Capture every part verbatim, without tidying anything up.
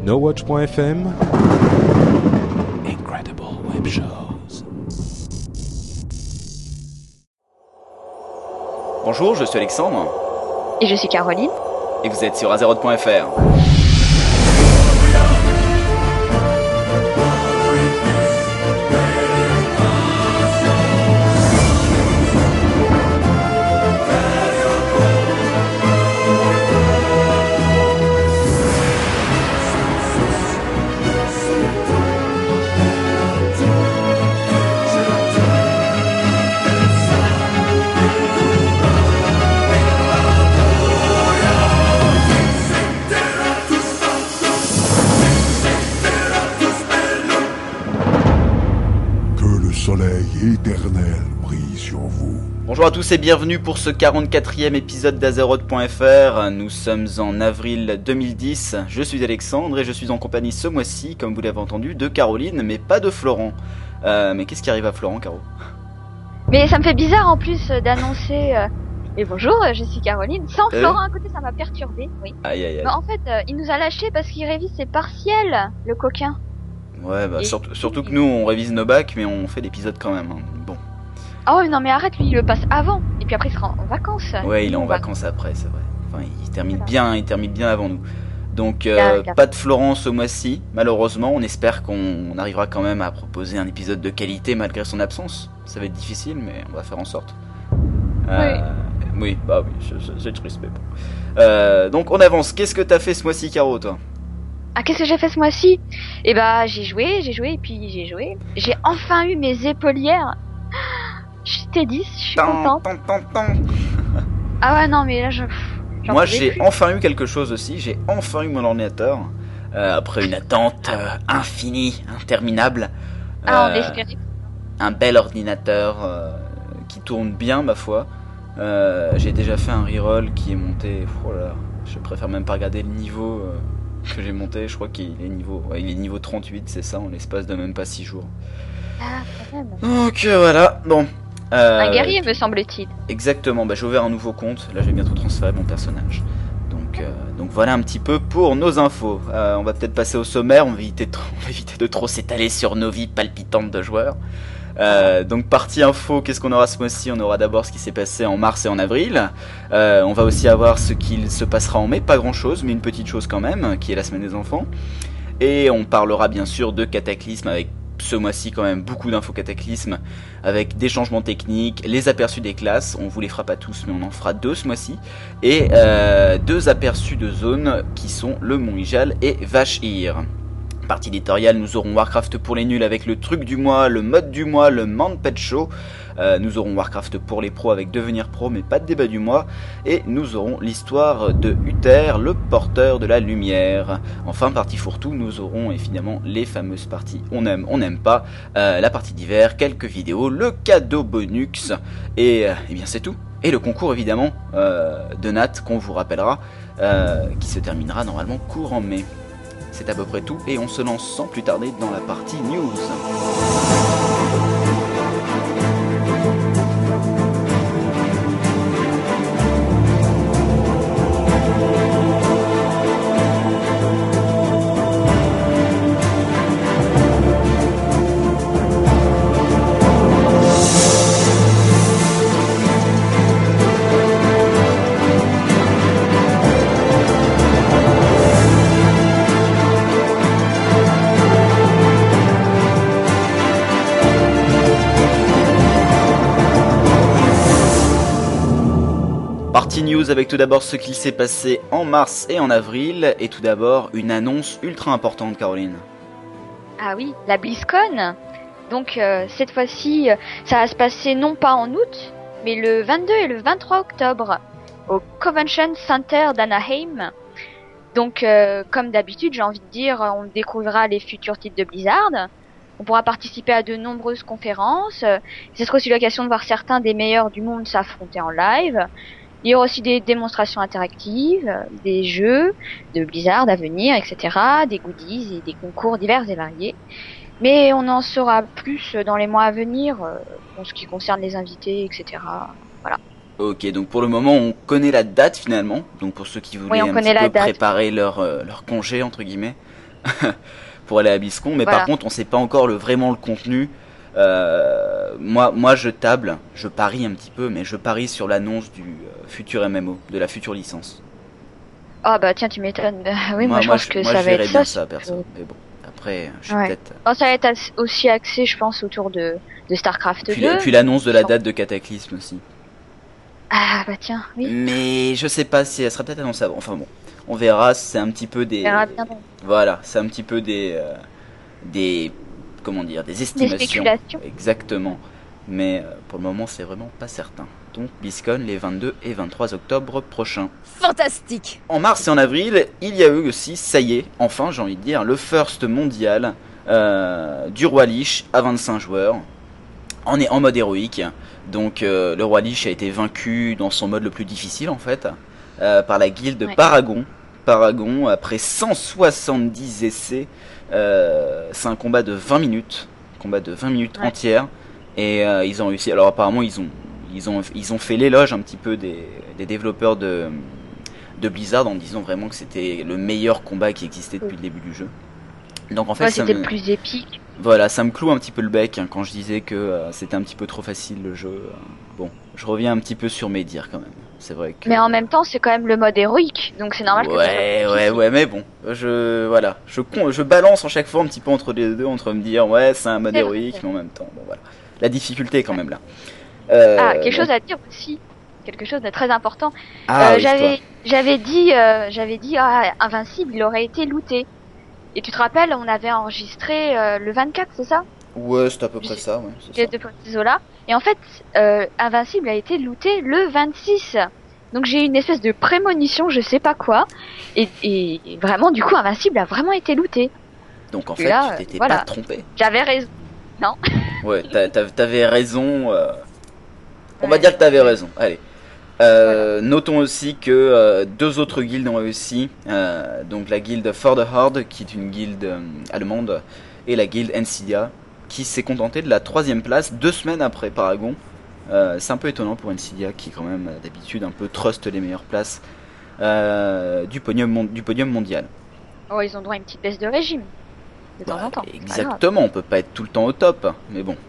NoWatch point F M. Incredible Web Shows. Bonjour, je suis Alexandre. Et je suis Caroline. Et vous êtes sur Azeroth point F R. Éternel brille sur vous. Bonjour à tous et bienvenue pour ce quarante-quatrième épisode d'Azeroth point F R. Nous sommes en avril deux mille dix. Je suis Alexandre et je suis en compagnie ce mois-ci, comme vous l'avez entendu, de Caroline, mais pas de Florent. Euh, mais qu'est-ce qui arrive à Florent, Caro? Mais ça me fait bizarre en plus d'annoncer euh, et bonjour, je suis Caroline. Sans euh Florent à côté, ça m'a perturbé. Oui. Aïe aïe aïe. Bah, en fait, euh, il nous a lâchés parce qu'il révise ses partiels, le coquin. Ouais, bah et... surtout, surtout que nous on révise nos bacs, mais on fait l'épisode quand même. Hein. Bon. Oh non mais arrête, lui il le passe avant et puis après il sera en vacances. Ouais, il est en va... vacances après, c'est vrai. Enfin, il termine voilà. bien, il termine bien avant nous. Donc euh, il a, il a... pas de Florent ce mois-ci, malheureusement. On espère qu'on arrivera quand même à proposer un épisode de qualité malgré son absence. Ça va être difficile, mais on va faire en sorte. Euh, oui. oui, bah oui, c'est triste, mais bon. Euh, donc on avance. Qu'est-ce que t'as fait ce mois-ci, Caro, toi? Ah, qu'est-ce que j'ai fait ce mois-ci? Eh bah, j'ai joué, j'ai joué, et puis j'ai joué. J'ai enfin eu mes épaulières. Je t'ai dit, je suis contente. Tant, tant, tant. Ah ouais, non, mais là, je... Moi, j'ai plus. enfin eu quelque chose aussi. J'ai enfin eu mon ordinateur. Euh, après une attente euh, infinie, interminable. Ah, euh, on espérait. Un bel ordinateur euh, qui tourne bien, ma foi. Euh, j'ai déjà fait un reroll qui est monté... Oh là, je préfère même pas regarder le niveau... Euh, que j'ai monté, je crois qu'il est niveau, ouais, il est niveau trente-huit, c'est ça, en l'espace de même pas six jours. Ah, quand même. Donc euh, voilà, bon. Euh, un guerrier, me semble-t-il. Exactement, bah, j'ai ouvert un nouveau compte, là je vais bientôt transférer mon personnage. Donc, euh, donc voilà un petit peu pour nos infos. Euh, on va peut-être passer au sommaire, on va éviter de, on va éviter de trop s'étaler sur nos vies palpitantes de joueurs. Euh, donc partie info, qu'est-ce qu'on aura ce mois-ci? On aura d'abord ce qui s'est passé en mars et en avril. Euh, on va aussi avoir ce qu'il se passera en mai, pas grand-chose, mais une petite chose quand même, qui est la semaine des enfants. Et on parlera bien sûr de Cataclysme avec ce mois-ci quand même beaucoup d'infos Cataclysme, avec des changements techniques, les aperçus des classes. On vous les fera pas tous, mais on en fera deux ce mois-ci. Et euh, deux aperçus de zones qui sont le Mont Ijal et Vash'ir. Partie éditoriale, nous aurons Warcraft pour les nuls avec le truc du mois, le mode du mois, le Manpet Show. Euh, nous aurons Warcraft pour les pros avec devenir pro, mais pas de débat du mois. Et nous aurons l'histoire de Uther, le porteur de la lumière. Enfin, partie fourre-tout, nous aurons évidemment les fameuses parties on aime, on n'aime pas, euh, la partie d'hiver, quelques vidéos, le cadeau bonus. Et, euh, et bien c'est tout. Et le concours évidemment euh, de Nat qu'on vous rappellera, euh, qui se terminera normalement courant mai. C'est à peu près tout et on se lance sans plus tarder dans la partie news. Partie news avec tout d'abord ce qu'il s'est passé en mars et en avril, et tout d'abord une annonce ultra importante, Caroline. Ah oui, la BlizzCon. Donc euh, cette fois-ci, ça va se passer non pas en août, mais le vingt-deux et le vingt-trois octobre au Convention Center d'Anaheim. Donc euh, comme d'habitude, j'ai envie de dire, on découvrira les futurs titres de Blizzard. On pourra participer à de nombreuses conférences. Ce sera aussi l'occasion de voir certains des meilleurs du monde s'affronter en live. Il y aura aussi des démonstrations interactives, des jeux de Blizzard à venir, et cetera, des goodies et des concours divers et variés. Mais on en saura plus dans les mois à venir, euh, en ce qui concerne les invités, et cetera. Voilà. Ok, donc pour le moment, on connaît la date finalement. Donc pour ceux qui voulaient oui, un petit peu préparer leur, euh, leur congé, entre guillemets. pour aller à BlizzCon, mais Voilà. par contre on sait pas encore le, vraiment le contenu. Euh, moi, moi je table, je parie un petit peu, mais je parie sur l'annonce du euh, futur M M O, de la future licence. Ah bah tiens, tu m'étonnes. oui, moi, je pense que moi, ça je va verrais être bien ça. ça, perso. Mais bon, après, je suis Ouais. peut-être. Non, ça va être as- aussi axé, je pense, autour de, de StarCraft Puis, deux. et puis l'annonce de la Sur- date de Cataclysme aussi. Ah bah tiens, oui. Mais je sais pas si elle sera peut-être annoncée avant. Enfin bon, on verra. C'est un petit peu des. On verra bien. Voilà, c'est un petit peu des, euh, des, comment dire, des Des estimations. spéculations. Exactement. Mais euh, pour le moment, c'est vraiment pas certain. Donc BlizzCon les vingt-deux et vingt-trois octobre prochains. Fantastique. En mars et en avril, il y a eu aussi, ça y est, enfin j'ai envie de dire, le first mondial euh, du Roi Lich à vingt-cinq joueurs. On est en mode héroïque. Donc euh, le Roi Lich a été vaincu dans son mode le plus difficile en fait, euh, par la guilde Ouais. Paragon. Paragon, après cent soixante-dix essais, euh, c'est un combat de vingt minutes. Combat de vingt minutes Ouais. entières. Et euh, ils ont réussi. Alors apparemment ils ont, ils ont, ils ont fait l'éloge un petit peu des, des développeurs de, de Blizzard en disant vraiment que c'était le meilleur combat qui existait depuis le début du jeu. Donc en fait, Ouais, ça c'était me, le plus épique. voilà, ça me cloue un petit peu le bec hein, quand je disais que euh, c'était un petit peu trop facile le jeu. Euh, bon, je reviens un petit peu sur mes dires quand même. C'est vrai que. Mais en même temps, c'est quand même le mode héroïque, donc c'est normal que ça soit Ouais, plus ouais, difficile. ouais, mais bon, je, voilà, je, con- je balance en chaque fois un petit peu entre les deux, entre me dire, ouais, c'est un mode C'est vrai, héroïque, c'est mais en même temps, bon voilà. La difficulté est quand même là. Euh, Ah, quelque donc- chose à dire aussi. Quelque chose de très important. Ah, Euh, oui, j'avais, toi. j'avais dit, euh, j'avais dit, ah, Invincible, il aurait été looté. Et tu te rappelles, on avait enregistré euh, le vingt-quatre, c'est ça? Ouais, c'est à peu Je près sais- ça, ouais. c'est Les ça. deux petits là. Et en fait, euh, Invincible a été looté le vingt-six. Donc j'ai eu une espèce de prémonition, je sais pas quoi. Et, et, et vraiment, du coup, Invincible a vraiment été looté. Donc en Et fait, là, tu t'étais euh, voilà. pas trompé. J'avais raison. Ouais, t'a- t'a- t'avais raison. euh, On va Ouais, dire que t'avais raison. Allez. Euh, Notons aussi que euh, deux autres guildes ont réussi. Euh, donc la guilde For the Horde, qui est une guilde euh, allemande, et la guilde Ensidia, qui s'est contentée de la troisième place deux semaines après Paragon. Euh, c'est un peu étonnant pour Ensidia, qui quand même d'habitude un peu trust les meilleures places euh, du, podium mon- du podium mondial. Oh, ils ont droit à une petite baisse de régime. De temps Bah, en temps. c'est pas grave. exactement, on peut pas être tout le temps au top, mais bon.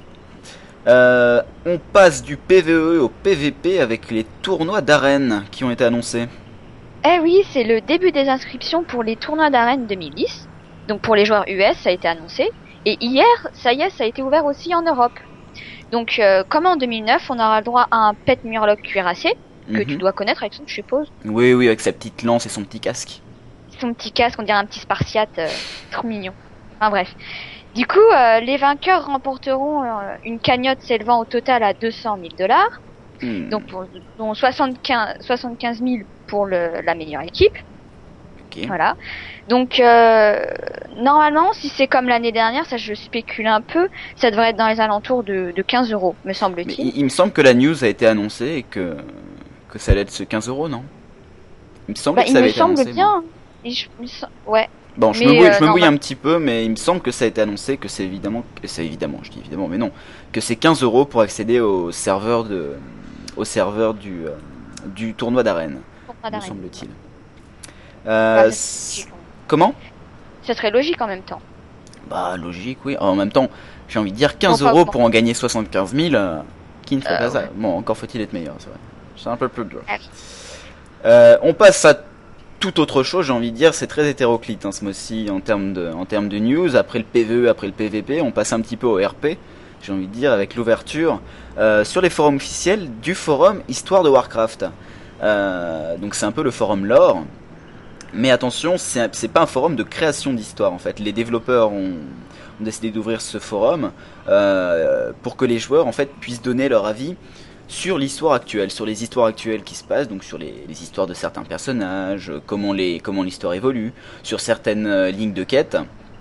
Euh, on passe du P V E au P V P avec les tournois d'arène qui ont été annoncés. Eh oui, c'est le début des inscriptions pour les tournois d'arène deux mille dix. Donc pour les joueurs U S, ça a été annoncé. Et hier, ça y est, ça a été ouvert aussi en Europe. Donc euh, comme en deux mille neuf, on aura le droit à un pet Murloc cuirassé, que Mhm. tu dois connaître avec son, je suppose. Oui, oui, avec sa petite lance et son petit casque. Son petit casque, on dirait un petit spartiate, euh, trop mignon. Enfin bref. Du coup, euh, les vainqueurs remporteront euh, une cagnotte s'élevant au total à deux cent mille dollars. Hmm, Donc pour, dont soixante-quinze, soixante-quinze mille pour le, la meilleure équipe. ok. Voilà. Donc euh, normalement, si c'est comme l'année dernière, ça je spécule un peu, ça devrait être dans les alentours de, de quinze euros, me Mais semble-t-il. il, il me semble que la news a été annoncée et que, que ça allait être ce quinze euros, non? Il me semble Bah, que il ça me avait été semble annoncé. moi. bien. Et je- il me sem- ouais. Bon, je Mais, me mouille, euh, je me mouille normal- un petit peu, mais il me semble que ça a été annoncé que c'est évidemment, que c'est évidemment, je dis évidemment, mais non, que c'est quinze euros pour accéder au serveur de, au serveur du, euh, du tournoi d'arène, Tournoi me d'arène. semble-t-il. Bah, Euh, ça, c- serait logique. comment? Ça serait logique en même temps. Bah logique, oui. En même temps, j'ai envie de dire quinze Bon, pas euros bon. pour en gagner soixante-quinze mille, euh, qui ne ferait Euh, pas ça? ouais. Bon, encore faut-il être meilleur, c'est vrai. C'est un peu plus dur. Ouais. Euh, on passe à toute autre chose, j'ai envie de dire, c'est très hétéroclite hein, ce mois-ci en termes de, en termes de news. Après le P V E, après le P V P, on passe un petit peu au R P, j'ai envie de dire, avec l'ouverture euh, sur les forums officiels du forum Histoire de Warcraft. Euh, donc c'est un peu le forum lore. Mais attention, c'est c'est pas un forum de création d'histoire en fait. Les développeurs ont, ont décidé d'ouvrir ce forum euh, pour que les joueurs en fait puissent donner leur avis sur l'histoire actuelle, sur les histoires actuelles qui se passent, donc sur les, les histoires de certains personnages, comment les comment l'histoire évolue, sur certaines euh, lignes de quête,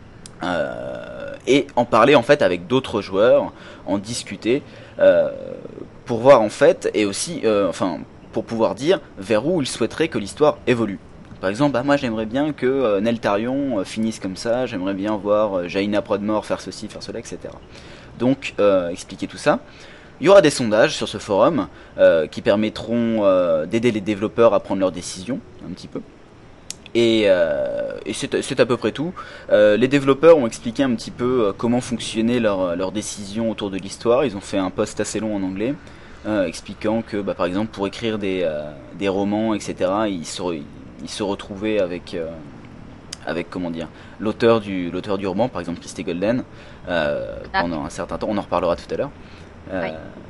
euh, et en parler en fait avec d'autres joueurs, en discuter euh, pour voir en fait, et aussi, euh, enfin, pour pouvoir dire vers où ils souhaiteraient que l'histoire évolue. Par exemple, bah moi j'aimerais bien que euh, Neltarion euh, finisse comme ça, j'aimerais bien voir euh, Jaina Prodmore faire ceci, faire cela, et cetera. Donc, euh, expliquer tout ça. Il y aura des sondages sur ce forum euh, qui permettront euh, d'aider les développeurs à prendre leurs décisions, un petit peu. Et, euh, et c'est, c'est à peu près tout. Euh, les développeurs ont expliqué un petit peu euh, comment fonctionnait leur, leur décision autour de l'histoire. Ils ont fait un post assez long en anglais, euh, expliquant que, bah, par exemple, pour écrire des, euh, des romans, et cetera, ils se, re- ils se retrouvaient avec, euh, avec comment dire, l'auteur du, l'auteur du roman, par exemple Christie Golden, euh, Ah. pendant un certain temps. On en reparlera tout à l'heure. Euh, Oui.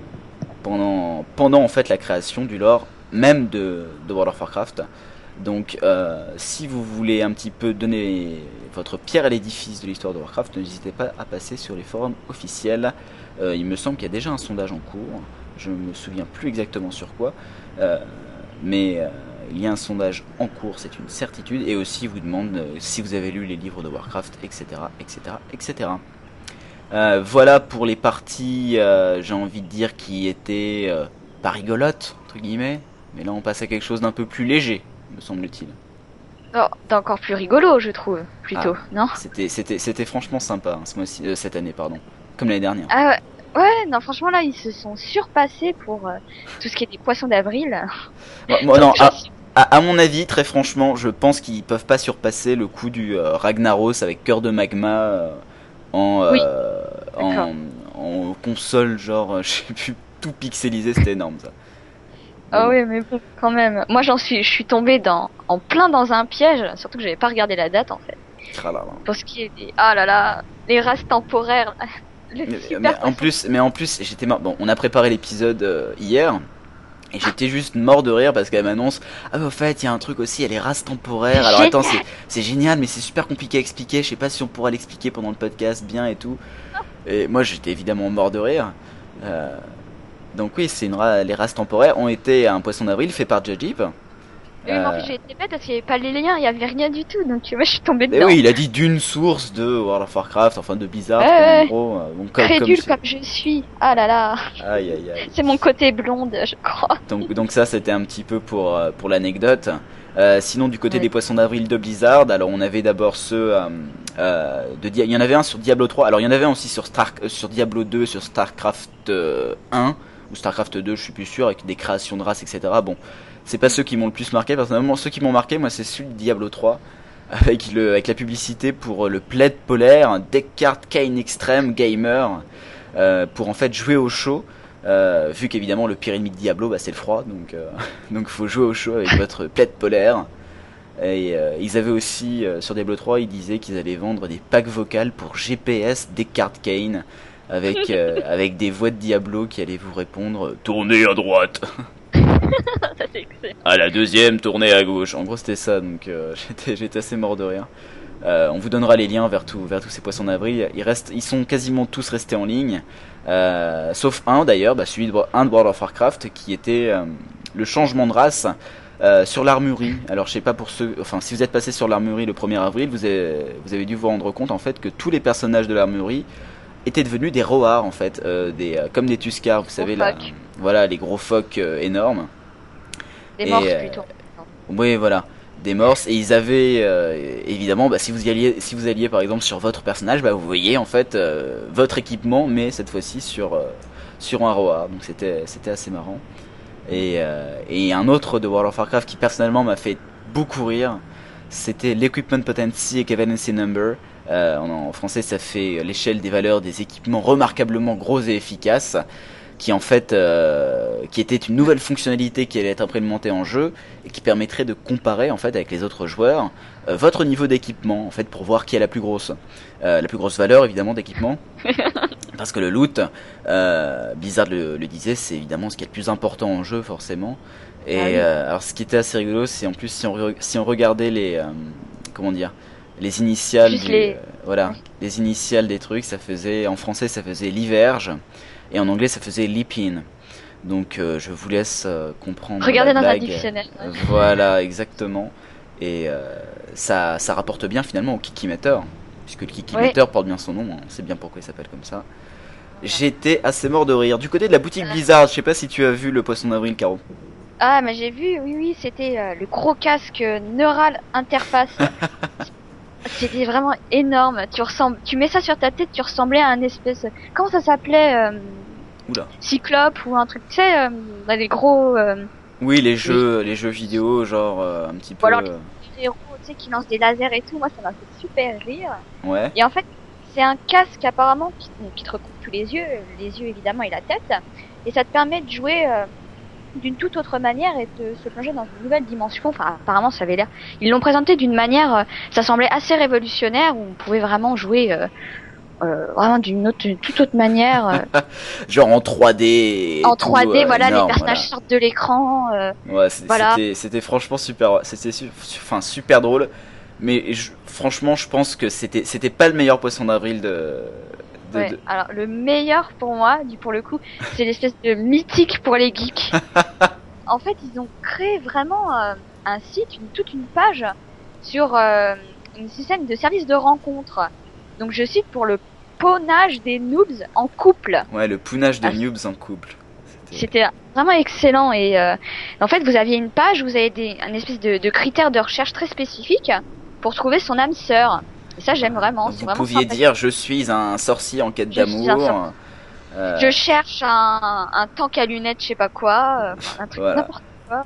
pendant, pendant en fait la création du lore même de, de World of Warcraft. Donc, euh, si vous voulez un petit peu donner votre pierre à l'édifice de l'histoire de Warcraft, n'hésitez pas à passer sur les forums officiels. Euh, il me semble qu'il y a déjà un sondage en cours. Je me souviens plus exactement sur quoi, euh, mais euh, il y a un sondage en cours, c'est une certitude. Et aussi, il vous demande euh, si vous avez lu les livres de Warcraft, et cetera, et cetera, et cetera. Euh, voilà pour les parties, euh, j'ai envie de dire, qui étaient euh, pas rigolotes entre guillemets. Mais là, on passe à quelque chose d'un peu plus léger, me semble-t-il. Oh, d'encore plus rigolo, je trouve, plutôt, Ah. non? C'était, c'était, c'était franchement sympa hein, ce mois-ci, euh, cette année, pardon, comme l'année dernière. Ah ouais, ouais, non, franchement, là, ils se sont surpassés pour euh, tout ce qui est des poissons d'avril. Moi, moi, non, Donc, à, j'en suis- à, à mon avis, très franchement, je pense qu'ils peuvent pas surpasser le coup du euh, Ragnaros avec cœur de magma euh, en, Oui, euh, en, en console, genre, euh, je sais plus, tout pixelisé, c'était énorme ça. Ah Bon. oui, mais bon, quand même. Moi, j'en suis, je suis tombée dans, en plein dans un piège, surtout que j'avais pas regardé la date, en fait. Ah là là. Pour ce qui est des, ah là là, les races temporaires, le Mais, super mais en poisson. plus, mais en plus, j'étais mort. Bon, on a préparé l'épisode euh, hier. Et j'étais juste mort de rire parce qu'elle m'annonce ah bah, au fait il y a un truc aussi, il y a les races temporaires. Alors attends, c'est c'est génial mais c'est super compliqué à expliquer. Je sais pas si on pourra l'expliquer pendant le podcast bien et tout. Et moi j'étais évidemment mort de rire. Euh, donc oui, c'est une ra- les races temporaires ont été un poisson d'avril fait par Jajip. Oui, mais en fait, j'ai été bête parce qu'il y avait pas les liens, il y avait rien du tout, donc moi, je suis tombée Et dedans. oui, il a dit d'une source de World of Warcraft, enfin de Blizzard, Ouais, quoi, en ouais. gros. euh, Bon, comme, Crédule comme comme, je suis. Ah là là, c'est- Aïe aïe aïe. c'est mon côté blonde, je crois. Donc, donc ça c'était un petit peu pour, euh, pour l'anecdote. Euh, sinon du côté Ouais. des poissons d'avril de Blizzard, alors on avait d'abord ceux euh, euh, de Dia- il y en avait un sur Diablo trois, alors il y en avait un aussi sur Star euh, sur Diablo deux, sur Starcraft euh, un ou Starcraft deux, je suis plus sûr, avec des créations de races, et cetera. Bon, c'est pas ceux qui m'ont le plus marqué personnellement. Ceux qui m'ont marqué, moi, c'est celui de Diablo trois avec le avec la publicité pour le plaid polaire, un deck card Kane Extreme Gamer, euh, pour en fait jouer au chaud. Euh, vu qu'évidemment le pire ennemi de Diablo bah, c'est le froid, donc euh, donc faut jouer au chaud avec votre plaid polaire. Et euh, ils avaient aussi euh, sur Diablo trois, ils disaient qu'ils allaient vendre des packs vocales pour G P S des cartes Kane avec euh, avec des voix de Diablo qui allaient vous répondre tournez à droite, Ça, c'est excellent. à la deuxième tournez à gauche. En gros c'était ça, donc euh, j'étais j'étais assez mort de rire. Euh, on vous donnera les liens vers, tout, vers tous ces poissons d'avril. Ils, restent, ils sont quasiment tous restés en ligne. Euh, sauf un d'ailleurs, bah, celui de, un de World of Warcraft qui était euh, le changement de race euh, sur l'armurerie. Alors je sais pas pour ceux, enfin si vous êtes passé sur l'armurerie le premier avril, vous avez, vous avez dû vous rendre compte en fait que tous les personnages de l'armurerie étaient devenus des roars en fait, euh, des, euh, comme des Tuscars, vous savez là, phoques. voilà les gros phoques euh, énormes. Des Et, morts euh, plutôt. Oui, voilà, des morses. Et ils avaient, euh, évidemment, bah, si vous y alliez, si vous alliez par exemple sur votre personnage, bah, vous voyez en fait euh, votre équipement, mais cette fois-ci sur euh, sur un roar. Donc c'était c'était assez marrant. Et euh, et un autre de World of Warcraft qui personnellement m'a fait beaucoup rire, c'était l'Equipment Potency Equivalency Number. Euh, en, en français, ça fait l'échelle des valeurs des équipements remarquablement gros et efficaces, qui en fait, euh, qui était une nouvelle fonctionnalité qui allait être implémentée en jeu et qui permettrait de comparer en fait avec les autres joueurs euh, votre niveau d'équipement en fait pour voir qui a la plus grosse, euh, la plus grosse valeur évidemment d'équipement. Parce que le loot, euh, Blizzard le, le disait, c'est évidemment ce qui est le plus important en jeu forcément. Et Ah oui. euh, alors ce qui était assez rigolo, c'est en plus si on re- si on regardait les euh, comment dire les initiales Juste du, les- euh, voilà les initiales des trucs, ça faisait en français ça faisait Liverge et en anglais ça faisait Lipin. Donc euh, je vous laisse euh, comprendre. Regardez la dans un blague. dictionnaire. Euh, Voilà exactement. Et euh, ça ça rapporte bien finalement au Kikimeter, puisque le Kikimeter porte bien son nom, on sait bien pourquoi il s'appelle comme ça. J'étais assez mort de rire. Du côté de la boutique Blizzard, je sais pas si tu as vu le poisson d'avril, Caro. Ah, mais j'ai vu, oui, oui, c'était euh, le gros casque euh, neural interface. C'était vraiment énorme. Tu ressembles, tu mets ça sur ta tête, tu ressemblais à un espèce. Comment ça s'appelait euh, Oula. Cyclope ou un truc, tu sais, euh, dans les gros euh, Oui, les jeux, les jeux vidéo, genre euh, un petit peu. alors, euh, héros tu sais, qui lance des lasers et tout. Moi, ça m'a fait super rire. Ouais. Et en fait, c'est un casque apparemment qui, qui te recoupe tous les yeux, les yeux évidemment et la tête, et ça te permet de jouer euh, d'une toute autre manière et de se plonger dans une nouvelle dimension. Enfin, apparemment, ça avait l'air. Ils l'ont présenté d'une manière, euh, ça semblait assez révolutionnaire, où on pouvait vraiment jouer euh, euh, vraiment d'une autre, d'une toute autre manière. Euh, Genre en trois D. Et en tout, trois D, euh, voilà, énorme, les personnages voilà. sortent de l'écran. Euh, Ouais, c'est- voilà. c'était, c'était franchement super, c'était su- su- enfin super drôle. Mais je- franchement, je pense que c'était, c'était pas le meilleur poisson d'avril de. de, ouais. de- Alors, le meilleur pour moi, du pour le coup, c'est l'espèce de mythique pour les geeks. En fait, ils ont créé vraiment euh, un site, une, toute une page sur euh, un système de service de rencontre. Donc, je cite pour le ponnage des noobs en couple. Ouais, le pounage de Ah. noobs en couple. C'était- C'était vraiment excellent et euh, en fait, vous aviez une page où vous avez des, un espèce de, de critères de recherche très spécifiques pour trouver son âme sœur. Et ça, j'aime vraiment. C'est Vous vraiment pouviez sympathique. dire je suis un sorcier en quête Je suis un d'amour. sorcier. Euh, Je cherche un, un tank à lunettes, je sais pas quoi, euh, un truc Voilà. n'importe quoi.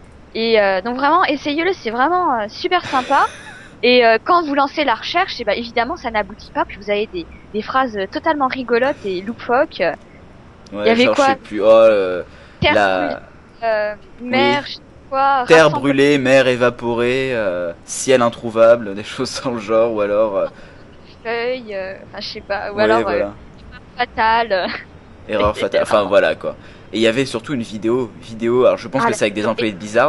Et euh, donc vraiment, essayez-le, c'est vraiment euh, super sympa. Et euh, quand vous lancez la recherche, et bah, évidemment, ça n'aboutit pas, puis vous avez des, des phrases totalement rigolotes et loufoques. ouais, il y avait genre, quoi je sais plus. Oh, euh, Terre la brûlée, euh, mer, je sais pas quoi, terre rassemble- brûlée, mer évaporée, euh, ciel introuvable, des choses dans le genre, ou alors. euh, feuilles, euh, enfin je sais pas, ou ouais, alors voilà. euh, fatale. Erreur C'était fatale. Enfin vraiment- voilà quoi. Et il y avait surtout une vidéo, vidéo. Alors je pense Ah, que la- c'est avec des employés de Blizzard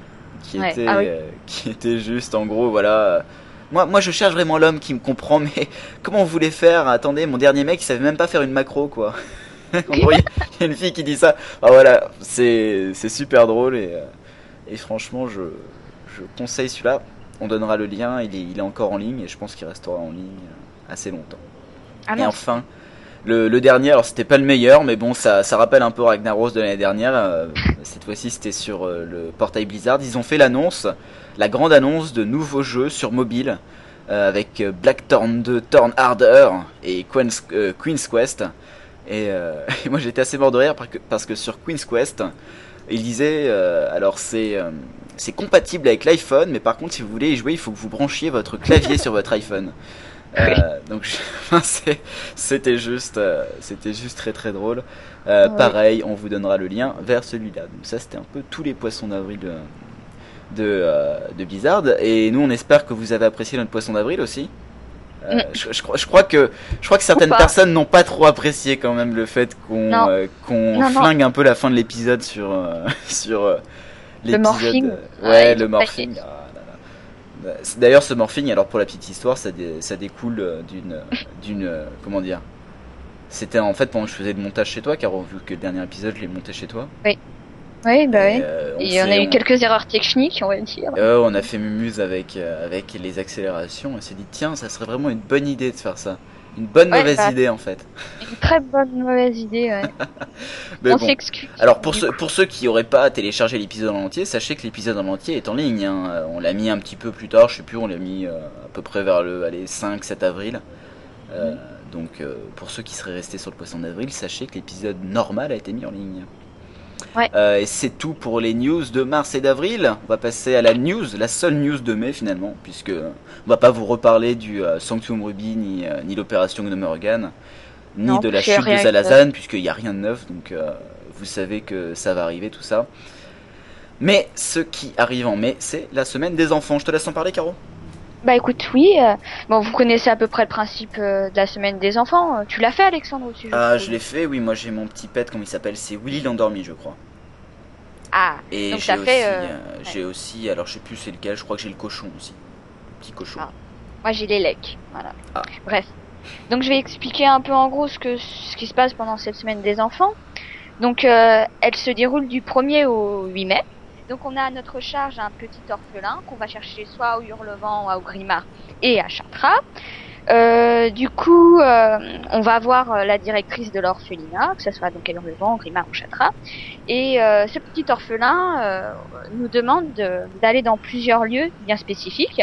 qui Ouais, était, ah oui. euh, qui était juste en gros voilà. euh, Moi, moi je cherche vraiment l'homme qui me comprend, mais comment vous voulez faire? Attendez, mon dernier mec il savait même pas faire une macro quoi. En gros, il y a une fille qui dit ça. Ah voilà, c'est c'est super drôle et euh, et franchement je je conseille celui-là. On donnera le lien. Il est il est encore en ligne et je pense qu'il restera en ligne euh, assez longtemps. Ah Et non, enfin, le, le dernier, alors c'était pas le meilleur, mais bon, ça, ça rappelle un peu Ragnaros de l'année dernière. euh, cette fois-ci, c'était sur euh, le portail Blizzard. Ils ont fait l'annonce, la grande annonce de nouveaux jeux sur mobile, euh, avec euh, Blackthorn deux, Thorn Harder et Queen's, euh, Queen's Quest. Et, euh, et moi, j'étais assez mort de rire parce que, parce que sur Queen's Quest, il disait, euh, alors c'est euh, c'est compatible avec l'iPhone, mais par contre, si vous voulez y jouer, il faut que vous branchiez votre clavier sur votre iPhone. Euh, donc je- enfin, c'est- c'était juste euh, c'était juste très très drôle. Euh, Ouais. Pareil, on vous donnera le lien vers celui-là. Donc ça c'était un peu tous les poissons d'avril de de, euh, de Blizzard, et nous on espère que vous avez apprécié notre poisson d'avril aussi. Euh, Mm. je, je crois- je crois que je crois que certaines pas. personnes n'ont pas trop apprécié quand même le fait qu'on Non. euh, qu'on Non, non. flingue un peu la fin de l'épisode sur euh, sur euh, l'épisode. morphing. Ouais, Ouais, le il morphing. Ah là là. C'est- D'ailleurs, ce morphing, alors pour la petite histoire, ça, dé- ça découle euh, d'une, d'une, euh, comment dire, c'était en fait pendant que je faisais le montage chez toi, car vu que le dernier épisode, je l'ai monté chez toi. Oui, bah Et, oui. euh, on Et on s'est- a eu quelques erreurs techniques, on va dire. euh, on a fait mumuse avec euh, avec les accélérations. On s'est dit tiens, ça serait vraiment une bonne idée de faire ça, une bonne Ouais, mauvaise bah. idée en fait. Une très bonne mauvaise idée, ouais. Mais on bon. s'excuse. Alors pour Du ceux, coup. pour ceux qui n'auraient pas téléchargé l'épisode en entier, sachez que l'épisode en entier est en ligne. Hein. Euh, On l'a mis un petit peu plus tard, je sais plus, on l'a mis euh, à peu près vers le allez, cinq sept avril. Euh, Mm. Donc euh, pour ceux qui seraient restés sur le poisson d'avril, sachez que l'épisode normal a été mis en ligne. Ouais. Euh, et c'est tout pour les news de mars et d'avril. On va passer à la news, la seule news de mai finalement, puisque euh, on va pas vous reparler du euh, Sanctum Ruby ni, euh, ni l'opération Gnomorgan, ni Non, de la parce qu'il y a chute de rien eu de Salazan, puisqu'il n'y a rien de neuf, donc euh, vous savez que ça va arriver tout ça. Mais ce qui arrive en mai, c'est la semaine des enfants. Je te laisse en parler, Caro. Bah écoute, oui. euh, bon, vous connaissez à peu près le principe euh, de la semaine des enfants. Euh, Tu l'as fait, Alexandre, aussi, je Ah, suppose. je l'ai fait, oui, moi j'ai mon petit pet, comment il s'appelle? C'est Willy l'endormi, je crois. Ah, Et donc j'ai t'as aussi, fait. euh, euh, j'ai aussi, alors je sais plus c'est lequel, je crois que j'ai le cochon aussi. Le petit cochon. Ah. Moi, j'ai les lecs. Voilà. Ah. Bref. Donc, je vais expliquer un peu en gros ce que ce qui se passe pendant cette semaine des enfants. Donc, euh, elle se déroule du premier au huit mai. Donc, on a à notre charge un petit orphelin qu'on va chercher soit au Hurlevent, à Augrimard et à Chartres. Euh, du coup, euh, on va voir euh, la directrice de l'orphelinat, que ce soit donc à Hurlevent, Augrimard ou Chartres. Et euh, ce petit orphelin euh, nous demande de- d'aller dans plusieurs lieux bien spécifiques.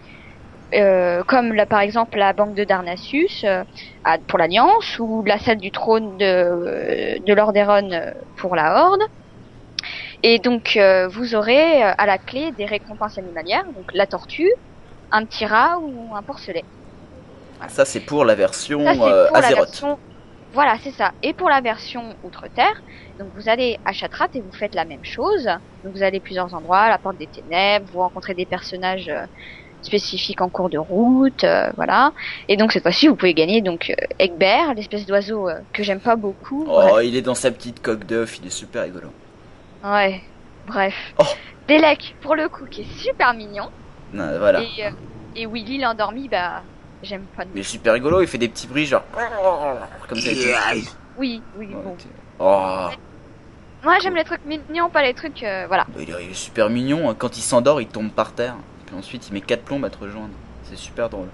Euh, comme là, par exemple la banque de Darnassus euh, à- pour l'Alliance, ou la salle du trône de, de Lordaeron euh, pour la Horde. Et donc euh, vous aurez euh, à la clé des récompenses animalières, donc la tortue, un petit rat ou un porcelet. Voilà. Ça c'est pour la version Ça, c'est euh, pour la Azeroth. version... Voilà, c'est ça. Et pour la version Outre-Terre, donc vous allez à Shattrath et vous faites la même chose. Donc vous allez à plusieurs endroits, la Porte des Ténèbres, vous rencontrez des personnages euh, spécifiques en cours de route, euh, voilà. Et donc cette fois-ci, vous pouvez gagner donc euh, Egbert, l'espèce d'oiseau euh, que j'aime pas beaucoup. Oh, Bref. il est dans sa petite coque d'œuf, il est super rigolo. Ouais, bref. Oh. Delec, pour le coup, qui est super mignon. Non, voilà. Et, euh, et Willy l'endormi, bah, j'aime pas. Mais super rigolo, il fait des petits bruits genre comme ça. Oui, oui, Ouais, bon. ok. Oh, Moi, j'aime les trucs mignons, pas les trucs, euh, voilà. bah, il, est, il est super mignon. hein. Quand il s'endort, il tombe par terre. Puis ensuite, il met quatre plombes à te rejoindre. C'est super drôle.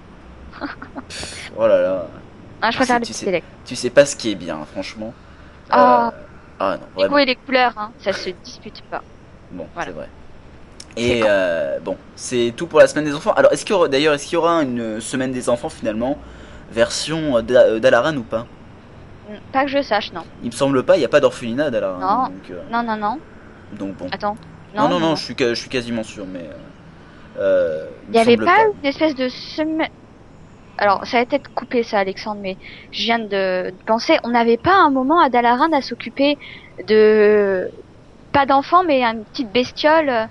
Pff, oh là là. Ah, je préfère sais- les tu petits sais- Delec. Tu sais pas ce qui est bien, franchement. Ah. Euh, Ah non, Les vraiment. goûts et les couleurs, hein, ça se dispute pas. Bon, Voilà. c'est vrai. Et euh, bon, c'est tout pour la semaine des enfants. Alors, est-ce qu'il y aura, d'ailleurs, est-ce qu'il y aura une semaine des enfants finalement, version euh, d'A- euh, d'Alaran ou pas? Mm, Pas que je sache, non. Il me semble pas, il n'y a pas d'orphelinat d'Alaran. Non. Donc, euh, Non, non, non. donc bon. Attends. Non, non, non, je suis, ca- je suis quasiment sûr, mais. Euh, euh, Il y avait semble pas une espèce de semaine. Alors, ça va peut-être coupé ça, Alexandre, mais je viens de, de penser, on n'avait pas un moment à Dalaran à s'occuper de pas d'enfants, mais une petite bestiole. euh,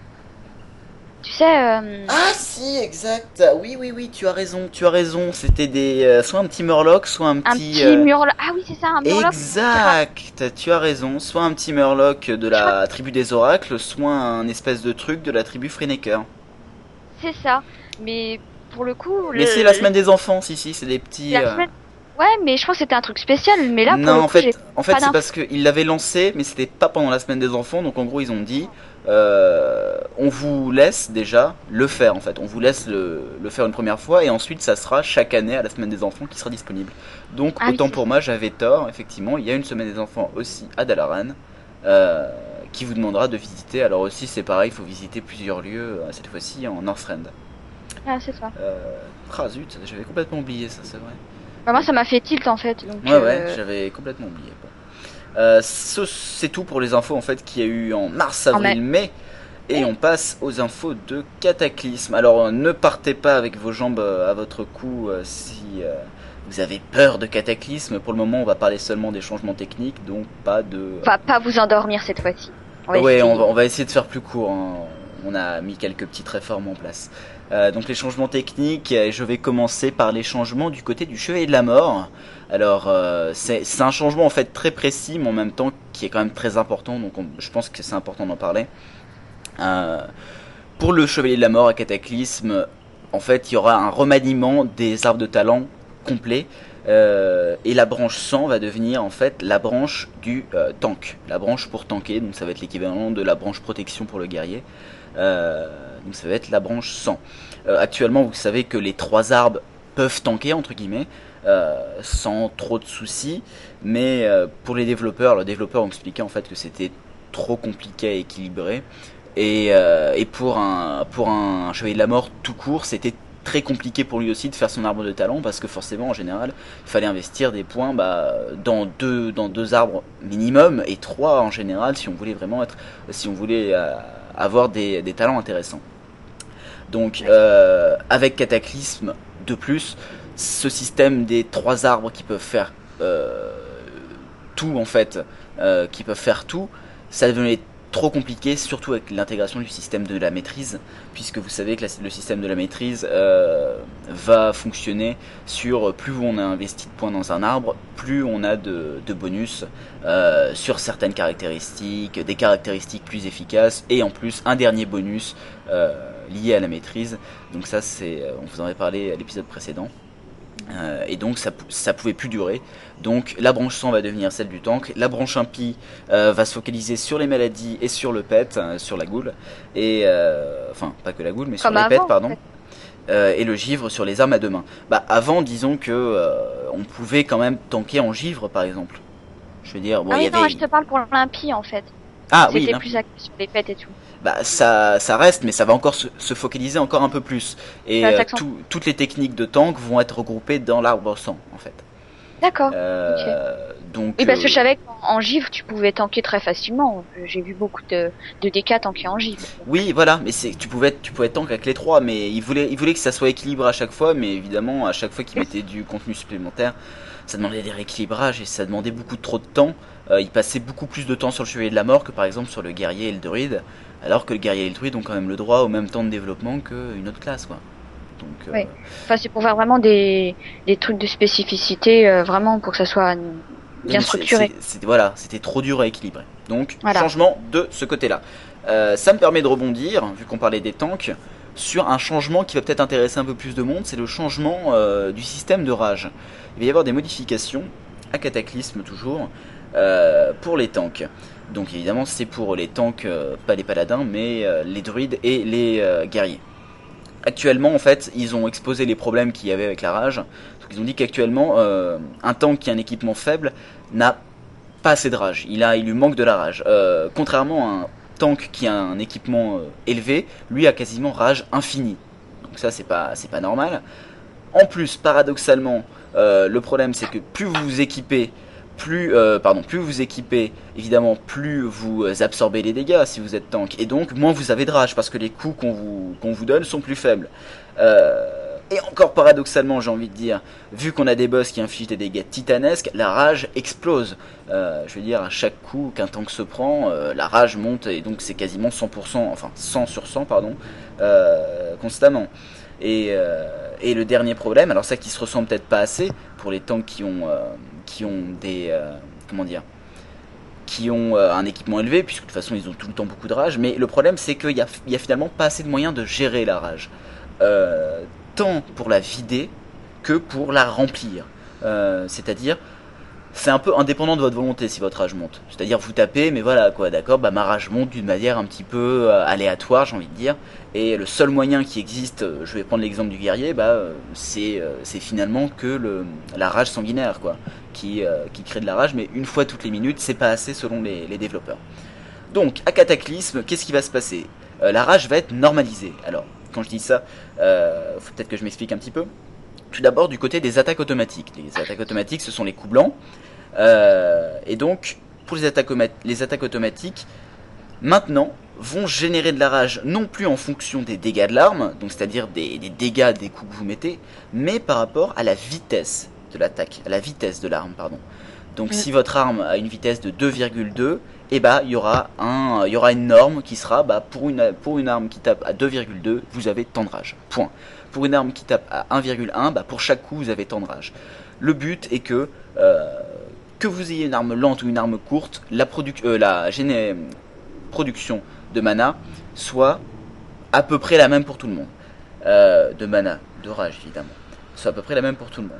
Tu sais. euh, Ah si, exact. Oui, oui, oui, tu as raison, tu as raison. C'était des euh, soit un petit Murloc, soit un Un petit. petit euh, murloc. Ah oui, c'est ça, un murloc. Exact, tu as raison. Soit un petit Murloc de la tribu des oracles, soit un espèce de truc de la tribu Freemaker. C'est ça. Mais pour le coup. Mais le- c'est la semaine des enfants, si, si, c'est des petits. c'est la euh, semaine- Ouais, mais je crois que c'était un truc spécial. Mais là, pour non, le en coup, j'ai fait, en fait pas c'est d'infos. parce qu'ils l'avaient lancé, mais c'était pas pendant la semaine des enfants. Donc en gros, ils ont dit euh, on vous laisse déjà le faire, en fait. On vous laisse le, le faire une première fois, et ensuite, ça sera chaque année à la semaine des enfants qui sera disponible. Donc, Ah oui, autant c'est pour moi, j'avais tort, effectivement. Il y a une semaine des enfants aussi à Dalaran. Euh, qui vous demandera de visiter. Alors aussi, c'est pareil, il faut visiter plusieurs lieux, euh, cette fois-ci en Northrend. Ah, c'est ça. Euh, ah zut, j'avais complètement oublié ça, c'est vrai. Bah, moi, ça m'a fait tilt en fait. Donc, Ouais, euh, ouais, j'avais complètement oublié. Bon. Euh, ce- c'est tout pour les infos en fait qu'il y a eu en mars, avril, mai. Et on passe aux infos de Cataclysme. Alors euh, ne partez pas avec vos jambes euh, à votre cou euh, si euh, vous avez peur de Cataclysme. Pour le moment, on va parler seulement des changements techniques, donc pas de. va pas vous endormir cette fois-ci. On va Ouais, essayer. on va, on va essayer de faire plus court. hein. On a mis quelques petites réformes en place. Euh, donc les changements techniques, et je vais commencer par les changements du côté du Chevalier de la Mort. Alors euh, c'est c'est un changement en fait très précis, mais en même temps qui est quand même très important. Donc on- je pense que c'est important d'en parler. Euh, pour le Chevalier de la Mort à Cataclysme, en fait il y aura un remaniement des arbres de talent complet. Euh, et la branche cent va devenir en fait la branche du euh, tank, la branche pour tanker, donc ça va être l'équivalent de la branche protection pour le guerrier. Euh, donc ça va être la branche cent. Euh, actuellement, vous savez que les trois arbres peuvent tanker entre guillemets euh, sans trop de soucis, mais euh, pour les développeurs, les développeurs ont expliqué en fait que c'était trop compliqué à équilibrer, et, euh, et pour un pour un chevalier de la mort tout court, c'était très compliqué pour lui aussi de faire son arbre de talent, parce que forcément en général il fallait investir des points bah, dans deux dans deux arbres minimum, et trois en général si on voulait vraiment être si on voulait euh, avoir des, des talents intéressants. Donc euh, avec Cataclysme de plus, ce système des trois arbres qui peuvent faire euh, tout en fait, euh, qui peuvent faire tout, ça devenait trop compliqué, surtout avec l'intégration du système de la maîtrise, puisque vous savez que la, le système de la maîtrise euh, va fonctionner sur plus on a investi de points dans un arbre, plus on a de, de bonus euh, sur certaines caractéristiques, des caractéristiques plus efficaces, et en plus un dernier bonus euh, lié à la maîtrise. Donc ça c'est, on vous en avait parlé à l'épisode précédent. Euh, et donc ça, ça pouvait plus durer. Donc la branche cent va devenir celle du tank. La branche impie euh, va se focaliser sur les maladies et sur le pet, euh, sur la goule. Et euh, enfin pas que la goule, mais sur Comme les avant, pets, pardon. en fait. Euh, et le givre sur les armes à deux mains. Bah avant, disons que euh, on pouvait quand même tanker en givre, par exemple. Je veux dire, bon, ah il y oui, non, avait. je te parle pour l'impie en fait. Ah oui, C'était non. plus axé sur les pets et tout. Bah ça, ça reste, mais ça va encore se, se focaliser encore un peu plus. Et Ça euh, s'accentue. tout- toutes les techniques de tank vont être regroupées dans l'arbre cent, en fait. D'accord. Euh, Donc, Oui, parce que euh, je savais qu'en givre, tu pouvais tanker très facilement. J'ai vu beaucoup de, de D K tanker en givre. oui, voilà, mais c'est tu pouvais tu pouvais tank avec les trois, mais il voulait il voulait que ça soit équilibré à chaque fois, mais évidemment à chaque fois qu'il mettait du contenu supplémentaire, ça demandait des rééquilibrages et ça demandait beaucoup trop de temps. Euh, il passait beaucoup plus de temps sur le chevalier de la mort que par exemple sur le guerrier et le druide, alors que le guerrier et le druide ont quand même le droit au même temps de développement qu'une autre classe, quoi. Donc, euh, Oui. Enfin, c'est pour faire vraiment des, des trucs de spécificité, euh, vraiment pour que ça soit bien oui, mais structuré. c'est- c'est- c'est- voilà, c'était trop dur à équilibrer. Donc, Voilà. changement de ce côté-là. Euh, ça me permet de rebondir, vu qu'on parlait des tanks, sur un changement qui va peut-être intéresser un peu plus de monde, c'est le changement euh, du système de rage. Il va y avoir des modifications, à Cataclysme toujours, euh, pour les tanks. Donc évidemment, c'est pour les tanks, euh, pas les paladins, mais euh, les druides et les euh, guerriers. Actuellement, en fait, ils ont exposé les problèmes qu'il y avait avec la rage. Donc, ils ont dit qu'actuellement, euh, un tank qui a un équipement faible n'a pas assez de rage. Il a, il lui manque de la rage. Euh, contrairement à un tank qui a un équipement euh, élevé, lui a quasiment rage infinie. Donc ça, c'est pas, c'est pas normal. En plus, paradoxalement, euh, le problème, c'est que plus vous vous équipez, plus, euh, pardon, plus vous équipez, évidemment, plus vous absorbez les dégâts si vous êtes tank, et donc moins vous avez de rage parce que les coups qu'on vous, qu'on vous donne sont plus faibles. Euh, et encore paradoxalement, j'ai envie de dire, vu qu'on a des boss qui infligent des dégâts titanesques, la rage explose. Euh, je veux dire, à chaque coup qu'un tank se prend, euh, la rage monte et donc c'est quasiment cent pour cent, enfin cent sur cent, pardon, euh, constamment. Et, euh, et le dernier problème, alors ça qui se ressent peut-être pas assez pour les tanks qui ont, euh, qui ont des, euh, comment dire, qui ont euh, un équipement élevé, puisque de toute façon ils ont tout le temps beaucoup de rage, mais le problème c'est qu'il y a, il y a finalement pas assez de moyens de gérer la rage, euh, tant pour la vider que pour la remplir. Euh, c'est-à-dire, c'est un peu indépendant de votre volonté si votre rage monte. C'est-à-dire vous tapez, mais voilà quoi, d'accord, bah ma rage monte d'une manière un petit peu euh, aléatoire, j'ai envie de dire. Et le seul moyen qui existe, euh, je vais prendre l'exemple du guerrier, bah euh, c'est euh, c'est finalement que le la rage sanguinaire quoi, qui euh, qui crée de la rage, mais une fois toutes les minutes, c'est pas assez selon les, les développeurs. Donc à Cataclysme, qu'est-ce qui va se passer? euh, La rage va être normalisée. Alors quand je dis ça, euh, faut peut-être que je m'explique un petit peu. Tout d'abord du côté des attaques automatiques. Les attaques automatiques, ce sont les coups blancs. Euh, et donc, pour les attaques, les attaques automatiques, maintenant, vont générer de la rage non plus en fonction des dégâts de l'arme, donc c'est-à-dire des, des dégâts des coups que vous mettez, mais par rapport à la vitesse de l'attaque, à la vitesse de l'arme, pardon. Donc, mmh. si votre arme a une vitesse de deux virgule deux, et eh bah, il y aura un, il y aura une norme qui sera, bah, pour une, pour une arme qui tape à deux virgule deux, vous avez tant de rage. Point. Pour une arme qui tape à un virgule un, bah, pour chaque coup, vous avez tant de rage. Le but est que, euh, que vous ayez une arme lente ou une arme courte, la, produ- euh, la géné- production de mana soit à peu près la même pour tout le monde. Euh, de mana, de rage évidemment. Soit à peu près la même pour tout le monde.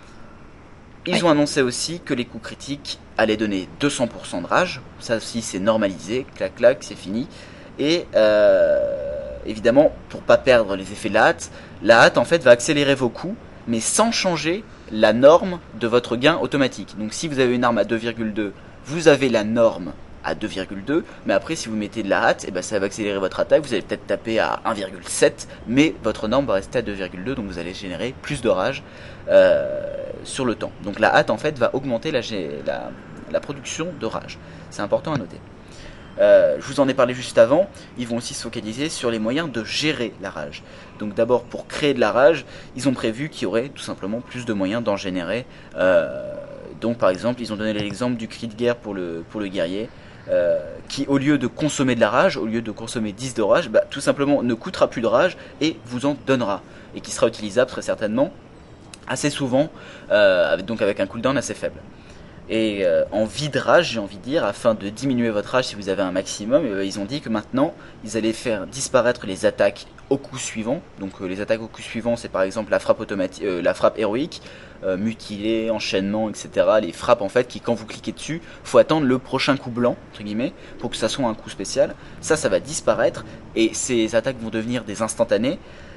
Ils oui. ont annoncé aussi que les coups critiques allaient donner deux cents pour cent de rage. Ça aussi c'est normalisé, clac clac, c'est fini. Et euh, évidemment, pour pas perdre les effets de la hâte, la hâte en fait va accélérer vos coups, mais sans changer la norme de votre gain automatique. Donc si vous avez une arme à deux virgule deux, vous avez la norme à deux virgule deux, mais après si vous mettez de la hâte, et ben ça va accélérer votre attaque, vous allez peut-être taper à un virgule sept, mais votre norme va rester à deux virgule deux, donc vous allez générer plus de rage euh, sur le temps. Donc la hâte en fait va augmenter la, la, la production de rage. C'est important à noter. Euh, je vous en ai parlé juste avant, ils vont aussi se focaliser sur les moyens de gérer la rage. Donc d'abord pour créer de la rage, ils ont prévu qu'il y aurait tout simplement plus de moyens d'en générer. Euh, donc par exemple, ils ont donné l'exemple du cri de guerre pour le, pour le guerrier, euh, qui au lieu de consommer de la rage, au lieu de consommer dix de rage, bah, tout simplement ne coûtera plus de rage et vous en donnera. Et qui sera utilisable très certainement assez souvent, euh, avec, donc avec un cooldown assez faible. Et euh, en vide rage, j'ai envie de dire, afin de diminuer votre rage si vous avez un maximum, euh, ils ont dit que maintenant, ils allaient faire disparaître les attaques au coup suivant. Donc euh, les attaques au coup suivant, c'est par exemple la frappe automatique, euh, la frappe héroïque, euh, mutilé, enchaînement, et cetera. Les frappes en fait qui, quand vous cliquez dessus, faut attendre le prochain coup blanc, entre guillemets, pour que ça soit un coup spécial. Ça, ça va disparaître et ces attaques vont devenir des instantanées.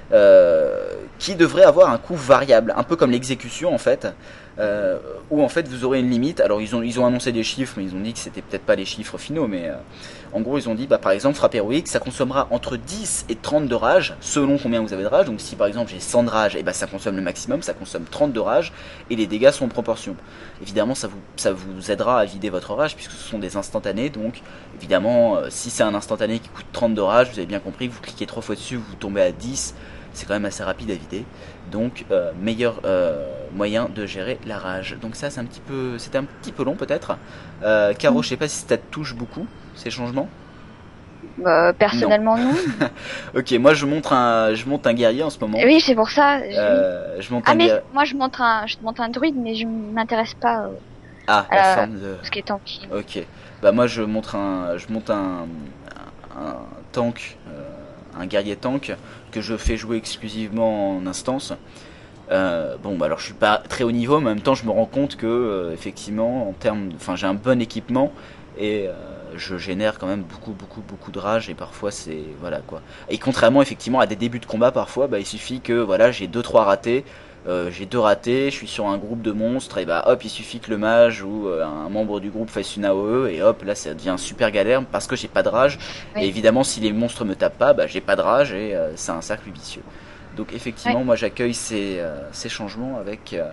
euh, qui devrait avoir un coût variable, un peu comme l'exécution en fait, euh, où en fait vous aurez une limite. Alors ils ont ils ont annoncé des chiffres, mais ils ont dit que c'était peut-être pas les chiffres finaux, mais euh, en gros ils ont dit bah par exemple frappe héroïque ça consommera entre dix et trente de rage selon combien vous avez de rage. Donc si par exemple j'ai cent de rage, et bah ça consomme le maximum, ça consomme trente de rage et les dégâts sont en proportion. Évidemment ça vous ça vous aidera à vider votre rage puisque ce sont des instantanés, donc évidemment euh, si c'est un instantané qui coûte trente de rage, vous avez bien compris que vous cliquez trois fois dessus, vous tombez à dix. C'est quand même assez rapide à vider, donc euh, meilleur euh, moyen de gérer la rage. Donc ça c'est un petit peu, c'était un petit peu long peut-être. Euh, Caro, mmh. je sais pas si ça te touche beaucoup ces changements. Bah, personnellement non. non. Ok, moi je montre un, je monte un guerrier en ce moment. Oui, c'est pour ça. Euh, je monte ah un mais guerrier. moi je monte un, je monte un druide, mais je m'intéresse pas. Euh, ah, la euh, forme de. Ce qui est tanky. Ok. Bah moi je montre un, je monte un, un, un tank. Euh, un guerrier tank que je fais jouer exclusivement en instance. Euh, bon bah alors je suis pas très haut niveau, mais en même temps je me rends compte que euh, effectivement en termes, enfin j'ai un bon équipement et euh, je génère quand même beaucoup beaucoup beaucoup de rage et parfois c'est voilà quoi. Et contrairement effectivement à des débuts de combat parfois, bah il suffit que voilà j'ai deux trois ratés. Euh, j'ai deux ratés, je suis sur un groupe de monstres et bah hop il suffit que le mage ou euh, un membre du groupe fasse une A O E et hop là ça devient super galère parce que j'ai pas de rage. Oui. Et évidemment si les monstres me tapent pas, bah j'ai pas de rage et euh, c'est un cercle vicieux. Donc effectivement oui. moi j'accueille ces, euh, ces changements avec, euh,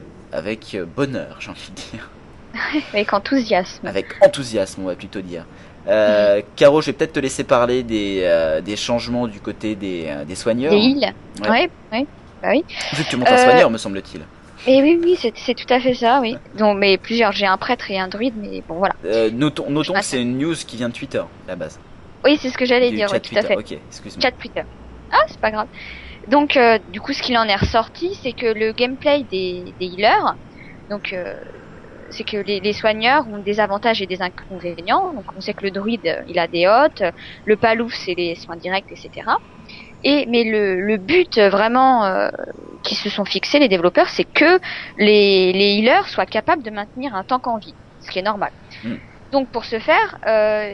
avec bonheur, j'ai envie de dire. Avec enthousiasme. Avec enthousiasme on va plutôt dire. Euh, mmh. Caro, je vais peut-être te laisser parler des, euh, des changements du côté des, euh, des soigneurs. Des heals. Ouais, ouais. ouais. Bah oui. Vu que tu montes un euh, soigneur, me semble-t-il. Mais oui, oui, c'est, c'est tout à fait ça, oui. Donc, mais plusieurs, j'ai un prêtre et un druide, mais bon, voilà. Euh, notons notons que c'est une news qui vient de Twitter, à la base. Oui, c'est ce que j'allais du dire, chat oui, Twitter. tout à fait. Ok, excuse-moi. Chat Twitter. Ah, c'est pas grave. Donc, euh, du coup, ce qu'il en est ressorti, c'est que le gameplay des, des healers, donc, euh, c'est que les, les soigneurs ont des avantages et des inconvénients. Donc, on sait que le druide, il a des hottes, le palouf, c'est les soins directs, et cetera. Et mais le, le but vraiment euh, qui se sont fixés les développeurs, c'est que les, les healers soient capables de maintenir un tank en vie, ce qui est normal. Mm. Donc pour ce faire, euh,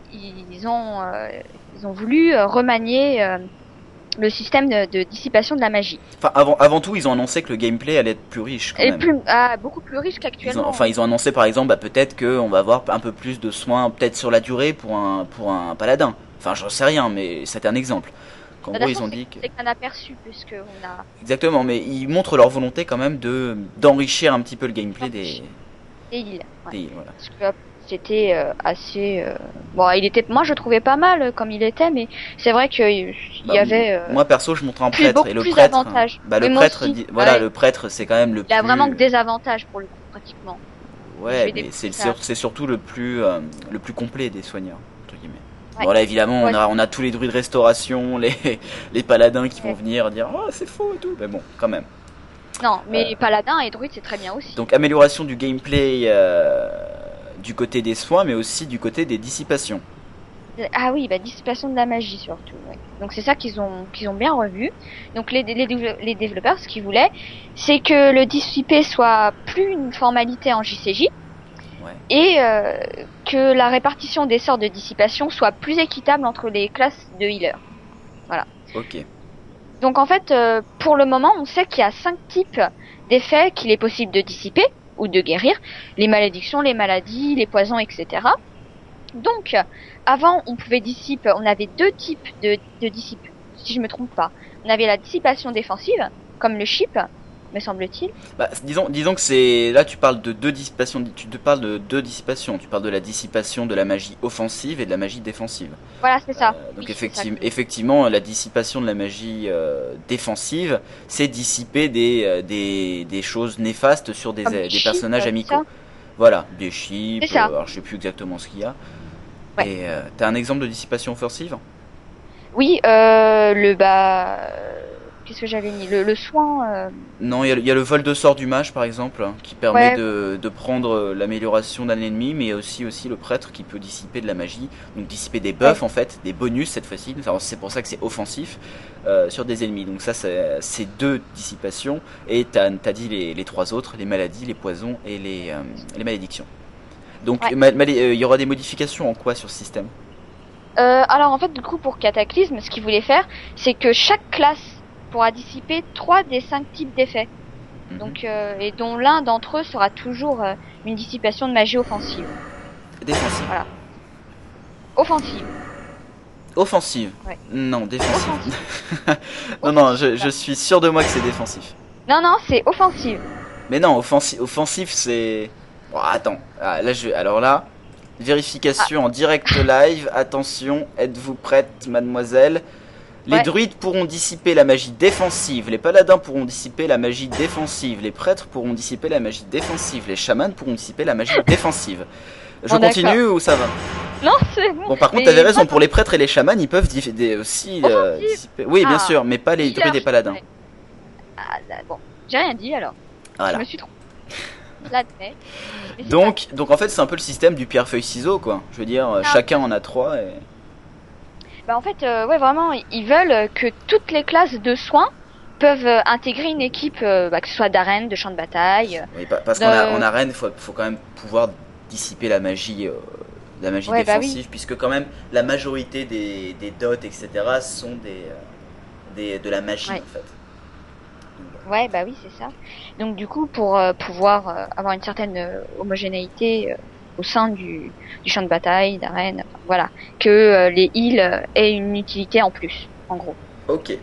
ils ont euh, ils ont voulu remanier euh, le système de, de dissipation de la magie. Enfin avant avant tout, ils ont annoncé que le gameplay allait être plus riche. Quand Et même. Plus, ah, beaucoup plus riche qu'actuellement. Ils ont, enfin ils ont annoncé par exemple, bah, peut-être que on va avoir un peu plus de soins, peut-être sur la durée pour un pour un paladin. Enfin j'en sais rien, mais c'était un exemple. En gros, ils ont dit que c'est qu'un aperçu plus que on a. Exactement, mais ils montrent leur volonté quand même de d'enrichir un petit peu le gameplay des des heals. Ouais. Des heals, voilà. Parce que c'était euh, assez euh... bon, il était, moi je trouvais pas mal comme il était, mais c'est vrai qu'il y bah, avait. Euh... Moi perso, je montre un plus, prêtre et le plus prêtre. D'avantages. Bah le mais prêtre, aussi, dit, voilà, ouais. le prêtre, c'est quand même le. Il plus... a vraiment que des avantages pour le coup, pratiquement. Ouais, mais c'est ça. c'est surtout le plus euh, le plus complet des soigneurs. Ouais. Voilà, évidemment, ouais. on a, on a tous les druides restauration, les, les paladins qui vont ouais. venir dire oh c'est faux et tout, mais bon, quand même. Non, mais euh, paladins et druides c'est très bien aussi. Donc amélioration du gameplay euh, du côté des soins, mais aussi du côté des dissipations. Ah oui, bah dissipation de la magie surtout. Ouais. Donc c'est ça qu'ils ont qu'ils ont bien revu. Donc les les, les développeurs, ce qu'ils voulaient, c'est que le dissipé soit plus une formalité en J C J. Ouais. Et euh, que la répartition des sorts de dissipation soit plus équitable entre les classes de healers. Voilà. Ok. Donc en fait, euh, pour le moment, on sait qu'il y a cinq types d'effets qu'il est possible de dissiper ou de guérir. Les malédictions, les maladies, les poisons, et cetera. Donc, avant, on pouvait dissiper, on avait deux types de, de dissip, si je me trompe pas. On avait la dissipation défensive, comme le chip, me semble-t-il. Bah, disons, disons que c'est là tu parles de deux dissipations, tu te parles de deux dissipations. Tu parles de la dissipation de la magie offensive et de la magie défensive. Voilà, c'est ça. Euh, donc oui, effectivement, ça. effectivement, la dissipation de la magie euh, défensive, c'est dissiper des, euh, des des choses néfastes sur des, euh, des chips, personnages amicaux. Ça. Voilà, des chips. C'est ça. Euh, alors je sais plus exactement ce qu'il y a. Ouais. Et euh, t'as un exemple de dissipation offensive ? Oui, euh, le bah. Qu'est-ce que j'avais mis le, le soin. Euh... Non, il y, y a le vol de sort du mage par exemple, hein, qui permet ouais. de, de prendre l'amélioration d'un ennemi, mais aussi aussi le prêtre qui peut dissiper de la magie, donc dissiper des buffs ouais. en fait, des bonus cette fois-ci. Enfin, c'est pour ça que c'est offensif euh, sur des ennemis. Donc ça, c'est, c'est deux dissipations. Et t'as t'as dit les, les trois autres, les maladies, les poisons et les euh, les malédictions. Donc il ouais. euh, y aura des modifications en quoi sur ce système ? euh, Alors en fait, du coup, pour Cataclysme, ce qu'ils voulaient faire, c'est que chaque classe pourra dissiper trois des cinq types d'effets. Mhm. Donc, euh, et dont l'un d'entre eux sera toujours euh, une dissipation de magie offensive. Défensive. Voilà. Offensive. Offensive. Ouais. Non, défensive. Offensive. non, non, je, je suis sûr de moi que c'est défensif. Non, non, c'est offensive. Mais non, offensi- offensif, c'est... Bon, attends, ah, là, je... alors là, vérification en direct live. Attention, êtes-vous prête, mademoiselle? Les Ouais. druides pourront dissiper la magie défensive, les paladins pourront dissiper la magie défensive, les prêtres pourront dissiper la magie défensive, les chamans pourront dissiper la magie défensive. Je Bon, continue d'accord. ou ça va? Non, c'est bon. Bon, par contre, Mais t'avais raison, moi, pour les prêtres et les chamans, ils peuvent di- des- aussi euh, Offensive. dissiper... Oui, bien Ah. sûr, mais pas les Healer, druides et paladins. ouais. Ah, là, bon, j'ai rien dit alors. Voilà. Je me suis trompée. Je l'admets. Mais c'est Donc, donc en fait, c'est un peu le système du pierre-feuille-ciseau, quoi. Je veux dire, euh, Ah. chacun en a trois et... Bah en fait, euh, ouais, vraiment, ils veulent que toutes les classes de soins peuvent euh, intégrer une équipe, euh, bah, que ce soit d'arène, de champ de bataille. euh. Oui, pa- parce De- qu'en a- en arène, il faut, faut quand même pouvoir dissiper la magie, euh, la magie Ouais, bah défensive, puisque quand même la majorité des, des dots, et cetera, sont des, euh, des de la magie, Ouais. en fait. Ouais, bah oui, c'est ça. Donc du coup, pour euh, pouvoir euh, avoir une certaine euh, homogénéité euh, au sein du, du champ de bataille, d'arène, enfin, voilà, que euh, les heals euh, aient une utilité en plus, en gros. Ok,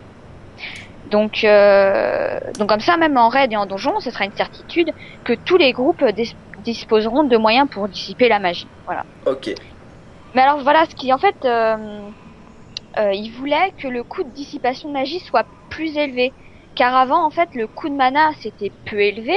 Donc, euh, donc comme ça, même en raid et en donjon, ce sera une certitude que tous les groupes dis- disposeront de moyens pour dissiper la magie. Voilà. ok. Mais alors voilà, ce qui en fait, euh, euh, il voulait que le coût de dissipation de magie soit plus élevé, car avant en fait le coût de mana c'était peu élevé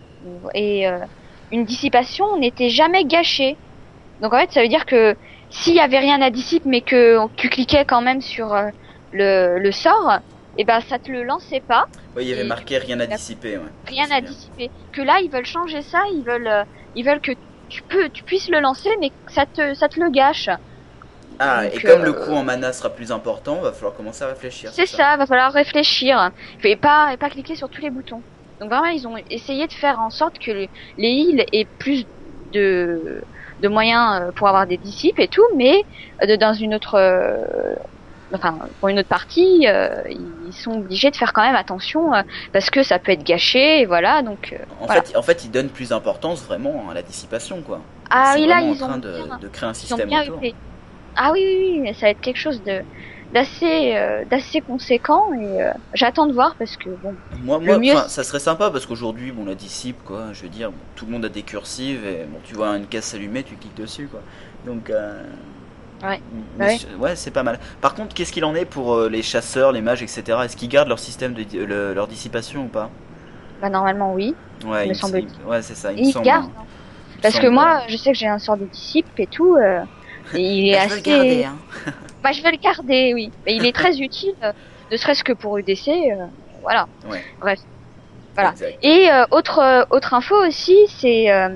et euh, une dissipation n'était jamais gâchée. Donc en fait, ça veut dire que s'il y avait rien à dissiper, mais que tu cliquais quand même sur euh, le, le sort, et ben ça te le lançait pas. Oui, il y avait Et marqué rien à la- dissiper, ouais. Rien C'est à bien. dissiper. Que là, ils veulent changer ça, ils veulent, euh, ils veulent que tu peux, tu puisses le lancer, mais que ça te, ça te le gâche. Ah, Donc, et comme euh, le coût en mana sera plus important, va falloir commencer à réfléchir. C'est ça, va falloir réfléchir. Et pas, et pas cliquer sur tous les boutons. Donc vraiment, ils ont essayé de faire en sorte que les, les heals aient plus de, de moyens euh, pour avoir des dissipes et tout, mais euh, de, dans une autre, euh, enfin, pour une autre partie, euh, ils sont obligés de faire quand même attention euh, parce que ça peut être gâché, et voilà. Donc, euh, En, voilà. fait, en fait, ils donnent plus d'importance vraiment à la dissipation, quoi. Ah C'est oui, là, vraiment ils en train ont de, bien- de créer un Ils ont système bien autour. huppé. Ah oui, oui, oui, mais ça va être quelque chose de d'assez euh, d'assez conséquent et euh, j'attends de voir parce que bon. Moi, Le moi, mieux, enfin, c'est- ça serait sympa parce qu'aujourd'hui, bon, la dissipe, quoi. Je veux dire, bon, tout le monde a des cursives et bon, tu vois une case s'allumer, tu cliques dessus, quoi. Donc, euh, Ouais. mais Ouais. c'est- ouais, c'est pas mal. Par contre, qu'est-ce qu'il en est pour euh, les chasseurs, les mages, et cetera. Est-ce qu'ils gardent leur système de di- le- leur dissipation ou pas? Bah normalement oui. Ouais, Me il me semble-t-il. il- ouais, c'est ça. Il me Ils semble. gardent. hein. hein. Il me Parce que semble, moi, je sais que j'ai un sort de disciple et tout. Euh, et il est Bah, je veux assez. le garder, hein. Bah je vais le garder, oui. Mais il est très utile, euh, ne serait-ce que pour U D C. euh, voilà. Ouais. Bref. Voilà. Exact. Et euh, autre euh, autre info aussi, c'est euh,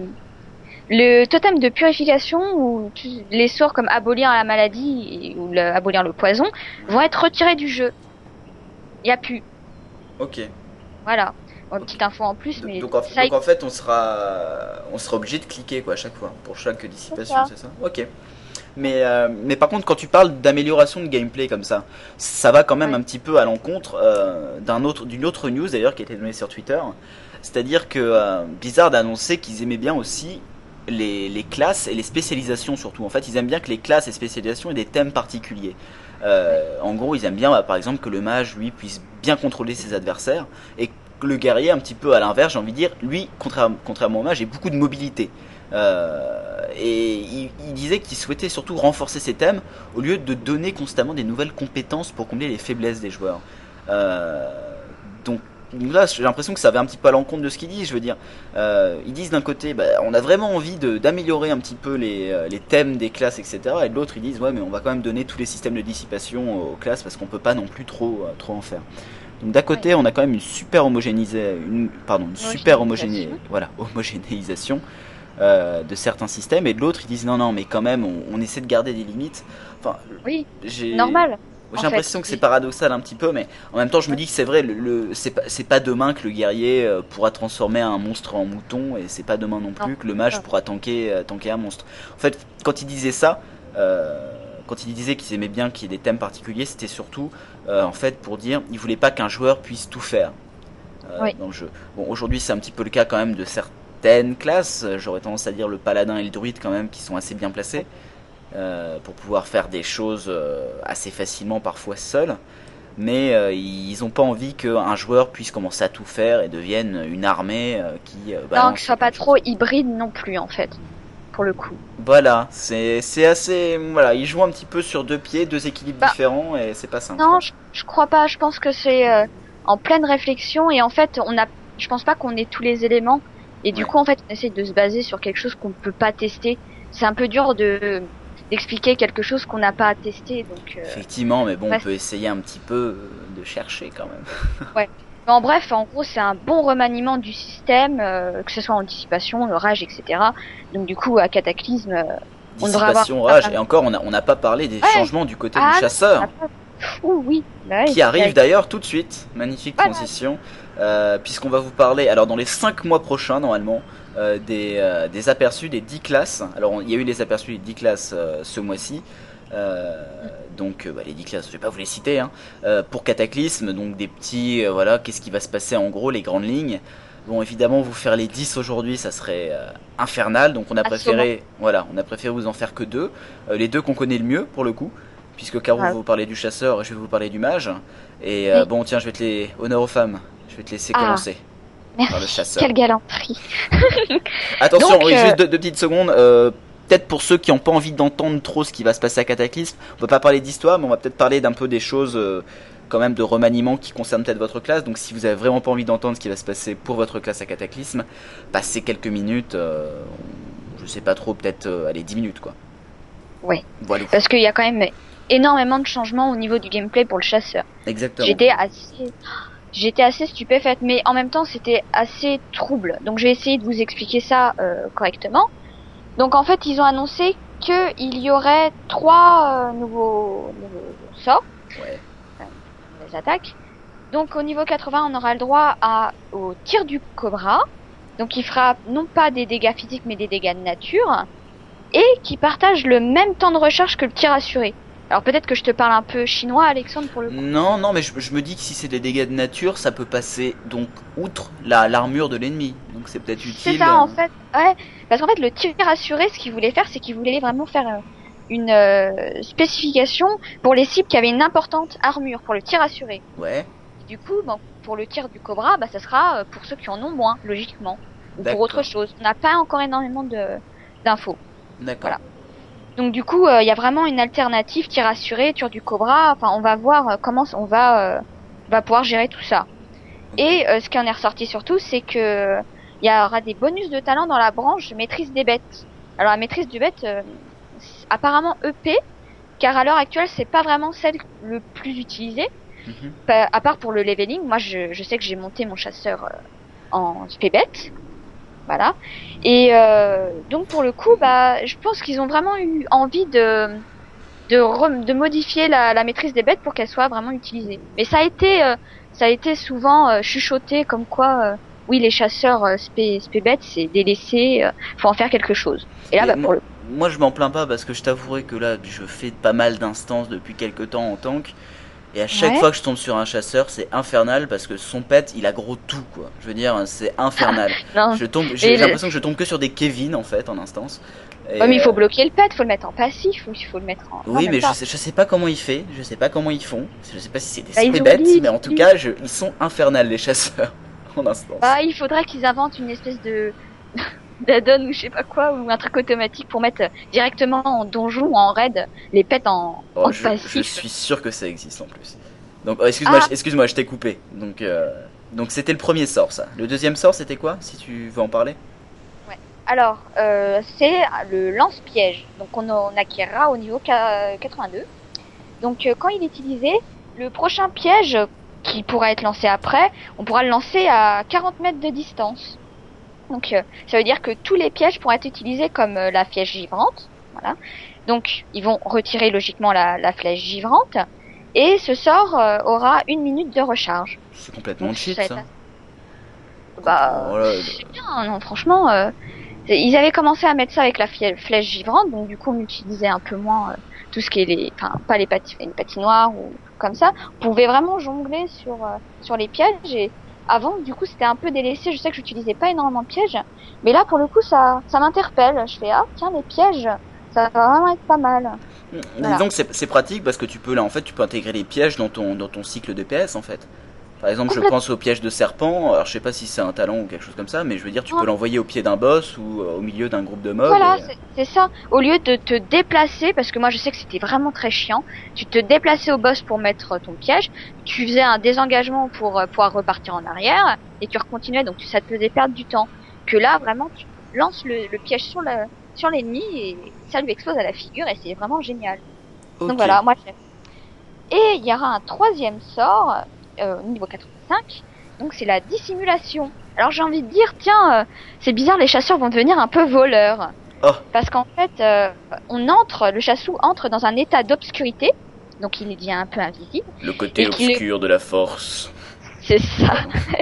le totem de purification où tu- les sorts comme abolir la maladie et- ou le- abolir le poison vont être retirés du jeu. Il y a plus. Ok. Voilà. Bon, petite info en plus, mais Donc, en, ça, donc en fait, on sera, on sera obligé de cliquer quoi à chaque fois pour chaque dissipation, ça. c'est ça? Ok. Mais, euh, mais par contre, quand tu parles d'amélioration de gameplay comme ça, ça va quand même Ouais. un petit peu à l'encontre euh, d'un autre, d'une autre news d'ailleurs qui a été donnée sur Twitter. C'est-à-dire que euh, Blizzard a annoncé qu'ils aimaient bien aussi les, les classes et les spécialisations surtout. En fait, ils aiment bien que les classes et spécialisations aient des thèmes particuliers. Euh, en gros, ils aiment bien, bah, par exemple, que le mage, lui, puisse bien contrôler ses adversaires et que le guerrier, un petit peu à l'inverse, j'ai envie de dire, lui, contrairement, contrairement au mage, ait beaucoup de mobilité. Euh, et il, il disait qu'il souhaitait surtout renforcer ces thèmes au lieu de donner constamment des nouvelles compétences pour combler les faiblesses des joueurs. Euh, donc là, j'ai l'impression que ça va un petit peu à l'encontre de ce qu'ils disent. Je veux dire, euh, ils disent d'un côté, bah, on a vraiment envie de, d'améliorer un petit peu les, euh, les thèmes des classes, et cetera. Et de l'autre, ils disent, ouais, mais on va quand même donner tous les systèmes de dissipation aux classes parce qu'on peut pas non plus trop, euh, trop en faire. Donc d'un côté, on a quand même une super homogénéisée, une, pardon, une super homogéné, voilà, homogénéisation euh, de certains systèmes, et de l'autre, ils disent non, non, mais quand même, on, on essaie de garder des limites. Enfin, oui, j'ai normal. j'ai en l'impression fait, que c'est oui. paradoxal un petit peu, mais en même temps, je me dis que c'est vrai, le, le- c'est pas, c'est pas demain que le guerrier euh, pourra transformer un monstre en mouton, et c'est pas demain non plus Non. que le mage Non. pourra tanker, euh, tanker un monstre. En fait, quand il disait ça, euh, quand ils disaient qu'ils aimaient bien qu'il y ait des thèmes particuliers, c'était surtout euh, en fait pour dire ils voulaient pas qu'un joueur puisse tout faire euh, Oui. dans le jeu. Bon, aujourd'hui c'est un petit peu le cas quand même de certaines classes. J'aurais tendance à dire le paladin et le druide quand même qui sont assez bien placés euh, pour pouvoir faire des choses euh, assez facilement parfois seuls. Mais euh, ils ont pas envie qu'un joueur puisse commencer à tout faire et devienne une armée euh, qui euh, Non, balance que ce soit plein pas de trop choses. hybride non plus en fait, pour le coup. Voilà, c'est c'est assez voilà, ils jouent un petit peu sur deux pieds, deux équilibres Bah, différents et c'est pas simple. Non, je, je crois pas. Je pense que c'est euh, en pleine réflexion et en fait, on a. Je pense pas qu'on ait tous les éléments et du Ouais. coup, en fait, on essaie de se baser sur quelque chose qu'on peut pas tester. C'est un peu dur de d'expliquer quelque chose qu'on n'a pas à tester, donc. Euh... Effectivement, mais bon, Ouais. on peut essayer un petit peu euh, de chercher quand même. Mais en bref, en gros, c'est un bon remaniement du système, euh, que ce soit en dissipation, le rage, et cetera. Donc du coup, à Cataclysme, euh, on devrait avoir. Dissipation, rage, et encore, on n'a on n'a pas parlé des Ouais. changements du côté Ah, du chasseur, non, on a pas- Ouh, oui. Bah ouais, qui arrive ouais. d'ailleurs tout de suite. Magnifique Voilà. transition, euh, puisqu'on va vous parler, alors dans les cinq mois prochains normalement, euh, des, euh, des aperçus des dix classes. Alors on- il y a eu les aperçus des dix classes euh, ce mois-ci. Euh, donc euh, bah, les dix classes, je vais pas vous les citer hein. Euh, pour Cataclysme, donc des petits euh, voilà, qu'est-ce qui va se passer en gros, les grandes lignes. Bon, évidemment, vous faire les dix aujourd'hui, ça serait euh, infernal, donc on a préféré voilà, on a préféré vous en faire que deux, euh, les deux qu'on connaît le mieux pour le coup, puisque Caro Ah. va vous parler du chasseur et je vais vous parler du mage. Et euh, Oui. bon, tiens, je vais te les honneur aux femmes. Je vais te laisser Ah. commencer par le Merci. chasseur. Quelle galanterie. Attention, Donc, oui, euh, juste deux, deux petites secondes. Euh, peut-être pour ceux qui n'ont pas envie d'entendre trop ce qui va se passer à Cataclysme, on va pas parler d'histoire, mais on va peut-être parler d'un peu des choses, euh, quand même, de remaniement qui concernent peut-être votre classe. Donc si vous avez vraiment pas envie d'entendre ce qui va se passer pour votre classe à Cataclysme, passez quelques minutes, euh, je sais pas trop, peut-être, euh, allez, dix minutes, quoi. Ouais. Voilà. Parce qu'il y a quand même énormément de changements au niveau du gameplay pour le chasseur. Exactement. J'étais assez, j'étais assez stupéfaite, mais en même temps c'était assez trouble. Donc j'ai essayé de vous expliquer ça euh, correctement. Donc en fait ils ont annoncé que il y aurait trois euh, nouveaux, nouveaux sorts, Ouais. des attaques. Donc au niveau quatre-vingts on aura le droit à au tir du cobra. Donc il fera non pas des dégâts physiques mais des dégâts de nature. Et qui partage le même temps de recharge que le tir assuré. Alors peut-être que je te parle un peu chinois, Alexandre, pour le coup. Non, non, mais je, je me dis que si c'est des dégâts de nature, ça peut passer donc outre la l'armure de l'ennemi. Donc c'est peut-être utile. C'est ça, en euh, fait. Ouais, parce qu'en fait, le tir assuré, ce qu'il voulait faire, c'est qu'il voulait vraiment faire euh, une euh, spécification pour les cibles qui avaient une importante armure pour le tir assuré. Ouais. Et du coup, bon, pour le tir du cobra, bah ça sera euh, pour ceux qui en ont moins, logiquement, ou pour D'accord. autre chose. On n'a pas encore énormément de d'infos. D'accord. Voilà. Donc du coup, il euh, y a vraiment une alternative tir assuré, tir du cobra. Enfin, on va voir euh, comment on va euh, on va pouvoir gérer tout ça. Et euh, ce qui en est ressorti surtout, c'est que il y aura des bonus de talent dans la branche maîtrise des bêtes. Alors la maîtrise du bête, euh, c'est apparemment E P, car à l'heure actuelle, c'est pas vraiment celle le plus utilisée. Mhm. Bah, à part pour le leveling, moi je, je sais que j'ai monté mon chasseur euh, en spé bête. Voilà. Et euh, donc pour le coup, bah, je pense qu'ils ont vraiment eu envie de de, re- de modifier la, la maîtrise des bêtes pour qu'elle soit vraiment utilisée. Mais ça a été euh, ça a été souvent euh, chuchoté comme quoi euh, oui les chasseurs euh, spé, spé bêtes c'est délaissé, euh, faut en faire quelque chose. Et là Et bah, moi, pour le moi, je m'en plains pas parce que je t'avouerai que là je fais pas mal d'instances depuis quelques temps en tank. Et à chaque Ouais. fois que je tombe sur un chasseur, c'est infernal parce que son pet, il a gros tout quoi. Je veux dire, c'est infernal. non. Je tombe, Et j'ai le- l'impression que je tombe que sur des Kevin en fait en instance. Et, Ouais, mais il faut euh, bloquer le pet, faut le mettre en passif, ou il faut le mettre en. non, Oui, même mais pas. je sais, je sais pas comment il fait, je sais pas comment ils font, je sais pas si c'est des Bah, ils spé ont bêtes, dit- mais en tout cas, je, ils sont infernales les chasseurs en instance. Bah, il faudrait qu'ils inventent une espèce de d'add-on ou je sais pas quoi, ou un truc automatique pour mettre directement en donjon ou en raid les pets en, Oh, en je, passif. je suis sûr que ça existe en plus. Donc, oh, excuse-moi, Ah. je- excuse-moi, je t'ai coupé. Donc, euh, donc c'était le premier sort, ça. Le deuxième sort, c'était quoi, si tu veux en parler? Alors, euh, c'est le lance-piège. Donc, on, on acquérera au niveau K- quatre-vingt-deux. Donc, euh, quand il est utilisé, le prochain piège qui pourra être lancé après, on pourra le lancer à quarante mètres de distance. Donc, euh, ça veut dire que tous les pièges pourront être utilisés comme euh, la flèche givrante. Voilà. Donc, ils vont retirer logiquement la, la flèche givrante. Et ce sort euh, aura une minute de recharge. C'est complètement Donc, cheat, ça va ça. être- Bah, Oh là, c'est bien, non, franchement. Euh, Ils avaient commencé à mettre ça avec la fie- flèche givrante, donc du coup on utilisait un peu moins euh, tout ce qui est les, enfin pas les, pati- les patinoires ou comme ça. On pouvait vraiment jongler sur euh, sur les pièges et avant du coup c'était un peu délaissé. Je sais que j'utilisais pas énormément de pièges, mais là pour le coup ça ça m'interpelle. Je fais ah tiens les pièges, ça va vraiment être pas mal. Voilà. Disons que c'est c'est pratique parce que tu peux là en fait tu peux intégrer les pièges dans ton dans ton cycle de P S en fait. Par exemple, je pense au piège de serpent. Alors, je sais pas si c'est un talon ou quelque chose comme ça, mais je veux dire, tu Ouais. peux l'envoyer au pied d'un boss ou euh, au milieu d'un groupe de mobs. Voilà, et- c'est- c'est ça. Au lieu de te déplacer, parce que moi je sais que c'était vraiment très chiant, tu te déplaçais au boss pour mettre ton piège, tu faisais un désengagement pour euh, pouvoir repartir en arrière, et tu recontinuais, donc ça te faisait perdre du temps. Que là, vraiment, tu lances le, le piège sur le sur l'ennemi et ça lui explose à la figure, et c'est vraiment génial. Ok. Donc voilà, moi j'aime. Et il y aura un troisième sort, euh, niveau quatre-vingt-cinq, donc c'est la dissimulation. Alors j'ai envie de dire, tiens, euh, c'est bizarre, les chasseurs vont devenir un peu voleurs. Oh. Parce qu'en fait, euh, on entre, le chassou entre dans un état d'obscurité, donc il devient un peu invisible, Le côté Et qu'il est- obscur de la force. c'est ça,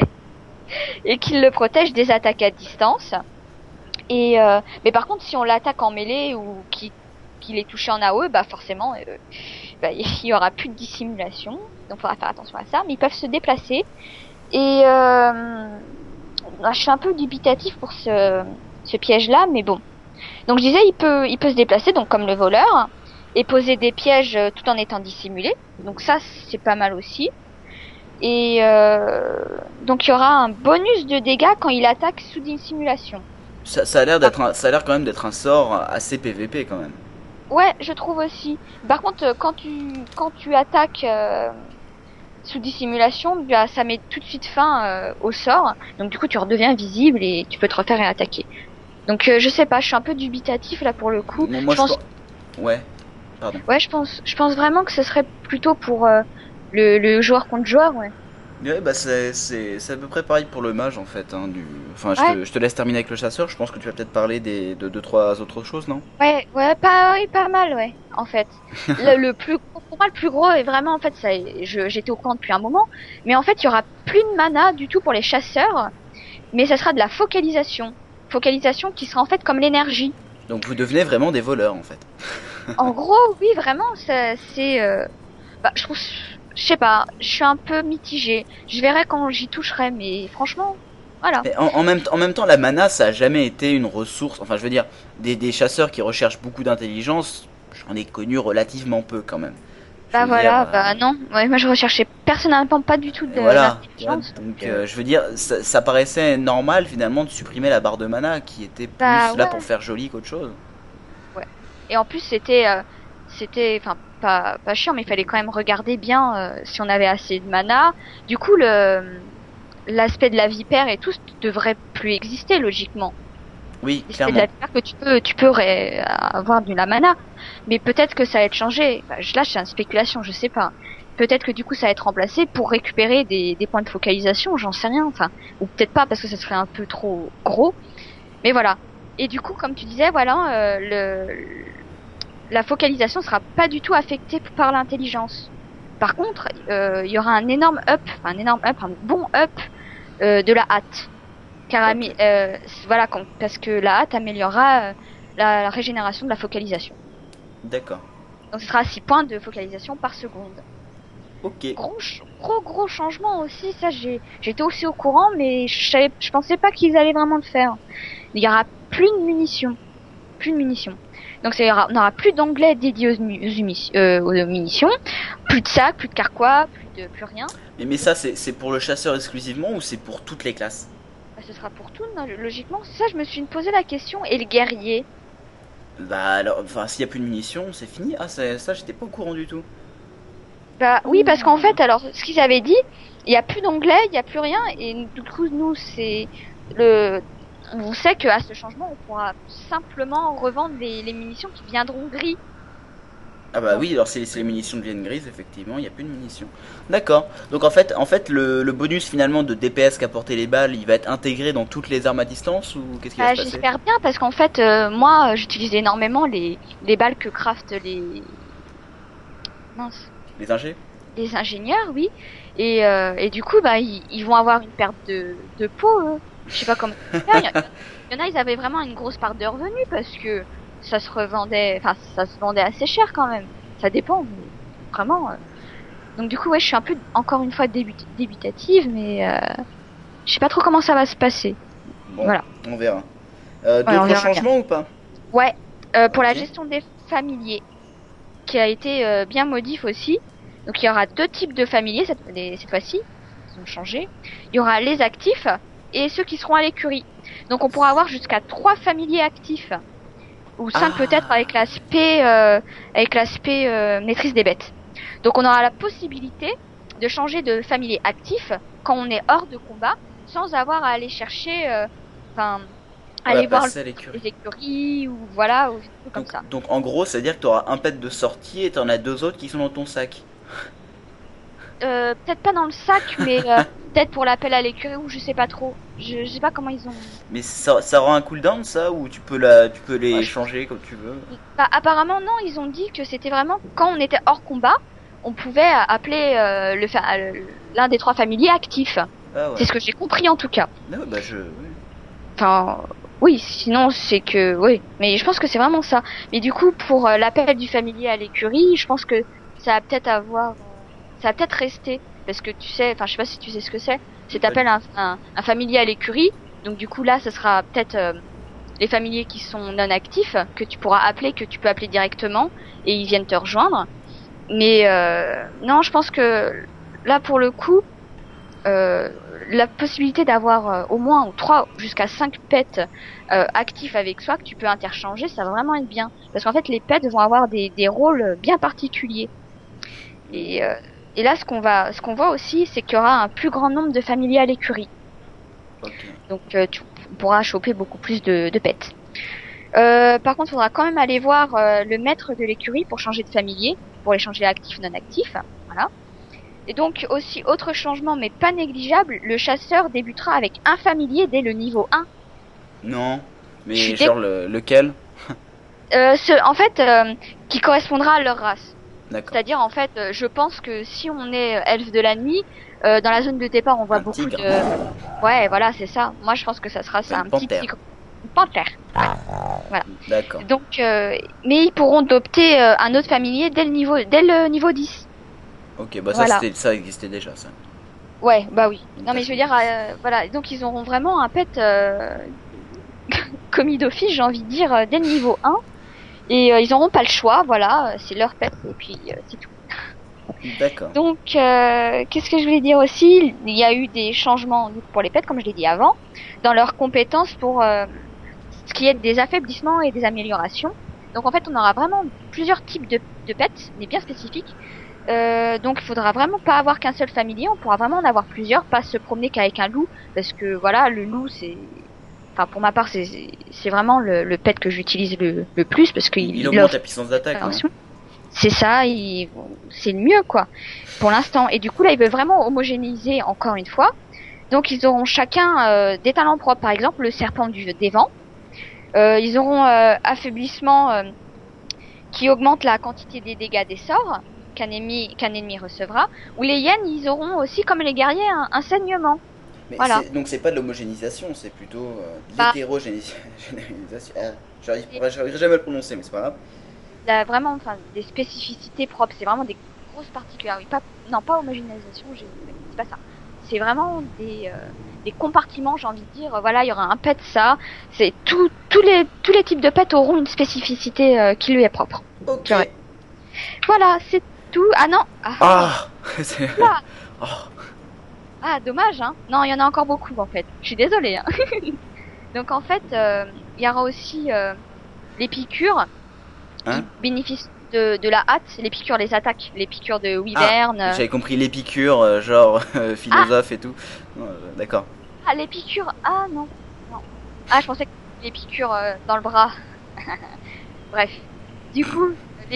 et qu'il le protège des attaques à distance. Et euh, mais par contre, si on l'attaque en mêlée ou qu'il qu'il est touché en A O E, bah forcément, euh, bah, il y aura plus de dissimulation, donc faudra faire attention à ça. Mais ils peuvent se déplacer. Et euh, je suis un peu dubitatif pour ce, ce piège-là, mais bon. Donc je disais, il peut, il peut se déplacer, donc comme le voleur, et poser des pièges euh, tout en étant dissimulé. Donc ça, c'est pas mal aussi. Et euh, donc il y aura un bonus de dégâts quand il attaque sous dissimulation. Ça, ça a l'air d'être, un- ça a l'air quand même d'être un sort assez P V P quand même. Ouais, je trouve aussi. Par contre, euh, quand tu quand tu attaques euh, sous dissimulation, bah, ça met tout de suite fin euh, au sort. Donc du coup, tu redeviens visible et tu peux te refaire et attaquer. Donc euh, je sais pas, je suis un peu dubitatif là pour le coup. Bon, moi, je pense, pense- Ouais. Pardon. ouais, je pense, je pense vraiment que ce serait plutôt pour euh, le, le joueur contre joueur, ouais. Ouais, bah c'est, c'est, c'est à peu près pareil pour le mage en fait. Hein, du... Enfin, je, Ouais. te, je te laisse terminer avec le chasseur. Je pense que tu vas peut-être parler des, de deux trois autres choses, non? Ouais, ouais, pas, oui, pas mal, ouais, en fait. le, le plus gros, pour moi, le plus gros est vraiment, en fait, ça, je, j'étais au courant depuis un moment, mais en fait, il y aura plus de mana du tout pour les chasseurs, mais ça sera de la focalisation. Focalisation qui sera en fait comme l'énergie. Donc vous devenez vraiment des voleurs en fait. En gros, oui, vraiment, ça, c'est, euh, bah, je trouve, je sais pas, je suis un peu mitigée. Je verrai quand j'y toucherai, mais franchement, voilà. Mais en, en même, en même temps, la mana, ça a jamais été une ressource. Enfin, je veux dire, des, des chasseurs qui recherchent beaucoup d'intelligence, j'en ai connu relativement peu quand même. Je Bah veux voilà, dire, bah euh, non, ouais, moi je recherchais personnellement pas du tout de Voilà. l'intelligence. Donc, euh, je veux dire, ça, ça paraissait normal finalement de supprimer la barre de mana qui était plus Bah, là ouais. pour faire joli qu'autre chose. Et en plus, c'était, euh, c'était, enfin, pas, pas chiant, mais il fallait quand même regarder bien euh, si on avait assez de mana. Du coup, le, l'aspect de la vipère et tout devrait plus exister logiquement. Oui, L'aspect de clairement. la vipère que tu peux, tu peux ré- avoir de la mana, mais peut-être que ça va être changé. Enfin, je- là, c'est une spéculation, je sais pas. Peut-être que du coup, ça va être remplacé pour récupérer des, des points de focalisation, j'en sais rien. Enfin, ou peut-être pas parce que ça serait un peu trop gros. Mais voilà. Et du coup, comme tu disais, voilà, euh, le, la focalisation sera pas du tout affectée par l'intelligence. Par contre, euh, il y aura un énorme up, enfin un énorme up, un bon up euh, de la hâte. Car ami- euh, voilà, com- parce que la hâte améliorera euh, la, la régénération de la focalisation. D'accord. Donc ce sera six points de focalisation par seconde. Ok. Gros, ch- gros, gros changement aussi, ça j'ai, j'étais aussi au courant, mais je savais, je pensais pas qu'ils allaient vraiment le faire. Il y aura plus de munitions, plus de munitions. Donc ça y aura, on n'aura plus d'anglais dédiés aux, mu- aux munitions, euh, aux munitions, plus de sacs, plus de carquois, plus de, plus rien. Mais, mais ça, c'est, c'est pour le chasseur exclusivement ou c'est pour toutes les classes? Bah, ce sera pour tout, non, logiquement. Ça, je me suis posé la question. Et le guerrier? Bah alors, enfin, s'il y a plus de munitions, c'est fini. Ah, ça, ça j'étais pas au courant du tout. Bah oui, parce qu'en fait, alors, ce qu'ils avaient dit, il y a plus d'anglais, il y a plus rien, et du coup, nous, c'est le, on sait que à ce changement, on pourra simplement revendre les, les munitions qui viendront gris. Ah bah oui, alors si si les munitions deviennent grises, effectivement, il n'y a plus de munitions. D'accord. Donc en fait, en fait le, le bonus finalement de D P S qu'apportaient les balles, il va être intégré dans toutes les armes à distance ou qu'est-ce qui va Bah, se passer? j'espère bien, parce qu'en fait, euh, moi, euh, j'utilise énormément les, les balles que craftent les, mince, Les ingés? les ingénieurs, oui. Et, euh, et du coup, bah, ils, ils vont avoir une perte de, de peau, eux. je sais pas comment faire. Il y, en- il y en a, ils avaient vraiment une grosse part de revenus parce que ça se revendait, enfin ça se vendait assez cher quand même. Ça dépend, mais vraiment. euh. Donc du coup, ouais, je suis un peu encore une fois début débutative, mais euh, je sais pas trop comment ça va se passer. Bon, Voilà. on verra. Euh, Ouais, on D'autres verra bien. changements ou pas? Ouais, euh, pour la Ok. gestion des familiers, qui a été euh, bien modif aussi. Donc il y aura deux types de familiers cette, les- cette fois-ci, ils ont changé. Il y aura les actifs et ceux qui seront à l'écurie. Donc on pourra avoir jusqu'à trois familiers actifs, ou cinq Ah. peut-être avec l'aspect euh, avec l'aspect euh, maîtrise des bêtes. Donc on aura la possibilité de changer de familier actif quand on est hors de combat, sans avoir à aller chercher, euh, enfin On va aller voir passer à l'écurie. les écuries ou voilà ou des trucs comme Donc, ça. donc en gros, ça veut dire que tu auras un pet de sortie et t'en as deux autres qui sont dans ton sac. Euh, peut-être pas dans le sac, mais euh, peut-être pour l'appel à l'écurie ou je sais pas trop. Je, je sais pas comment ils ont. Mais ça, ça aura un cooldown ça ou tu peux la, tu peux les Ouais, je- changer comme tu veux. Bah, apparemment non, ils ont dit que c'était vraiment quand on était hors combat, on pouvait euh, appeler euh, le fa- euh, l'un des trois familiers actifs. Ah ouais. C'est ce que j'ai compris en tout cas. Ah ouais, bah je. ouais. Enfin, oui, sinon c'est que oui, mais je pense que c'est vraiment ça. Mais du coup, pour euh, l'appel du familier à l'écurie, je pense que ça va peut-être avoir, euh, ça va peut-être rester parce que tu sais, enfin je sais pas si tu sais ce que c'est. C'est Pas t'appelles un, un, un familier à l'écurie, donc du coup là, ce sera peut-être euh, les familiers qui sont non actifs que tu pourras appeler, que tu peux appeler directement et ils viennent te rejoindre. Mais euh, non, je pense que là pour le coup, euh, la possibilité d'avoir euh, au moins trois jusqu'à cinq pets euh, actifs avec soi que tu peux interchanger, ça va vraiment être bien. Parce qu'en fait, les pets vont avoir des, des rôles bien particuliers. Et, euh, et là, ce qu'on va, ce qu'on voit aussi, c'est qu'il y aura un plus grand nombre de familiers à l'écurie. Ok. Donc, euh, tu pourras choper beaucoup plus de, de pets. Euh, par contre, il faudra quand même aller voir euh, le maître de l'écurie pour changer de familier, pour les changer actifs non actifs. Voilà. Et donc aussi autre changement mais pas négligeable, le chasseur débutera avec un familier dès le niveau un. Non. Mais Je suis genre le, lequel? Euh, ce, en fait, euh, qui correspondra à leur race. D'accord. C'est-à-dire en fait, euh, je pense que si on est euh, elfe de la nuit, euh, dans la zone de départ on voit Un beaucoup tigre. de... Ouais, voilà, c'est ça. Moi je pense que ça sera ça, Une un petit panthère. tigre. Une panthère. D'accord. Donc, euh, mais ils pourront adopter euh, un autre familier dès le niveau, dès le niveau dix. Ok, bah Voilà. ça c'était, ça existait déjà ça. Ouais, bah oui. Donc, Non mais je veux dire, euh, voilà, donc ils auront vraiment un pet euh, commis d'office, j'ai envie de dire, euh, dès le niveau un. Et euh, ils auront pas le choix, voilà, euh, c'est leur pet et puis euh, c'est tout. D'accord. Donc, euh, qu'est-ce que je voulais dire aussi? Il y a eu des changements donc, pour les pets, comme je l'ai dit avant, dans leurs compétences pour euh, ce qui est des affaiblissements et des améliorations. Donc en fait, on aura vraiment plusieurs types de, de pets, mais bien spécifiques. Euh, donc il faudra vraiment pas avoir qu'un seul familier, on pourra vraiment en avoir plusieurs, pas se promener qu'avec un loup, parce que voilà, le loup c'est, enfin pour ma part c'est c'est vraiment le, le pet que j'utilise le, le plus parce qu'il Il, il il augmente offre la puissance d'attaque, non? attention. C'est ça, il, c'est le mieux quoi, pour l'instant. Et du coup là ils veulent vraiment homogénéiser encore une fois. Donc ils auront chacun euh, des talents propres, par exemple le serpent du, des vents. Euh, ils auront euh, affaiblissement euh, qui augmente la quantité des dégâts des sorts qu'un ennemi, qu'un ennemi recevra. Ou les hyènes, ils auront aussi, comme les guerriers, un, un saignement. Mais Voilà. c'est- donc c'est pas de l'homogénéisation, c'est plutôt euh, de Bah. l'hétérogénéisation. Ah, j'arrive- j'arriverai jamais à le prononcer, mais c'est pas grave. Là, vraiment, enfin, des spécificités propres. C'est vraiment des grosses particularités. Pas, non, pas homogénéisation, j'ai- c'est pas ça. C'est vraiment des, euh, des compartiments, j'ai envie de dire. Voilà, il y aura un pet ça. C'est tout, tous les, tous les types de pets auront une spécificité euh, qui lui est propre. Ok. Ouais. Voilà, c'est tout. Ah non. Ah, Ah c'est- Ah. Oh. Ah, dommage, hein. Non, il y en a encore beaucoup, en fait. Je suis désolée, hein. Donc, en fait, euh, il y aura aussi euh, les piqûres Hein qui bénéficient de, de la hâte. Les piqûres, les attaques. Les piqûres de wyvern. Ah, euh. j'avais compris les piqûres, euh, genre euh, philosophe et tout. Non, euh, D'accord. Ah, les piqûres. Ah, non. non. Ah, je pensais que les piqûres euh, dans le bras. Bref. Du coup, les...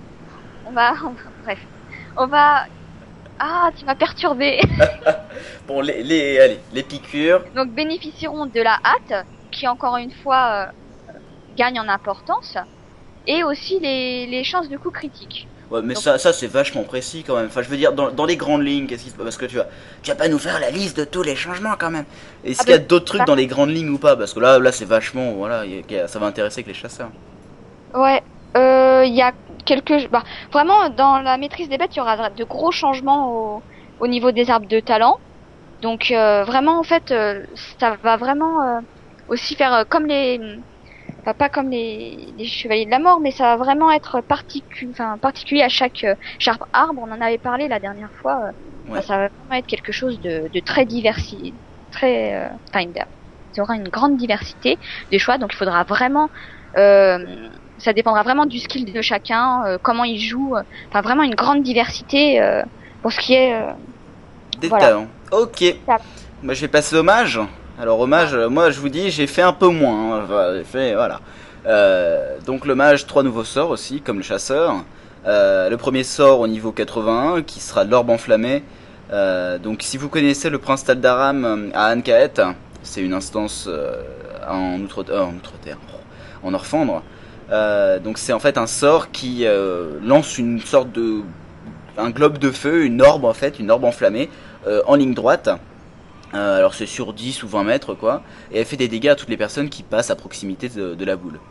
on va... on va- Bref. On va... Ah, tu m'as perturbé. Bon, les, les, allez, les piqûres. Donc bénéficieront de la hâte, qui encore une fois euh, gagne en importance, et aussi les, les chances de coups critiques. Ouais, mais Donc, ça, ça c'est vachement précis quand même. Enfin, je veux dire, dans, dans les grandes lignes, qu'est-ce qui se passe? Parce que tu vas, tu vas pas nous faire la liste de tous les changements quand même. Est-ce ah qu'il y a ben, d'autres trucs ça- dans les grandes lignes ou pas? Parce que là, là, c'est vachement, voilà, y a- y a- ça va intéresser que les chasseurs. ouais, euh, il y a quelques, bah, vraiment dans la maîtrise des bêtes, il y aura de gros changements au, au niveau des arbres de talent. Donc euh, vraiment en fait, euh, ça va vraiment euh, aussi faire euh, comme les, enfin pas comme les, les chevaliers de la mort, mais ça va vraiment être particu, enfin particulier à chaque euh, chaque arbre. On en avait parlé la dernière fois. euh, Ouais. enfin, ça va vraiment être quelque chose de, de très diversifié, très, euh, enfin une- il y aura une grande diversité de choix. Donc il faudra vraiment, euh, ça dépendra vraiment du skill de chacun, euh, comment il joue. euh, Enfin vraiment une grande diversité euh, pour ce qui est, euh, Des voilà. talents. Ok. Ça- Moi, je vais passer hommage. Alors, hommage, euh, moi, je vous dis, j'ai fait un peu moins. hein. Enfin, j'ai fait, voilà. Euh, donc, le mage, trois nouveaux sorts aussi, comme le chasseur. Euh, le premier sort au niveau quatre-vingt-un, qui sera l'orbe enflammé. Euh, donc, si vous connaissez le prince Taldaram euh, à Ankaet, c'est une instance euh, en outre, euh, en outre-terre, en Orphandre. Euh, donc, c'est en fait un sort qui euh, lance une sorte de un globe de feu, une orbe en fait, une orbe enflammée, euh, en ligne droite. Euh, alors c'est sur dix ou vingt mètres quoi, et elle fait des dégâts à toutes les personnes qui passent à proximité de, de la boule.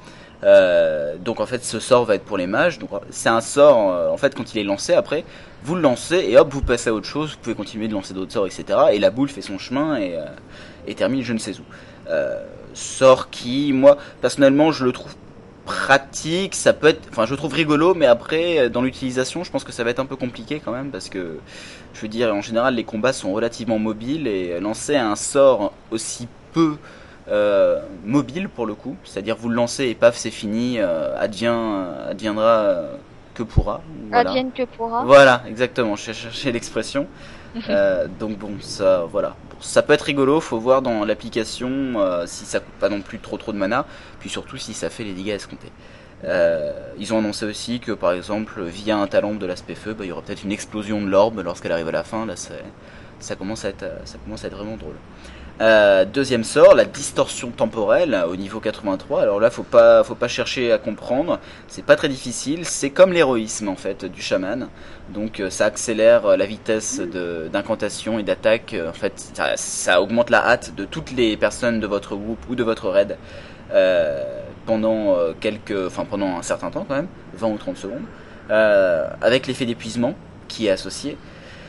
Euh, donc en fait ce sort va être pour les mages, donc c'est un sort, euh, en fait quand il est lancé après, vous le lancez et hop vous passez à autre chose, vous pouvez continuer de lancer d'autres sorts et cetera. Et la boule fait son chemin et, euh, et termine je ne sais où. Euh, sort qui, moi personnellement je le trouve pratique, ça peut être, enfin je le trouve rigolo, mais après dans l'utilisation je pense que ça va être un peu compliqué quand même parce que je veux dire en général les combats sont relativement mobiles et lancer un sort aussi peu euh, mobile pour le coup, c'est-à-dire vous le lancez et paf c'est fini, euh, advient, adviendra euh, que pourra, voilà. Advienne que pourra. Voilà, exactement, je cherchais l'expression. Euh, donc bon, ça, voilà, bon, ça peut être rigolo. Faut voir dans l'application euh, si ça coûte pas non plus trop trop de mana, puis surtout si ça fait les dégâts escomptés. Euh, ils ont annoncé aussi que par exemple via un talent de l'aspect feu, bah, il y aura peut-être une explosion de l'orbe lorsqu'elle arrive à la fin. Là, c'est- ça commence à être, ça commence à être vraiment drôle. Euh, deuxième sort, la distorsion temporelle au niveau quatre-vingt-trois. Alors là, faut pas, faut pas chercher à comprendre. C'est pas très difficile. C'est comme l'héroïsme en fait du chaman. Donc euh, ça accélère la vitesse de- d'incantation et d'attaque. En fait, ça, ça augmente la hâte de toutes les personnes de votre groupe ou de votre raid euh, pendant euh, quelques, enfin pendant un certain temps quand même, vingt ou trente secondes, euh, avec l'effet d'épuisement qui est associé.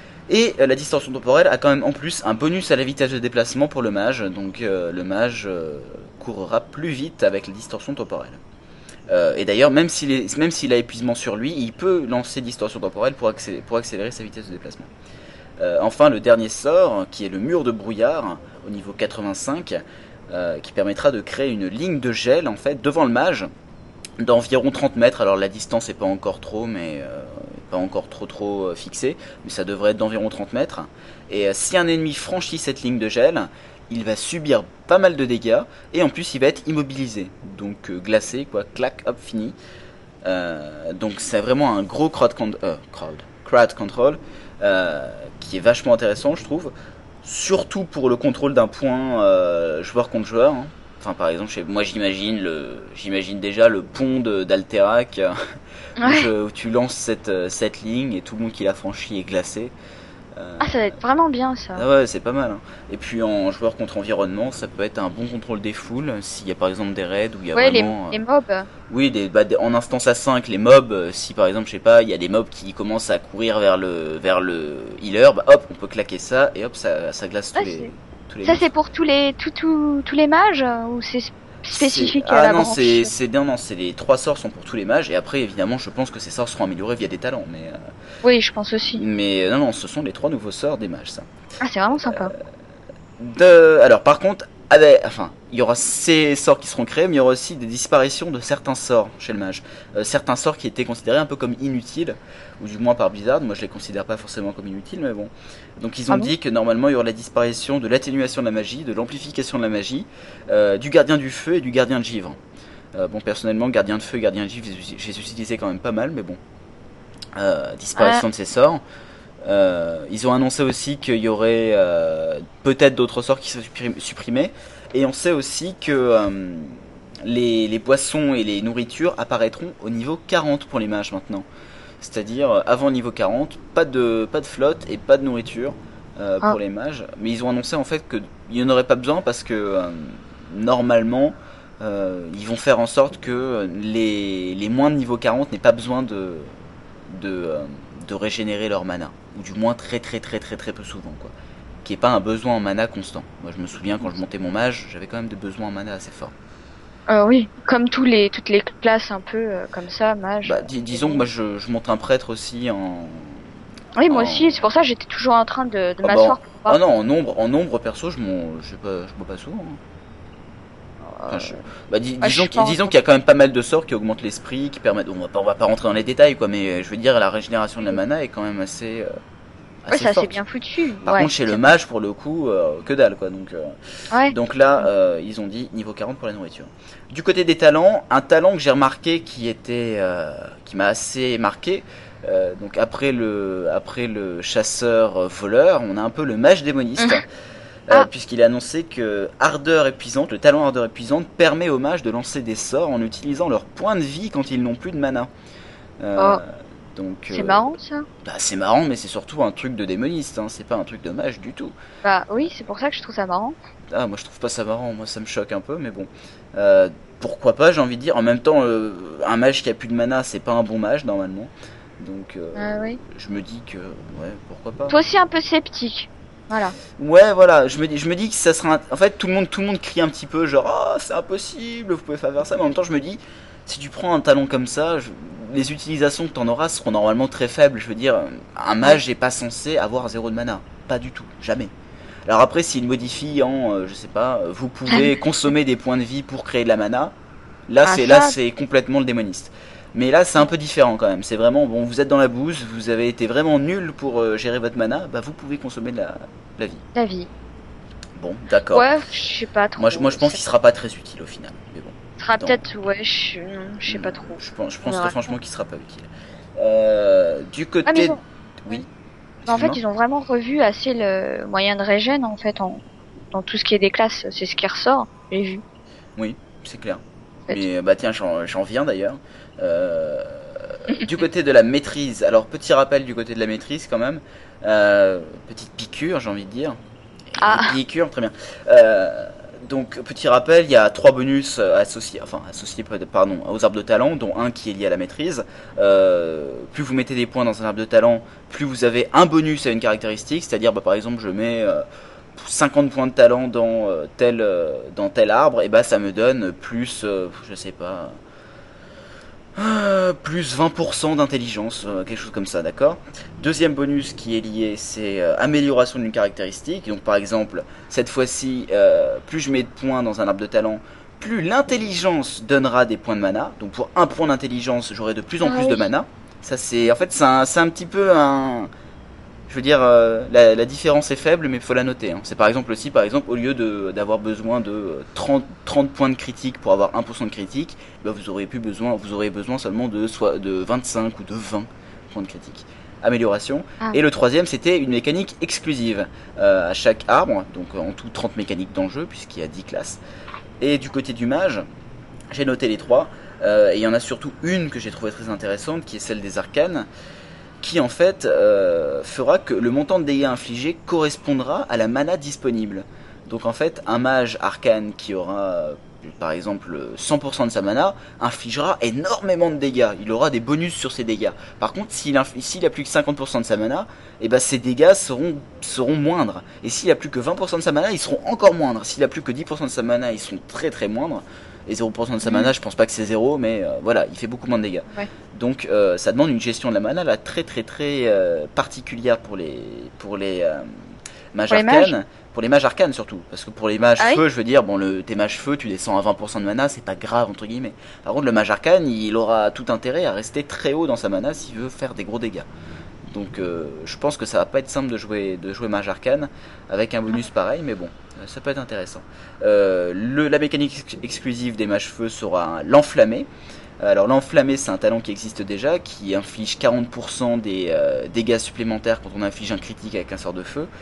Et euh, la distorsion temporelle a quand même en plus un bonus à la vitesse de déplacement pour le mage, donc euh, le mage euh, courra plus vite avec la distorsion temporelle. Euh, et d'ailleurs, même s'il est, même s'il a épuisement sur lui, il peut lancer distorsion temporelle pour accélérer, pour accélérer sa vitesse de déplacement. Euh, enfin, le dernier sort, qui est le mur de brouillard, au niveau quatre-vingt-cinq, euh, qui permettra de créer une ligne de gel en fait devant le mage, d'environ trente mètres. Alors la distance est pas encore trop, mais euh, pas encore trop trop euh, fixée, mais ça devrait être d'environ trente mètres. Et euh, si un ennemi franchit cette ligne de gel, il va subir pas mal de dégâts et en plus il va être immobilisé, donc euh, glacé quoi, clac, hop, fini. Euh, donc c'est vraiment un gros crowd, con- euh, crowd, crowd control euh, qui est vachement intéressant je trouve, surtout pour le contrôle d'un point euh, joueur contre joueur. Hein. Enfin, par exemple, chez moi, j'imagine le, j'imagine déjà le pont de, d'Alterac, euh, où, Ouais. je- où tu lances cette, euh, cette ligne et tout le monde qui l'a franchi est glacé. Euh, Ah, ça va être vraiment bien ça. ah ouais, c'est pas mal. Hein. Et puis en joueur contre environnement, ça peut être un bon contrôle des foules s'il y a par exemple des raids où il y a Ouais, les, vraiment. euh, les mobs. Oui, des, bah, des- en instance à cinq, les mobs, euh, si par exemple, je sais pas, il y a des mobs qui commencent à courir vers le, vers le healer, bah hop, on peut claquer ça et hop, ça, ça glace tous Ah, les, c'est- tous les Ça, monstres. c'est pour tous les, tous, tous, tous les mages euh, ou c'est sp- spécifique C'est- à ah la non, branche? c'est c'est non, non, c'est les trois sorts sont pour tous les mages et après évidemment, je pense que ces sorts seront améliorés via des talents, mais euh, Oui, je pense aussi. mais euh, non, non, ce sont les trois nouveaux sorts des mages, ça. Ah, c'est vraiment sympa. De... Alors par contre, avec... enfin, il y aura ces sorts qui seront créés, mais il y aura aussi des disparitions de certains sorts chez le mage. Euh, certains sorts qui étaient considérés un peu comme inutiles, ou du moins par Blizzard, moi je les considère pas forcément comme inutiles, mais bon. Donc ils ont Ah bon dit que normalement il y aura la disparition de l'atténuation de la magie, de l'amplification de la magie, euh, du gardien du feu et du gardien de givre. Euh, bon, personnellement, gardien de feu, gardien de givre, j'ai utilisé quand même pas mal, mais bon. Euh, disparition Ouais. de ces sorts. Euh, ils ont annoncé aussi qu'il y aurait euh, peut-être d'autres sorts qui seraient supprim- supprimés. Et on sait aussi que euh, les, les boissons et les nourritures apparaîtront au niveau quarante pour les mages maintenant. C'est-à-dire, euh, avant niveau quarante, pas de, pas de flotte et pas de nourriture euh, Ah. pour les mages. Mais ils ont annoncé en fait qu'il n'y en aurait pas besoin parce que euh, normalement, euh, ils vont faire en sorte que les, les moins de niveau quarante n'aient pas besoin de, de, euh, de régénérer leur mana. Ou du moins très très très très très peu souvent, quoi. Qui n'est pas un besoin en mana constant. Moi je me souviens quand je montais mon mage, j'avais quand même des besoins en mana assez forts. Euh, oui, comme tous les toutes les classes un peu euh, comme ça, mage. Bah, dis- disons que moi je, je monte un prêtre aussi en... Oui, moi en- aussi, c'est pour ça que j'étais toujours en train de, de Ah bah, m'asseoir pour voir. Ah non, en nombre, en nombre perso, je m'en, je sais pas, je bois pas souvent. hein. Enfin, je- bah, dis- Ah, disons je qu'il pense. disons qu'il y a quand même pas mal de sorts qui augmentent l'esprit, qui permettent. On va pas, on va pas rentrer dans les détails, quoi, mais euh, je veux dire, la régénération de la mana est quand même assez, euh, Ouais, assez ça c'est forte. bien foutu. Par ouais, contre, chez le c'est- mage, pour le coup, euh, que dalle, quoi. Donc, euh, Ouais. donc là, euh, ils ont dit niveau quarante pour la nourriture. Du côté des talents, un talent que j'ai remarqué qui était, euh, qui m'a assez marqué. euh, donc après le, après le chasseur euh, voleur, on a un peu le mage démoniste. Euh, Ah. puisqu'il a annoncé que Ardeur épuisante, le talent Ardeur épuisante, permet aux mages de lancer des sorts en utilisant leur point de vie quand ils n'ont plus de mana. Euh, Oh. donc, C'est euh, marrant ça. bah, c'est marrant, mais c'est surtout un truc de démoniste, hein, c'est pas un truc de mage du tout. Bah oui, c'est pour ça que je trouve ça marrant. Ah, moi je trouve pas ça marrant, moi ça me choque un peu, mais bon. Euh, pourquoi pas, j'ai envie de dire. En même temps, euh, un mage qui a plus de mana, c'est pas un bon mage normalement. Donc, euh, Ah oui. je me dis que, ouais, pourquoi pas. Toi aussi un peu sceptique. Voilà. Ouais, voilà, je me dis, je me dis que ça sera. un- En fait, tout le monde, tout le monde crie un petit peu, genre, oh, c'est impossible, vous pouvez pas faire ça. Mais en même temps, je me dis, si tu prends un talent comme ça, je- les utilisations que t'en auras seront normalement très faibles. Je veux dire, un mage est pas censé avoir zéro de mana, pas du tout, jamais. Alors après, s'il modifie en, euh, je sais pas, euh, vous pouvez consommer des points de vie pour créer de la mana, là, Ah, c'est ça- là, c'est complètement le démoniste. Mais là, c'est un peu différent quand même. C'est vraiment, bon, vous êtes dans la bouse, vous avez été vraiment nul pour euh, gérer votre mana, bah vous pouvez consommer de la, de la vie. La vie. Bon, d'accord. Ouais, je sais pas trop. Moi, je, moi, je pense Ça qu'il sera pas très utile au final. Mais bon, sera dans- peut-être, ouais, je, non, je sais pas trop. je pense, je On pense verra. très franchement qu'il sera pas utile. Euh, du côté, Ah mais ils ont- oui. en fait, Excuse-moi. ils ont vraiment revu assez le moyen de régène en fait en dans tout ce qui est des classes, c'est ce qui ressort. J'ai vu. Oui, c'est clair. fait. Mais bah tiens, j'en, j'en viens d'ailleurs. Euh, du côté de la maîtrise, alors petit rappel du côté de la maîtrise quand même. Euh, petite piqûre, j'ai envie de dire. Ah. Une piqûre, très bien. Euh, donc petit rappel, il y a trois bonus euh, associés, enfin associés pardon, aux arbres de talent, dont un qui est lié à la maîtrise. Euh, plus vous mettez des points dans un arbre de talent, plus vous avez un bonus à une caractéristique. C'est-à-dire, bah, par exemple, je mets euh, cinquante points de talent dans euh, tel euh, dans tel arbre, et bah ça me donne plus, euh, je sais pas, euh, plus vingt pour cent d'intelligence, euh, quelque chose comme ça, d'accord. Deuxième bonus qui est lié, c'est euh, amélioration d'une caractéristique. Donc par exemple, cette fois-ci, euh, plus je mets de points dans un arbre de talent, plus l'intelligence donnera des points de mana. Donc pour un point d'intelligence, j'aurai de plus en Ah plus oui. de mana. Ça c'est, en fait, c'est un, c'est un petit peu un, je veux dire, euh, la, la différence est faible, mais il faut la noter. Hein. C'est par exemple aussi, par exemple, au lieu de d'avoir besoin de trente, trente points de critique pour avoir un pour cent de critique, bah vous aurez plus besoin, vous aurez besoin seulement de soit de vingt-cinq ou de vingt points de critique. Amélioration. Ah. Et le troisième, c'était une mécanique exclusive euh, à chaque arbre, donc en tout trente mécaniques dans le jeu puisqu'il y a dix classes. Et du côté du mage, j'ai noté les trois. Euh, et il y en a surtout une que j'ai trouvée très intéressante, qui est celle des arcanes, qui en fait euh, fera que le montant de dégâts infligés correspondra à la mana disponible. Donc en fait, un mage arcane qui aura euh, par exemple cent pour cent de sa mana infligera énormément de dégâts. Il aura des bonus sur ses dégâts. Par contre, s'il, infl- s'il a plus que cinquante pour cent de sa mana, et ben ses dégâts seront, seront moindres. Et s'il a plus que vingt pour cent de sa mana, ils seront encore moindres. S'il a plus que dix pour cent de sa mana, ils seront très très moindres. Et zéro pour cent de sa mana, je pense pas que c'est zéro, mais euh, voilà, il fait beaucoup moins de dégâts. Ouais. Donc euh, ça demande une gestion de la mana là très très très euh, particulière pour les pour les euh, mages Pour les arcanes, mages pour les mages arcanes surtout, parce que pour les mages Ah oui feu, je veux dire, bon le tes mages feu, tu descends à vingt pour cent de mana, c'est pas grave entre guillemets. Par contre le mage arcane, il aura tout intérêt à rester très haut dans sa mana s'il veut faire des gros dégâts. Donc euh, je pense que ça va pas être simple de jouer de jouer mage arcane avec un bonus pareil, mais bon, euh, ça peut être intéressant. Euh, le, la mécanique ex- exclusive des mages feu sera l'enflammé. Alors l'enflammé, c'est un talent qui existe déjà, qui inflige quarante pour cent des euh, dégâts supplémentaires quand on inflige un critique avec un sort de feu.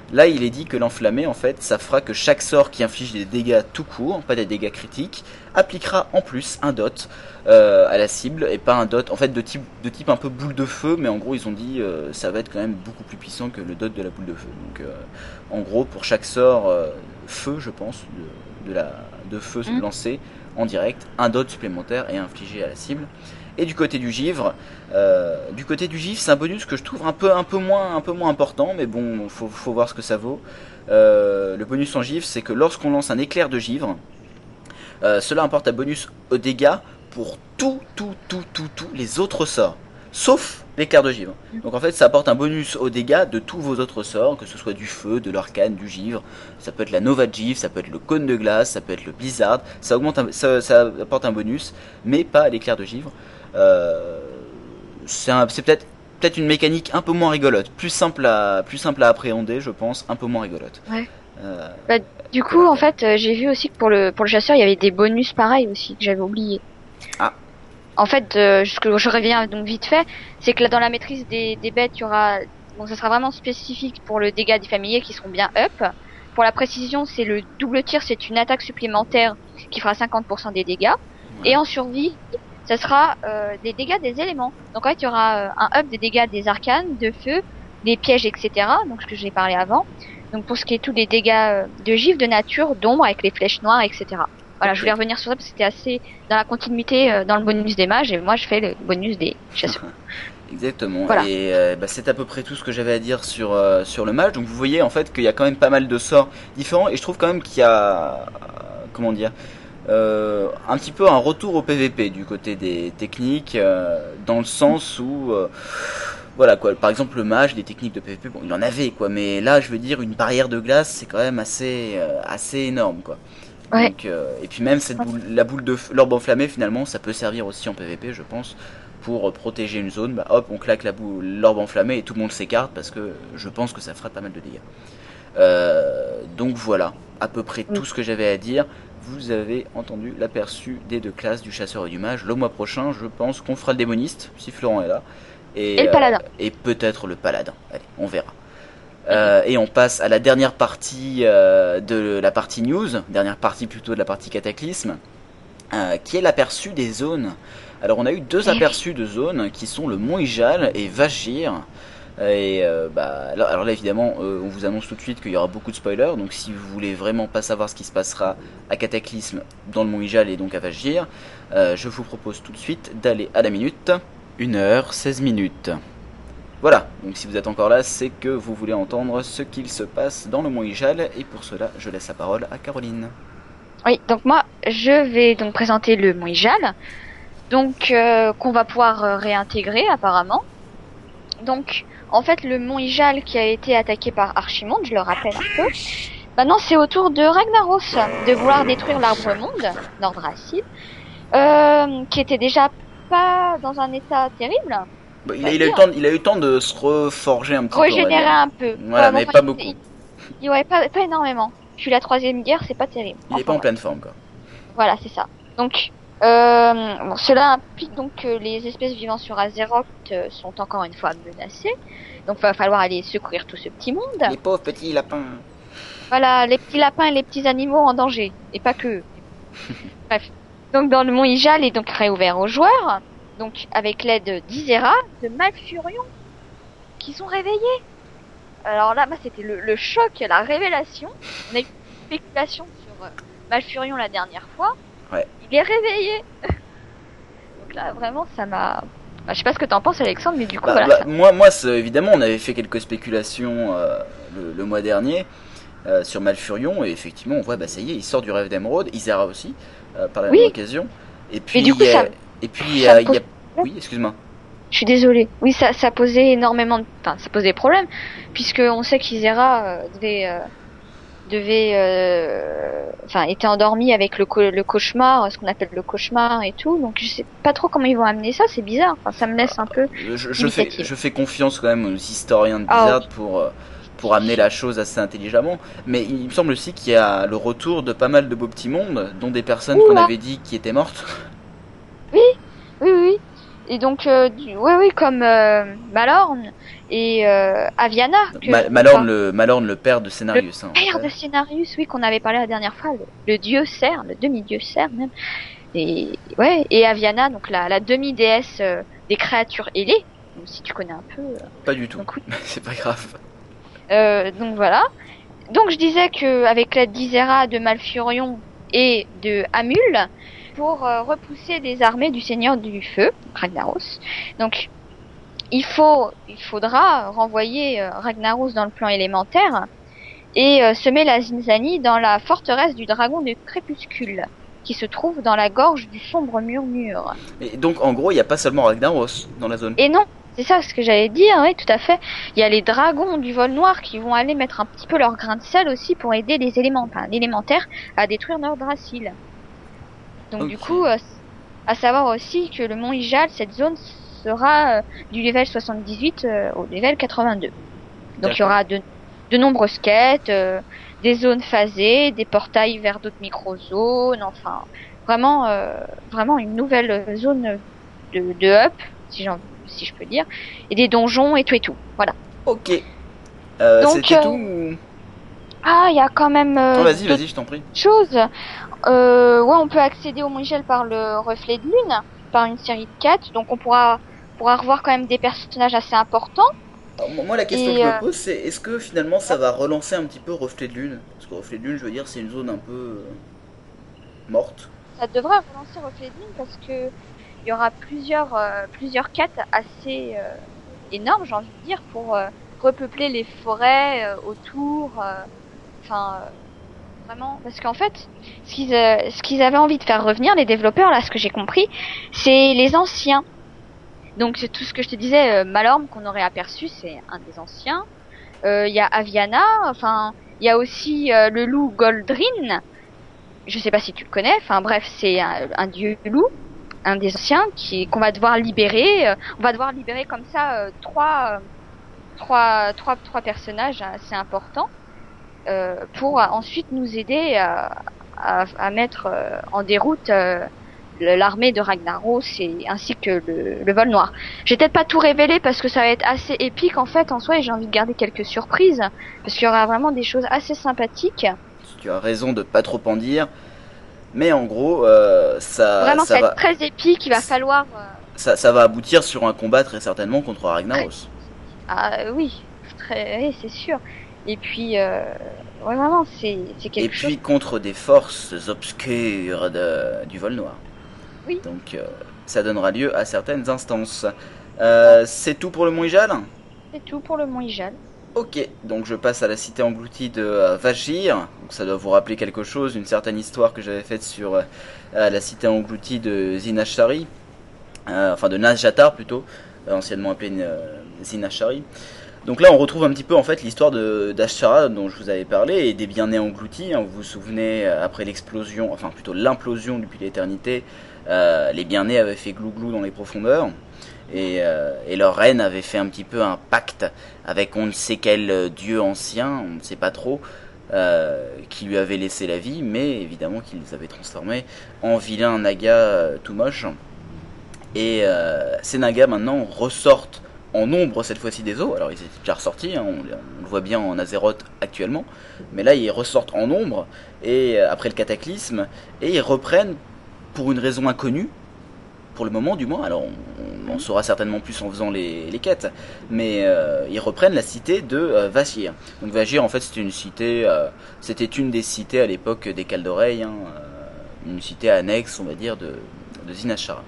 Là, il est dit que l'enflammé, en fait, ça fera que chaque sort qui inflige des dégâts tout court, pas des dégâts critiques, appliquera en plus un dot euh, à la cible, et pas un dot, en fait, de type, de type un peu boule de feu, mais en gros, ils ont dit euh, ça va être quand même beaucoup plus puissant que le dot de la boule de feu. Donc, euh, en gros, pour chaque sort euh, feu, je pense, de, de, la, de feu Mmh. lancé en direct, un dot supplémentaire est infligé à la cible. Et du côté du givre, euh, du côté du givre, c'est un bonus que je trouve un peu, un peu moins, un peu moins important, mais bon, faut, faut voir ce que ça vaut. Euh, le bonus en givre, c'est que lorsqu'on lance un éclair de givre, euh, cela apporte un bonus aux dégâts pour tout, tout, tout, tout, tous les autres sorts, sauf l'éclair de givre. Donc en fait, ça apporte un bonus aux dégâts de tous vos autres sorts, que ce soit du feu, de l'arcane, du givre. Ça peut être la nova de givre, ça peut être le cône de glace, ça peut être le blizzard. Ça augmente, un, ça, ça apporte un bonus, mais pas l'éclair de givre. Euh, c'est, un, c'est peut-être peut-être une mécanique un peu moins rigolote, plus simple à plus simple à appréhender, je pense, un peu moins rigolote. Ouais. Euh, Bah, du coup, en fait, euh, j'ai vu aussi que pour le pour le chasseur, il y avait des bonus pareils aussi que j'avais oublié. Ah. En fait, euh, ce que je reviens donc vite fait, c'est que là, dans la maîtrise des, des bêtes, il y aura, bon, ça sera vraiment spécifique pour le dégât des familiers qui seront bien up. Pour la précision, c'est le double tir, c'est une attaque supplémentaire qui fera cinquante pour cent des dégâts. Ouais. Et en survie, ça sera euh, des dégâts des éléments. Donc en fait, il y aura euh, un up des dégâts des arcanes, de feu, des pièges, et cetera. Donc ce que j'ai parlé avant. Donc pour ce qui est tous les dégâts euh, de givre, de nature, d'ombre avec les flèches noires, et cetera. Voilà, Ok. je voulais revenir sur ça parce que c'était assez dans la continuité euh, dans le bonus des mages et moi je fais le bonus des chasseurs. Exactement. Voilà. Et euh, bah, c'est à peu près tout ce que j'avais à dire sur euh, sur le mage. Donc vous voyez en fait qu'il y a quand même pas mal de sorts différents et je trouve quand même qu'il y a euh, comment dire euh, un petit peu un retour au P V P du côté des techniques euh, dans le sens où euh, voilà quoi. Par exemple le mage, des techniques de P V P, bon il en avait quoi, mais là je veux dire une barrière de glace c'est quand même assez euh, assez énorme quoi. Ouais. Donc, euh, et puis même cette boule, la boule de feu, l'orbe enflammée finalement ça peut servir aussi en P V P je pense. Pour euh, protéger une zone, bah hop, on claque la boule, l'orbe enflammée et tout le monde s'écarte parce que je pense que ça fera pas mal de dégâts. Euh, donc voilà, à peu près tout ce que j'avais à dire. Vous avez entendu l'aperçu des deux classes du chasseur et du mage. Le mois prochain, je pense qu'on fera le démoniste, si Florent est là. Et, Et le paladin. euh, et peut-être le paladin. Allez, on verra. Euh, et on passe à la dernière partie euh, de la partie news, dernière partie plutôt de la partie cataclysme, euh, qui est l'aperçu des zones. Alors on a eu deux aperçus de zones qui sont le Mont Ijal et Vashj'ir. Et euh, bah alors, alors là évidemment euh, on vous annonce tout de suite qu'il y aura beaucoup de spoilers. Donc si vous voulez vraiment pas savoir ce qui se passera à Cataclysme dans le Mont Ijal et donc à Vashj'ir, euh, je vous propose tout de suite d'aller à la minute. une heure seize minutes. Voilà, donc si vous êtes encore là, c'est que vous voulez entendre ce qu'il se passe dans le Mont Ijal. Et pour cela, je laisse la parole à Caroline. Oui, donc moi je vais donc présenter le Mont Ijal. Donc euh, qu'on va pouvoir euh, réintégrer apparemment. Donc en fait le Mont Ijal qui a été attaqué par Archimonde, je le rappelle un peu. Maintenant c'est au tour de Ragnaros de vouloir détruire l'arbre monde, Nordrassil, euh, qui était déjà pas dans un état terrible. Bah, il, a, il, a eu le temps, il a eu le temps de se reforger un petit Régénérer peu. un peu. Voilà, ouais, mais bon, pas il- beaucoup. Il, il- ouais, pas, pas énormément. Puis la troisième guerre, c'est pas terrible. Il est Enfin, pas en ouais. pleine forme quoi. Voilà, c'est ça. Donc, euh, bon, cela implique donc que les espèces vivant sur Azeroth euh, sont encore une fois menacées. Donc, va falloir aller secourir tout ce petit monde. Les pauvres petits lapins. Voilà, les petits lapins et les petits animaux en danger. Et pas que eux. Bref. Donc, dans le Mont Ijal est donc réouvert aux joueurs. Donc, avec l'aide d'Isera, de Malfurion, qui sont réveillés. Alors là, bah, c'était le, le choc, la révélation. On a eu une spéculation sur euh, Malfurion la dernière fois. Ouais. Il est réveillé. Donc là, vraiment, ça m'a... Bah, je sais pas ce que t'en penses, Alexandre, mais du coup, Bah, voilà. bah, ça... moi, moi c'est- évidemment, on avait fait quelques spéculations euh, le, le mois dernier euh, sur Malfurion, et effectivement, on voit, bah ça y est, il sort du rêve d'Emeraude, Isera aussi, euh, par la Oui. même occasion. Et puis, Mais du coup, il y a- ça- et puis, il y ça a- il y a- pose- oui, excuse-moi. Je suis désolée. Oui, ça, ça posait énormément de... Enfin, ça posait des problèmes, puisque on sait qu'Isera euh, devait... Euh, devait... euh, Enfin, était endormi avec le, co- le cauchemar, ce qu'on appelle le cauchemar et tout. Donc, je sais pas trop comment ils vont amener ça, c'est bizarre. Enfin, ça me laisse un peu... Je, je fais, Initiative. je fais confiance quand même aux historiens de Ah, Blizzard pour, euh, pour amener la chose assez intelligemment. Mais il me semble aussi qu'il y a le retour de pas mal de beaux petits mondes, dont des personnes qu'on Oula. avait dit qui étaient mortes. Oui, oui, oui. et donc, euh, du- oui, oui, comme euh, Malorn et euh, Aviana. Que, Ma- Malorn, le, Malorn, le père de Cenarius. le hein, père en fait. de Cenarius, oui, qu'on avait parlé la dernière fois, le, le dieu cerf, le demi-dieu cerf même. Et ouais, et Aviana, donc la, la demi-déesse euh, des créatures ailées. Donc, si tu connais un peu. euh, Pas du tout. Donc oui. C'est pas grave. Euh, donc voilà. Donc je disais que avec l'aide d'Isera, de Malfurion et de Amul, pour euh, repousser les armées du Seigneur du Feu, Ragnaros. Donc il faut, il faudra renvoyer euh, Ragnaros dans le plan élémentaire et euh, semer la zizanie dans la forteresse du dragon du crépuscule, qui se trouve dans la gorge du sombre murmure. Et donc, en gros, il n'y a pas seulement Ragnaros dans la zone. Et non, c'est ça ce que j'allais dire, oui, tout à fait. Il y a les dragons du vol noir qui vont aller mettre un petit peu leur grain de sel aussi pour aider les éléments, enfin, l'élémentaire à détruire Nordrassil. Donc Ok. du coup, euh, à savoir aussi que le mont Ijal, cette zone sera euh, du level soixante-dix-huit euh, au level quatre-vingt-deux. Donc il y aura de, de nombreuses quêtes, euh, des zones phasées, des portails vers d'autres micro-zones, enfin vraiment, euh, vraiment une nouvelle zone de, de up, si j'en si je peux dire, et des donjons et tout et tout. Voilà. Ok. Euh, Donc, C'était euh, tout ou... Ah, il y a quand même euh, Non, vas-y, d'autres vas-y, je t'en prie. choses. Euh, ouais, on peut accéder au Mont-Ijel par le reflet de lune, par une série de quêtes. Donc on pourra pourra revoir quand même des personnages assez importants. Alors, moi, la question Et, que je euh, me pose, c'est est-ce que finalement ça va relancer un petit peu Reflet de Lune? Parce que Reflet de Lune, je veux dire, c'est une zone un peu euh, morte. Ça devrait relancer reflet de lune parce que il y aura plusieurs euh, plusieurs quêtes assez euh, énormes, j'ai envie de dire, pour euh, repeupler les forêts euh, autour. Enfin. Euh, Vraiment, parce qu'en fait, ce qu'ils, euh, ce qu'ils avaient envie de faire revenir, les développeurs, là, ce que j'ai compris, c'est les anciens. Donc, c'est tout ce que je te disais, euh, Malorm, qu'on aurait aperçu, c'est un des anciens. Il euh, y a Aviana, enfin, il y a aussi euh, le loup Goldrin. Je sais pas si tu le connais, enfin bref, c'est un, un dieu loup, un des anciens, qui qu'on va devoir libérer. Euh, on va devoir libérer comme ça euh, trois, euh, trois, trois, trois personnages assez importants. Euh, pour euh, ensuite nous aider à, à, à mettre euh, en déroute euh, l'armée de Ragnaros et ainsi que le, le vol noir. Je vais peut-être pas tout révéler parce que ça va être assez épique en fait en soi et j'ai envie de garder quelques surprises parce qu'il y aura vraiment des choses assez sympathiques. Tu as raison de pas trop en dire. Mais en gros, euh, ça, Vraiment ça, ça va va, être très épique, il va falloir... Euh... ça, ça va aboutir sur un combat très certainement contre Ragnaros. Ah euh, oui, très, oui c'est sûr. Et puis, euh, ouais, vraiment, c'est, c'est quelque chose. Et puis chose... contre des forces obscures de, du vol noir. Oui. Donc, euh, ça donnera lieu à certaines instances. Euh, c'est tout pour le Mont Ijal ? C'est tout pour le Mont Ijal. Ok, donc je passe à la cité engloutie de euh, Vajir. Donc ça doit vous rappeler quelque chose, une certaine histoire que j'avais faite sur euh, la cité engloutie de Zinashari. Euh, enfin, de Nazjatar plutôt, euh, anciennement appelée euh, Zinashari. Donc là, on retrouve un petit peu en fait l'histoire de d'Ashara dont je vous avais parlé et des bien-nés engloutis. Hein, vous vous souvenez, après l'explosion, enfin plutôt l'implosion depuis l'éternité, euh, les bien-nés avaient fait glouglou dans les profondeurs et, euh, et leur reine avait fait un petit peu un pacte avec on ne sait quel dieu ancien, on ne sait pas trop, euh, qui lui avait laissé la vie, mais évidemment qui les avait transformés en vilains nagas euh, tout moches. Et euh, ces nagas maintenant ressortent en nombre cette fois-ci des eaux. Alors ils étaient déjà ressortis, hein, on, on le voit bien en Azeroth actuellement, mais là ils ressortent en nombre et euh, après le cataclysme et ils reprennent pour une raison inconnue pour le moment du moins. Alors on, on en saura certainement plus en faisant les, les quêtes, mais euh, ils reprennent la cité de euh, Vajir. Donc Vajir en fait c'était une cité, euh, c'était une des cités à l'époque des Caldoreilles, hein, euh, une cité annexe on va dire de, de Zinashara.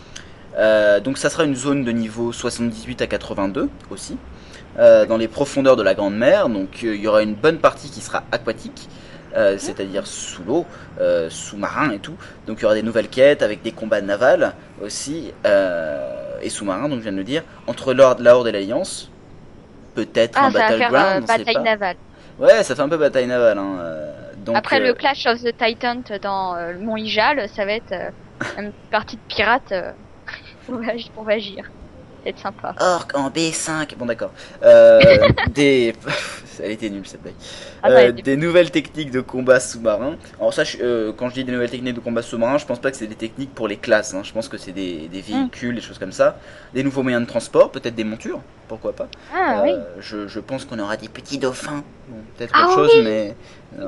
Euh, donc ça sera une zone de niveau soixante-dix-huit à quatre-vingt-deux aussi, euh, dans les profondeurs de la Grande Mer. Donc il euh, y aura une bonne partie qui sera aquatique, euh, c'est-à-dire sous l'eau, euh, sous-marin et tout. Donc il y aura des nouvelles quêtes avec des combats navals aussi, euh, et sous-marins, donc je viens de le dire, entre la Horde et l'Alliance. Peut-être ah, un battleground, euh, on sait bataille pas. navale. Ouais, ça fait un peu bataille navale. Hein. Donc, après euh... le Clash of the Titans dans euh, le Mont Ijal, ça va être euh, une partie de pirates euh, pour Vajir. C'est sympa. Orc en B cinq. Bon d'accord. Euh, des... Elle était nulle cette blague. Ah, ça Euh, a été- des nouvelles techniques de combat sous-marin. Alors ça, je- euh, quand je dis des nouvelles techniques de combat sous-marin, je pense pas que c'est des techniques pour les classes. Hein. Je pense que c'est des, des véhicules, des choses comme ça. Des nouveaux moyens de transport, peut-être des montures. Pourquoi pas. Ah oui. Euh, je, je pense qu'on aura des petits dauphins. Bon, peut-être Ah autre chose, oui. mais... euh,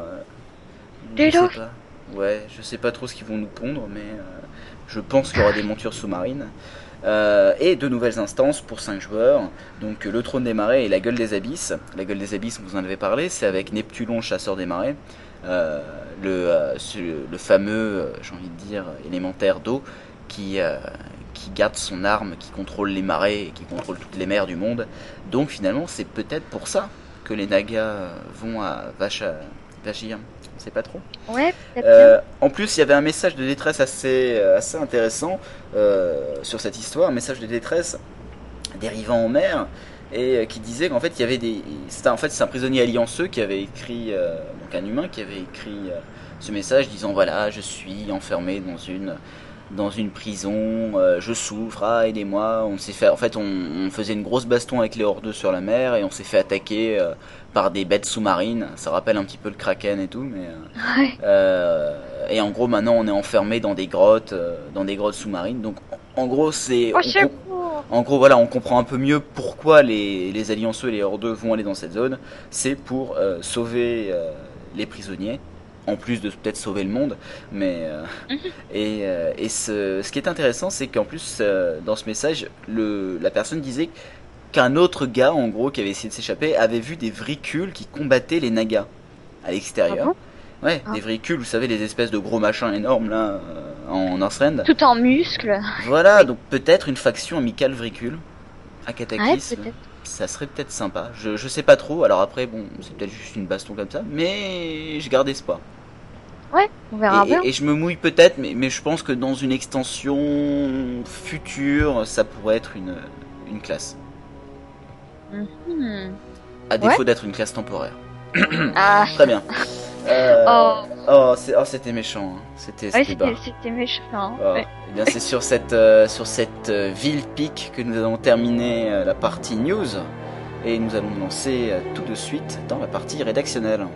Des je sais dauphins. pas. Ouais, je sais pas trop ce qu'ils vont nous pondre, mais euh, je pense qu'il y aura des montures sous-marines. Euh, et deux nouvelles instances pour cinq joueurs. Donc le trône des marais et la gueule des abysses. La gueule des abysses, vous en avez parlé, c'est avec Neptulon, chasseur des marais. Euh, le, euh, ce- le fameux, euh, j'ai envie de dire, élémentaire d'eau qui, euh, qui garde son arme, qui contrôle les marais et qui contrôle toutes les mers du monde. Donc finalement, c'est peut-être pour ça que les Nagas vont à Vacha, Vachir. On sait pas trop. Ouais, peut-être Euh, en plus, il y avait un message de détresse assez, assez intéressant euh, sur cette histoire, un message de détresse dérivant en mer, et euh, qui disait qu'en fait, il y avait des, c'était en fait c'est un prisonnier allianceux qui avait écrit, euh, donc un humain qui avait écrit euh, ce message disant voilà, je suis enfermé dans une dans une prison, euh, je souffre, ah, aidez-moi. On s'est fait, en fait, on, on faisait une grosse baston avec les hors-deux sur la mer et on s'est fait attaquer euh, par des bêtes sous-marines. Ça rappelle un petit peu le Kraken et tout, mais euh, Ouais. euh, et en gros maintenant on est enfermé dans des grottes, euh, dans des grottes sous-marines. Donc en gros c'est, Oh, on c'est com- en gros voilà, on comprend un peu mieux pourquoi les les allianceux et les hors-deux vont aller dans cette zone. C'est pour euh, sauver euh, les prisonniers. En plus de peut-être sauver le monde, mais euh, et, euh, et ce, ce qui est intéressant, c'est qu'en plus euh, dans ce message, le, la personne disait qu'un autre gars, en gros, qui avait essayé de s'échapper, avait vu des vricules qui combattaient les Nagas à l'extérieur. Ah bon Ouais, Ah. des vricules, vous savez, les espèces de gros machins énormes là, euh, en Northrend. Tout en muscles. Voilà, donc peut-être une faction amicale vricule à Ouais, Cataclysme. peut-être. Ça serait peut-être sympa. Je, je sais pas trop. Alors après, bon, c'est peut-être juste une baston comme ça, mais je garde espoir. Ouais, on verra Et, bien. et- et je me mouille peut-être, mais, mais je pense que dans une extension future, ça pourrait être une, une classe. Mhm. À défaut d'être une classe temporaire. Ah, Très bien. Euh, oh, oh, c'est- oh, c'était méchant. hein. C'était ouais, c'était bas. c'était c'était méchant. Oh. Ouais. Eh bien, c'est sur cette, euh, sur cette euh, ville pique que nous allons terminer euh, la partie news. Et nous allons nous lancer euh, tout de suite dans la partie rédactionnelle.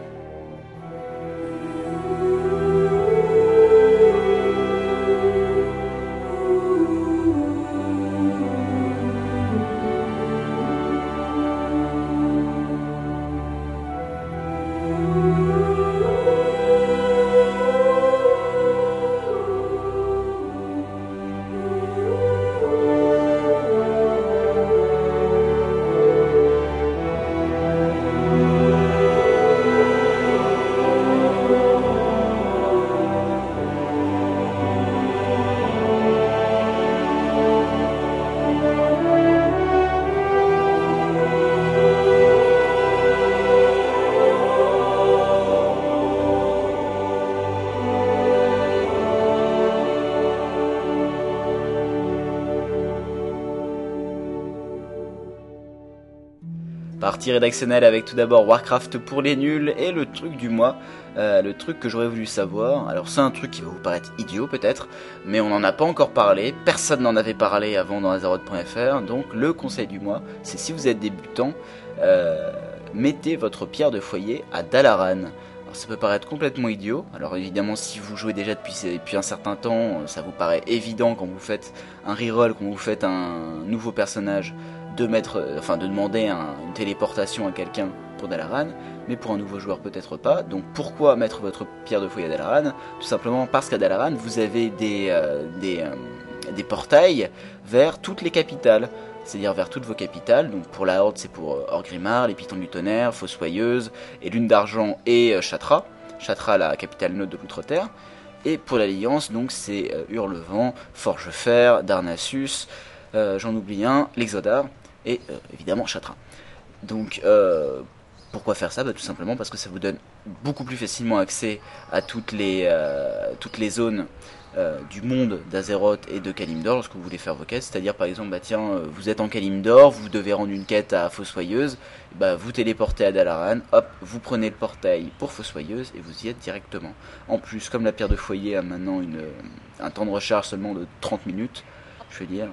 Partie rédactionnelle avec tout d'abord Warcraft pour les nuls et le truc du mois, euh, le truc que j'aurais voulu savoir. Alors c'est un truc qui va vous paraître idiot peut-être, mais on n'en a pas encore parlé, personne n'en avait parlé avant dans Azeroth point F R, donc le conseil du mois, c'est si vous êtes débutant, euh, mettez votre pierre de foyer à Dalaran. Alors ça peut paraître complètement idiot, alors évidemment si vous jouez déjà depuis, depuis un certain temps, ça vous paraît évident quand vous faites un reroll, quand vous faites un nouveau personnage, de mettre, enfin de demander un, une téléportation à quelqu'un pour Dalaran, mais pour un nouveau joueur peut-être pas. Donc pourquoi mettre votre pierre de foyer à Dalaran? Tout simplement parce qu'à Dalaran vous avez des, euh, des, euh, des portails vers toutes les capitales, c'est-à-dire vers toutes vos capitales. Donc pour la Horde c'est pour euh, Orgrimmar, les Pitons du Tonnerre, Fossoyeuse, et Lune d'Argent et euh, Chatra, Chatra la capitale neutre de l'Outre-Terre. Et pour l'Alliance donc c'est euh, Hurlevent, Forgefer, Darnassus, euh, j'en oublie un, l'Exodar, et euh, évidemment Chatra. Donc euh, pourquoi faire ça? Bah, tout simplement parce que ça vous donne beaucoup plus facilement accès à toutes les, euh, toutes les zones euh, du monde d'Azeroth et de Kalimdor lorsque vous voulez faire vos quêtes. C'est-à-dire par exemple, bah, tiens, euh, vous êtes en Kalimdor, vous devez rendre une quête à Fossoyeuse, bah, vous téléportez à Dalaran, hop, vous prenez le portail pour Fossoyeuse et vous y êtes directement. En plus, comme la pierre de foyer a maintenant une, un temps de recharge seulement de trente minutes, je veux dire...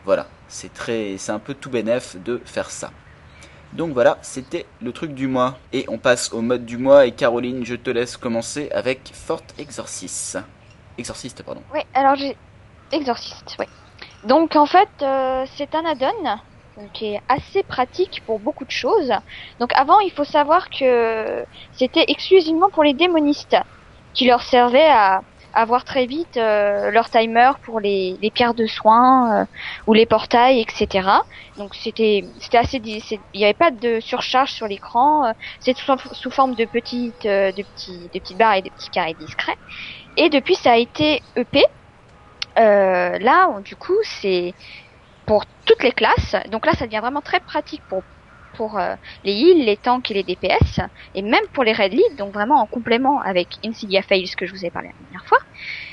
Voilà, c'est très, c'est un peu tout bénef de faire ça. Donc voilà, c'était le truc du mois. Et on passe au mode du mois. Et Caroline, je te laisse commencer avec Fort Exorcist. Exorciste, pardon. Oui, alors j'ai... Exorciste, oui. Donc en fait, euh, c'est un add-on qui est assez pratique pour beaucoup de choses. Donc avant, il faut savoir que c'était exclusivement pour les démonistes, qui leur servait à avoir très vite euh, leur timer pour les, les pierres de soins euh, ou les portails, et cetera. Donc c'était c'était assez, il n'y avait pas de surcharge sur l'écran. Euh, c'est sous, sous forme de petites euh, de petits de petites barres et de petits carrés discrets. Et depuis, ça a été E P. Euh, là, du coup, c'est pour toutes les classes. Donc là, ça devient vraiment très pratique pour pour euh, les heals, les tanks et les D P S, et même pour les red lead, donc vraiment en complément avec Insidia Fails que je vous ai parlé la dernière fois.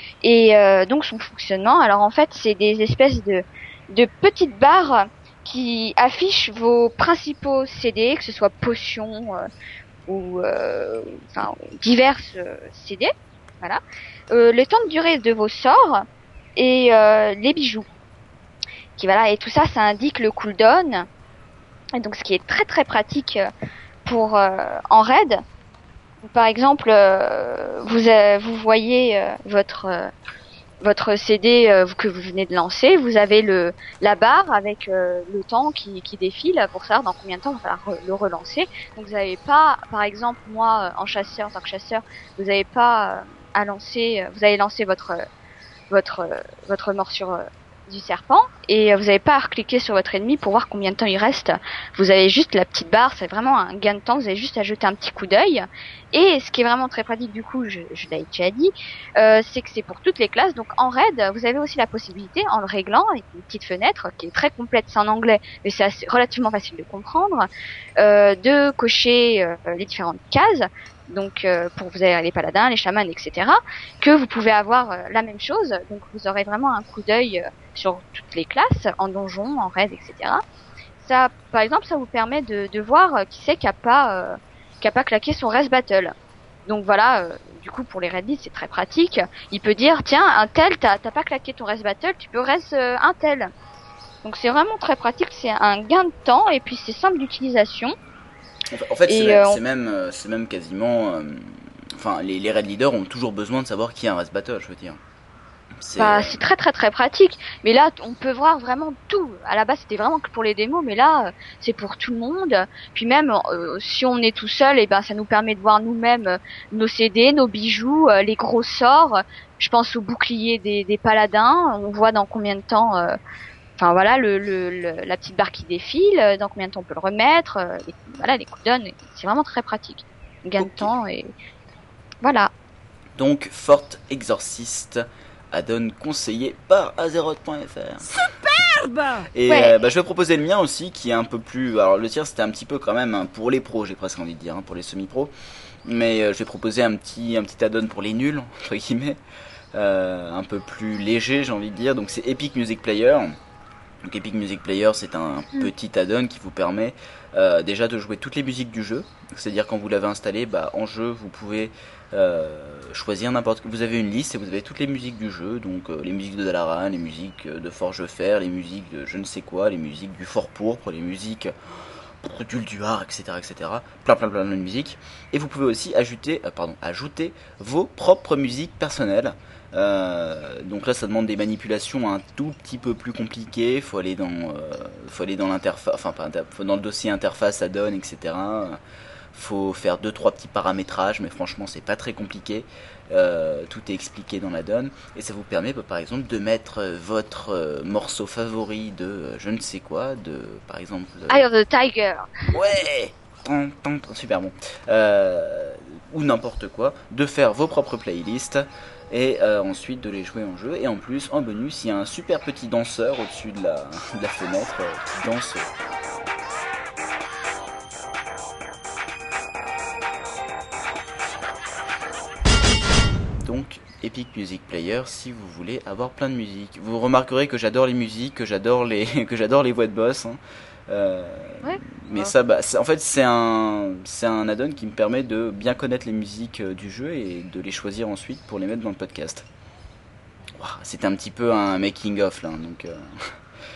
Et euh, donc son fonctionnement, alors en fait, c'est des espèces de de petites barres qui affichent vos principaux C D, que ce soit potions euh, ou euh, enfin diverses euh, C D, voilà. Euh, le temps de durée de vos sorts et euh, les bijoux. Qui voilà, et tout ça, ça indique le cooldown. Et donc ce qui est très très pratique pour euh, en raid. Par exemple, euh, vous euh, vous voyez euh, votre euh, votre C D euh, que vous venez de lancer, vous avez le la barre avec euh, le temps qui qui défile pour savoir dans combien de temps il va falloir re- le relancer. Donc vous n'avez pas, par exemple moi en chasseur, en tant que chasseur, vous n'avez pas euh, à lancer, vous avez lancé votre votre votre morsure euh, du serpent et vous n'avez pas à recliquer sur votre ennemi pour voir combien de temps il reste. Vous avez juste la petite barre, c'est vraiment un gain de temps, vous avez juste à jeter un petit coup d'œil. Et ce qui est vraiment très pratique du coup, je, je l'ai déjà dit, euh, c'est que c'est pour toutes les classes. Donc en raid, vous avez aussi la possibilité, en le réglant avec une petite fenêtre qui est très complète, c'est en anglais, mais c'est assez, relativement facile de comprendre, euh, de cocher euh, les différentes cases. Donc euh, pour vous avez les paladins, les chamans, et cetera. Que vous pouvez avoir euh, la même chose. Donc vous aurez vraiment un coup d'œil euh, sur toutes les classes, en donjon, en raid, et cetera. Ça, par exemple, ça vous permet de, de voir euh, qui c'est qui a pas euh, qui a pas claqué son rest battle. Donc voilà, euh, du coup pour les raid leads c'est très pratique. Il peut dire tiens un tel t'as t'as pas claqué ton rest battle, tu peux rest euh, un tel. Donc c'est vraiment très pratique, c'est un gain de temps et puis c'est simple d'utilisation. En fait, c'est, Et, même, euh, c'est, même, c'est même quasiment... euh, Enfin, les, les raid leaders ont toujours besoin de savoir qui a un rest battle, je veux dire. C'est, Bah, euh, c'est très très très pratique. Mais là, on peut voir vraiment tout. À la base, c'était vraiment que pour les démos, mais là, euh, c'est pour tout le monde. Puis même, euh, si on est tout seul, et ben, ça nous permet de voir nous-mêmes euh, nos C D, nos bijoux, euh, les gros sorts. Je pense au bouclier des, des paladins. On voit dans combien de temps. Euh, Enfin voilà, le, le, le la petite barre qui défile. euh, Dans combien de temps on peut le remettre. Euh, les, voilà, les cooldowns. C'est vraiment très pratique. Gain Ok. de temps et voilà. Donc, Fort Exorcist, add-on conseillé par Azeroth point F R. Et Ouais. euh, bah, je vais proposer le mien aussi, qui est un peu plus... Alors le tien c'était un petit peu quand même hein, pour les pros, j'ai presque envie de dire, hein, pour les semi-pros. Mais euh, je vais proposer un petit, un petit add-on pour les nuls, entre guillemets. Euh, un peu plus léger, j'ai envie de dire. Donc c'est Epic Music Player. Donc Epic Music Player, c'est un Mm. petit add-on qui vous permet euh, déjà de jouer toutes les musiques du jeu. C'est-à-dire quand vous l'avez installé, bah, en jeu, vous pouvez euh, choisir n'importe... Vous avez une liste et vous avez toutes les musiques du jeu. Donc euh, les musiques de Dalaran, les musiques de Forge Fer, les musiques de je ne sais quoi, les musiques du Fort Pourpre, les musiques d'Ulduar, et cetera, et cetera. Plein, plein, plein de musiques. Et vous pouvez aussi ajouter, euh, pardon, ajouter vos propres musiques personnelles. Euh, donc là, ça demande des manipulations un tout petit peu plus compliquées. Faut aller dans, euh, faut aller dans l'interface, enfin pas inter- faut dans le dossier interface add-on, et cetera. Faut faire deux trois petits paramétrages, mais franchement, c'est pas très compliqué. Euh, tout est expliqué dans l'add-on et ça vous permet, bah, par exemple, de mettre euh, votre euh, morceau favori de euh, je ne sais quoi, de par exemple. euh, Eye of the Tiger. Ouais, Tan, tan, tan, super bon. Euh, ou n'importe quoi, de faire vos propres playlists et euh, ensuite de les jouer en jeu. Et en plus, en bonus, il y a un super petit danseur au-dessus de la, de la fenêtre euh, qui danse. Donc, Epic Music Player, si vous voulez avoir plein de musique. Vous remarquerez que j'adore les musiques, que j'adore les, que j'adore les voix de boss. Hein. Euh, Ouais. mais Ouais. ça, bah, c'est- en fait, c'est un, c'est un add-on qui me permet de bien connaître les musiques euh, du jeu et de les choisir ensuite pour les mettre dans le podcast. Ouah, c'était un petit peu un making of là, donc. Euh...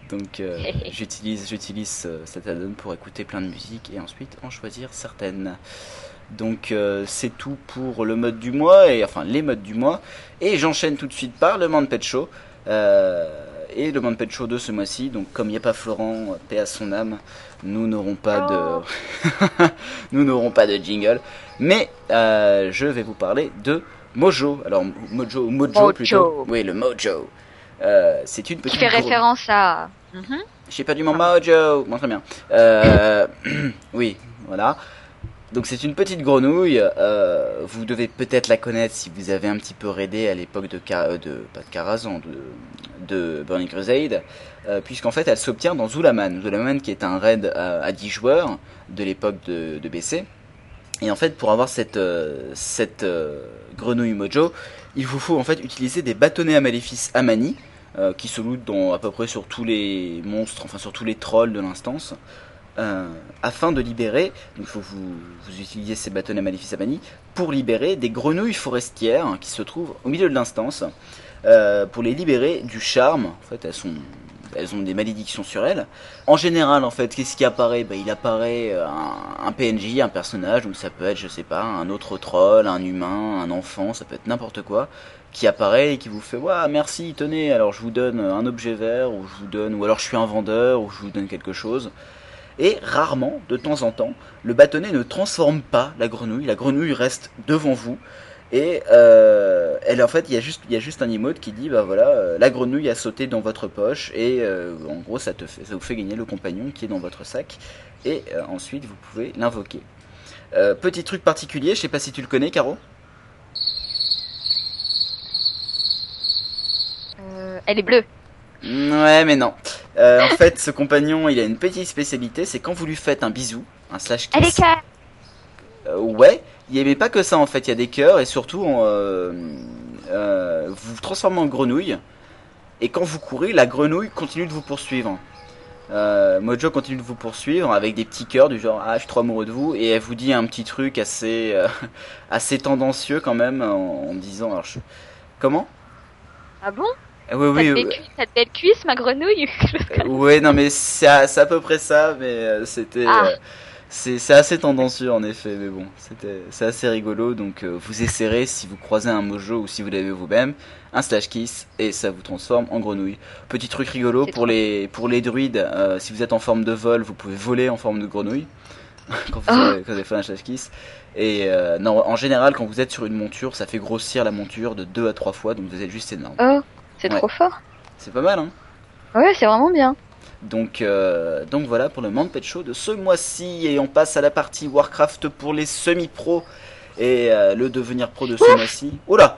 Donc euh, j'utilise, j'utilise euh, cet add-on pour écouter plein de musique et ensuite en choisir certaines. Donc euh, c'est tout pour le mode du mois, et enfin les modes du mois. Et j'enchaîne tout de suite par le Manpet Show. Euh, et le Manpet Show de ce mois-ci, donc comme il n'y a pas Florent, paix à son âme, nous n'aurons pas Oh. de nous n'aurons pas de jingle. Mais euh, je vais vous parler de Mojo. Alors Mojo, ou Mojo, Mojo. plutôt. Oui, le Mojo. Euh, c'est une Qui petite fait gro- référence à. Mhm. J'ai perdu mon mojo. Bon, très bien. Euh, oui, voilà. Donc c'est une petite grenouille. Euh, vous devez peut-être la connaître si vous avez un petit peu raidé à l'époque de, Ka- euh, de pas de Karazhan, de, de Burning Crusade, euh, puisqu'en fait elle s'obtient dans Zulaman. Zulaman qui est un raid à, à dix joueurs de l'époque de, de B C. Et en fait, pour avoir cette, euh, cette euh, grenouille mojo, il vous faut en fait utiliser des bâtonnets à maléfice Amani, euh, qui se lootent dans à peu près sur tous les monstres, enfin sur tous les trolls de l'instance, euh, afin de libérer, donc il faut que vous, vous utilisiez ces bâtonnets à maléfice Amani, pour libérer des grenouilles forestières qui se trouvent au milieu de l'instance, euh, pour les libérer du charme. En fait, elles sont... Elles ont des malédictions sur elles. En général, en fait, qu'est-ce qui apparaît ? Bah, il apparaît euh, un, un P N J, un personnage, donc ça peut être, je sais pas, un autre troll, un humain, un enfant, ça peut être n'importe quoi, qui apparaît et qui vous fait « Ouah, merci, tenez, alors je vous donne un objet vert, ou je vous donne, ou alors je suis un vendeur, ou je vous donne quelque chose. » Et rarement, de temps en temps, le bâtonnet ne transforme pas la grenouille, la grenouille reste devant vous. Et euh, elle, en fait, il y a juste, il y a juste un emote qui dit, bah voilà, euh, la grenouille a sauté dans votre poche, et euh, en gros, ça te fait, ça vous fait gagner le compagnon qui est dans votre sac, et euh, ensuite vous pouvez l'invoquer. Euh, petit truc particulier, je sais pas si tu le connais, Caro. Euh, elle est bleue. Ouais, mais non. Euh, en fait, ce compagnon, il a une petite spécialité, c'est quand vous lui faites un bisou, un slash kiss. Elle est ca- Euh, ouais, il n'y avait pas que ça en fait, il y a des cœurs et surtout euh, euh, vous vous transformez en grenouille et quand vous courez, la grenouille continue de vous poursuivre. Euh, Mojo continue de vous poursuivre avec des petits cœurs du genre ah je suis trop amoureux de vous et elle vous dit un petit truc assez euh, assez tendancieux quand même en, en disant alors je... comment Ah bon? Ah, oui T'as oui de oui. belles cuisses, t'as de belles cuisses, ma grenouille. Euh, ouais non mais c'est à, c'est à peu près ça mais euh, c'était Ah. euh, c'est c'est assez tendancieux en effet mais bon c'était c'est assez rigolo donc euh, vous essaierez si vous croisez un mojo ou si vous l'avez vous-même un slash kiss et ça vous transforme en grenouille. Petit truc rigolo C'est pour trop. les pour les druides euh, si vous êtes en forme de vol vous pouvez voler en forme de grenouille quand vous Oh. avez, quand vous avez fait un slash kiss et euh, non en général quand vous êtes sur une monture ça fait grossir la monture de deux à trois fois donc vous êtes juste énorme. Oh, c'est Ouais. trop fort. C'est pas mal hein. Ouais, c'est vraiment bien. Donc, euh, donc voilà pour le Manpet Show de ce mois-ci. Et on passe à la partie Warcraft pour les semi-pros. Et euh, le devenir pro de ce mois-ci. Oula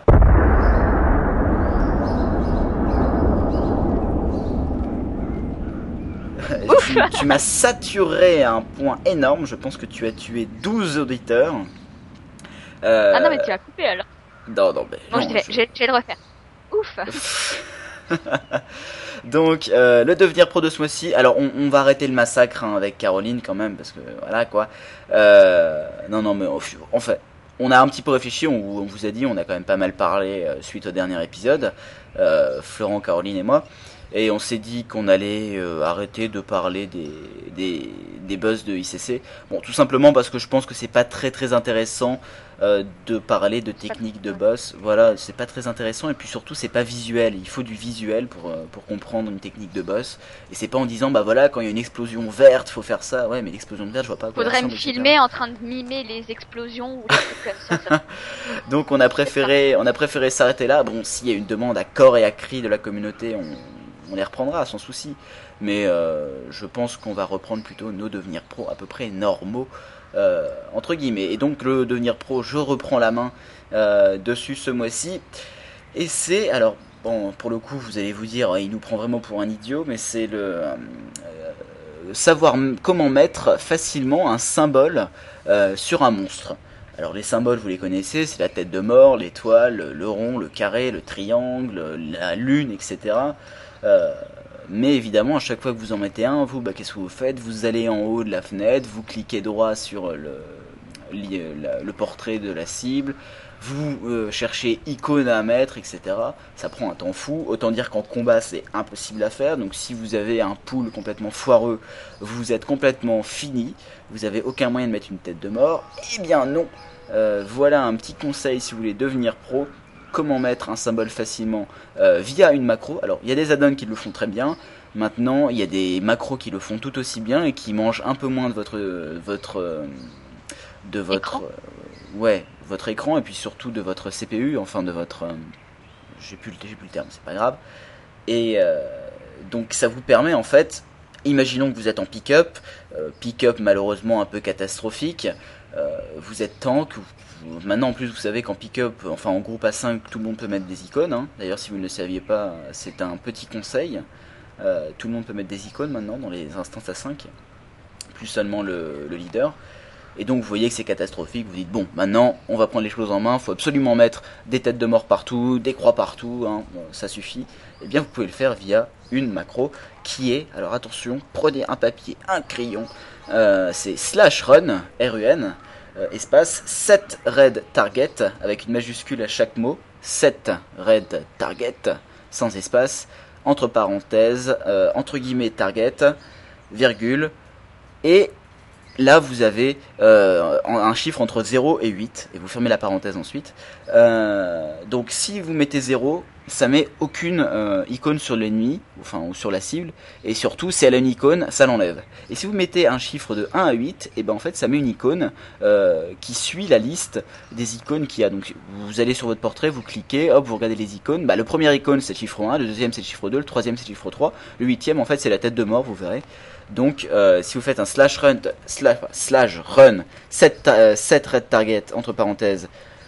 tu, tu m'as saturé à un point énorme. Je pense que tu as tué douze auditeurs. Euh, Ah non, mais tu as coupé alors. Non, non, mais Bon, non, je, vais, je- je vais- je vais le refaire. Ouf. Donc euh, le devenir pro de ce mois-ci. Alors on, on va arrêter le massacre hein, avec Caroline quand même parce que voilà quoi. Euh, non non mais en fait on a un petit peu réfléchi. On, on vous a dit on a quand même pas mal parlé euh, suite au dernier épisode. Euh, Florent, Caroline et moi. Et on s'est dit qu'on allait euh, arrêter de parler des, des, des buzz de I C C. Bon, tout simplement parce que je pense que c'est pas très très intéressant euh, de parler de techniques de boss. Voilà, c'est pas très intéressant et puis surtout c'est pas visuel. Il faut du visuel pour, euh, pour comprendre une technique de boss. Et c'est pas en disant bah voilà, quand il y a une explosion verte, faut faire ça. Ouais, mais l'explosion verte, je vois pas à quoi elle Faudrait me ressemble, et cetera. filmer en train de mimer les explosions ou les trucs comme ça. ça. Donc on a préféré, on a préféré s'arrêter là. Bon, s'il y a une demande à corps et à cri de la communauté, on, on les reprendra sans souci. Mais euh, je pense qu'on va reprendre plutôt nos devenirs pro à peu près normaux, euh, entre guillemets. Et donc le devenir pro, je reprends la main euh, dessus ce mois-ci. Et c'est, alors, bon, pour le coup, vous allez vous dire, il nous prend vraiment pour un idiot, mais c'est le... euh, savoir m- comment mettre facilement un symbole euh, sur un monstre. Alors les symboles, vous les connaissez, c'est la tête de mort, l'étoile, le rond, le carré, le triangle, la lune, et cetera. Euh, mais évidemment, à chaque fois que vous en mettez un, vous, bah, qu'est-ce que vous faites ? Vous allez en haut de la fenêtre, vous cliquez droit sur le, li- la- le portrait de la cible, vous euh, cherchez icône à mettre, et cetera. Ça prend un temps fou. Autant dire qu'en combat, c'est impossible à faire. Donc si vous avez un pool complètement foireux, vous êtes complètement fini. Vous avez aucun moyen de mettre une tête de mort. Eh bien non. Euh, voilà un petit conseil si vous voulez devenir pro. Comment mettre un symbole facilement euh, via une macro. Alors il y a des add-ons qui le font très bien. Maintenant il y a des macros qui le font tout aussi bien et qui mangent un peu moins de votre votre euh, de votre Écran. euh, ouais votre écran et puis surtout de votre C P U, enfin de votre euh, j'ai plus le j'ai plus le terme, c'est pas grave. Et euh, donc ça vous permet en fait, imaginons que vous êtes en pick-up, euh, pick-up malheureusement un peu catastrophique, euh, vous êtes tank, vous- maintenant en plus vous savez qu'en pick-up, enfin en groupe A cinq, tout le monde peut mettre des icônes, hein. D'ailleurs si vous ne le saviez pas, c'est un petit conseil. Euh, tout le monde peut mettre des icônes maintenant dans les instances A cinq, plus seulement le, le leader. Et donc vous voyez que c'est catastrophique, vous dites bon, maintenant on va prendre les choses en main, il faut absolument mettre des têtes de mort partout, des croix partout, hein, bon, ça suffit. Et bien vous pouvez le faire via une macro qui est, alors attention, prenez un papier, un crayon, euh, c'est slash run, R U N, euh, espace set red target, avec une majuscule à chaque mot, set red target, sans espace, entre parenthèses, euh, entre guillemets target, virgule, et là vous avez euh, un chiffre entre zéro et huit, et vous fermez la parenthèse ensuite. Euh, donc si vous mettez zéro, ça met aucune euh, icône sur l'ennemi, enfin ou sur la cible, et surtout si elle a une icône, ça l'enlève. Et si vous mettez un chiffre de un à huit, et ben en fait ça met une icône euh, qui suit la liste des icônes qu'il y a. Donc vous allez sur votre portrait, vous cliquez, hop, vous regardez les icônes. Bah, le premier icône c'est le chiffre un, le deuxième c'est le chiffre deux, le troisième c'est le chiffre trois, le huitième en fait c'est la tête de mort, vous verrez. Donc euh, si vous faites un slash run slash, slash run set, euh, set red target entre parenthèses,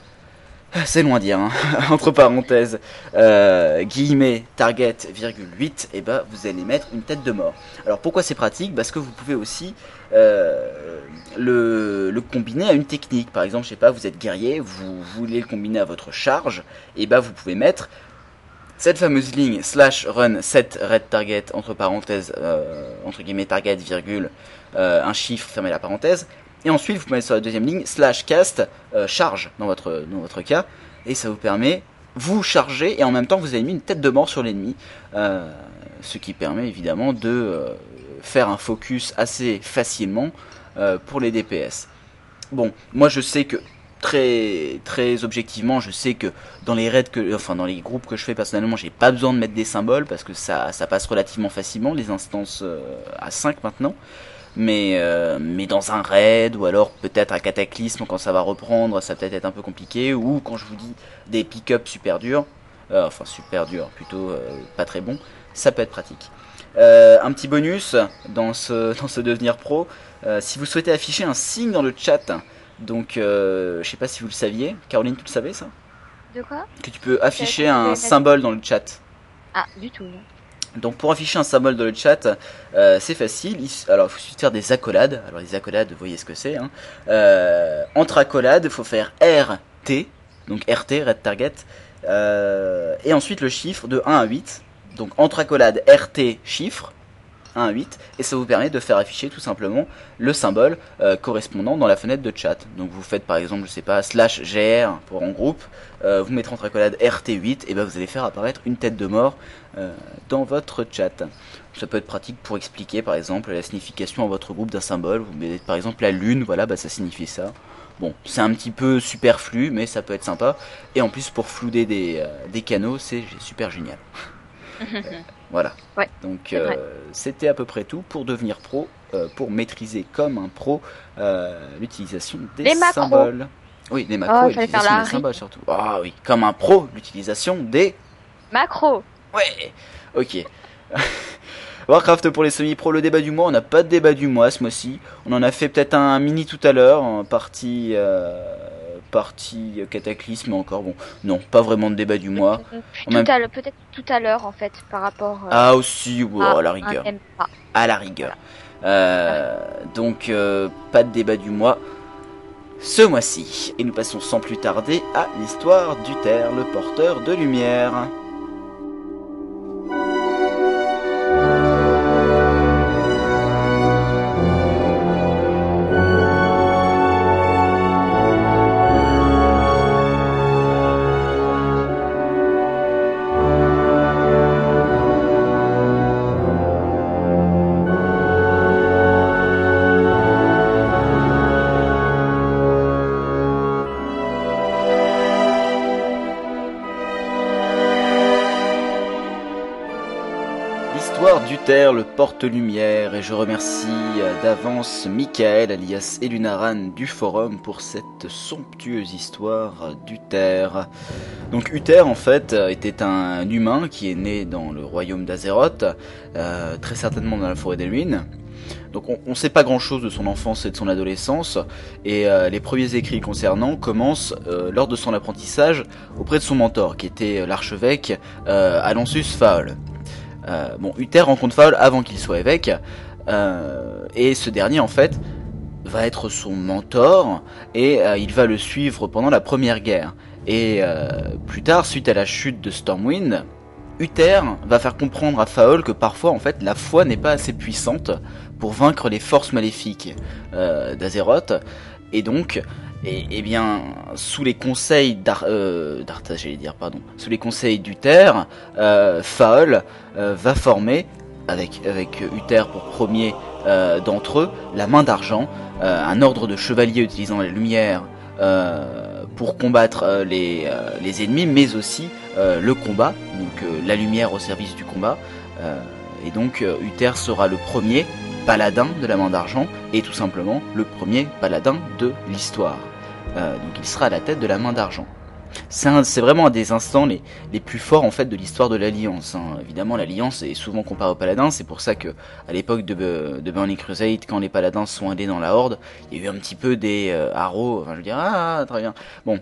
c'est loin à dire, hein. Entre parenthèses, euh, guillemets, target, virgule huit, et bah vous allez mettre une tête de mort. Alors pourquoi c'est pratique? Parce que vous pouvez aussi euh, le, le combiner à une technique. Par exemple, je sais pas, vous êtes guerrier, vous voulez le combiner à votre charge, et bah vous pouvez mettre cette fameuse ligne slash run set red target entre parenthèses, euh, entre guillemets target, virgule, euh, un chiffre, fermez la parenthèse. Et ensuite, vous pouvez mettre sur la deuxième ligne, slash cast, euh, charge, dans votre, dans votre cas. Et ça vous permet, vous charger, et en même temps, vous avez mis une tête de mort sur l'ennemi. Euh, ce qui permet, évidemment, de euh, faire un focus assez facilement euh, pour les D P S. Bon, moi, je sais que, très, très objectivement, je sais que dans les raids, que, enfin, dans les groupes que je fais personnellement, j'ai pas besoin de mettre des symboles, parce que ça, ça passe relativement facilement, les instances euh, à cinq maintenant. Mais, euh, mais dans un raid, ou alors peut-être un cataclysme quand ça va reprendre, ça va peut-être être un peu compliqué, ou quand je vous dis des pick-up super durs, euh, enfin super durs, plutôt euh, pas très bon, ça peut être pratique. Euh, un petit bonus dans ce, dans ce devenir pro, euh, si vous souhaitez afficher un signe dans le chat, donc euh, je sais pas si vous le saviez, Caroline, tu le savais ça? De quoi? Que tu peux afficher Je- un je- symbole dans le chat. Ah, du tout. non. Donc pour afficher un symbole dans le chat, euh, c'est facile. Il, alors il faut suffit de faire des accolades. Alors les accolades, vous voyez ce que c'est. Hein. Euh, entre accolades, il faut faire R T, donc R T, Red Target, euh, et ensuite le chiffre de un à huit. Donc entre accolades, R T, chiffre, un à huit, et ça vous permet de faire afficher tout simplement le symbole euh, correspondant dans la fenêtre de chat. Donc vous faites par exemple, je sais pas, slash G R pour en groupe, euh, vous mettez entre accolades R T huit, et ben vous allez faire apparaître une tête de mort euh, dans votre chat. Ça peut être pratique pour expliquer par exemple la signification à votre groupe d'un symbole. Vous mettez par exemple la lune, voilà, bah ça signifie ça. Bon, c'est un petit peu superflu, mais ça peut être sympa. Et en plus pour flouder des, euh, des canaux, c'est super génial. Voilà. Ouais, donc c'est vrai. euh, c'était à peu près tout pour devenir pro, euh, pour maîtriser comme un pro euh, l'utilisation des Les macros. symboles. Oui, les macros Oh, et il fallait faire l'utilisation la des symboles surtout. Ah oui, comme un pro, l'utilisation des... Macro. Ouais, ok. Warcraft pour les semi-pros, le débat du mois, on n'a pas de débat du mois ce mois-ci. On en a fait peut-être un mini tout à l'heure, en partie... Euh... partie cataclysme, mais encore bon, non, pas vraiment de débat du mois. Puis En tout même- à l'heure, peut-être tout à l'heure en fait, par rapport euh, Ah aussi, ouais, à à la un rigueur. M A. À la rigueur. Euh, donc, euh, pas de débat du mois ce mois-ci. Et nous passons sans plus tarder à l'histoire d'Uther, le porteur de lumière. l'histoire d'Uther, le porte-lumière, et je remercie d'avance Michael alias Elunaran du forum pour cette somptueuse histoire d'Uther. Donc Uther en fait était un humain qui est né dans le royaume d'Azeroth, euh, très certainement dans la forêt des ruines. Donc on ne sait pas grand chose de son enfance et de son adolescence, et euh, les premiers écrits concernant commencent euh, lors de son apprentissage auprès de son mentor, qui était l'archevêque euh, Alansus Faol. Euh, bon, Uther rencontre Faol avant qu'il soit évêque, euh, et ce dernier en fait va être son mentor, et euh, il va le suivre pendant la première guerre. Et euh, plus tard, suite à la chute de Stormwind, Uther va faire comprendre à Faol que parfois en fait la foi n'est pas assez puissante pour vaincre les forces maléfiques euh, d'Azeroth, et donc et, et bien sous les conseils d'Ar euh, d'Arthas, j'allais dire pardon, sous les conseils d'Uther, euh, Faol euh, va former avec avec Uther pour premier euh, d'entre eux la main d'argent, euh, un ordre de chevaliers utilisant la lumière euh, pour combattre euh, les euh, les ennemis, mais aussi euh, le combat, donc euh, la lumière au service du combat, euh, et donc euh, Uther sera le premier paladin de la main d'argent, et tout simplement le premier paladin de l'histoire. Euh, donc il sera à la tête de la main d'argent. C'est vraiment un des instants les, les plus forts en fait de l'histoire de l'Alliance. Hein. Évidemment, l'Alliance est souvent comparée aux paladins, c'est pour ça que à l'époque de, de Burning Crusade, quand les paladins sont allés dans la Horde, il y a eu un petit peu des euh, haros, enfin je veux dire, ah très bien. Bon,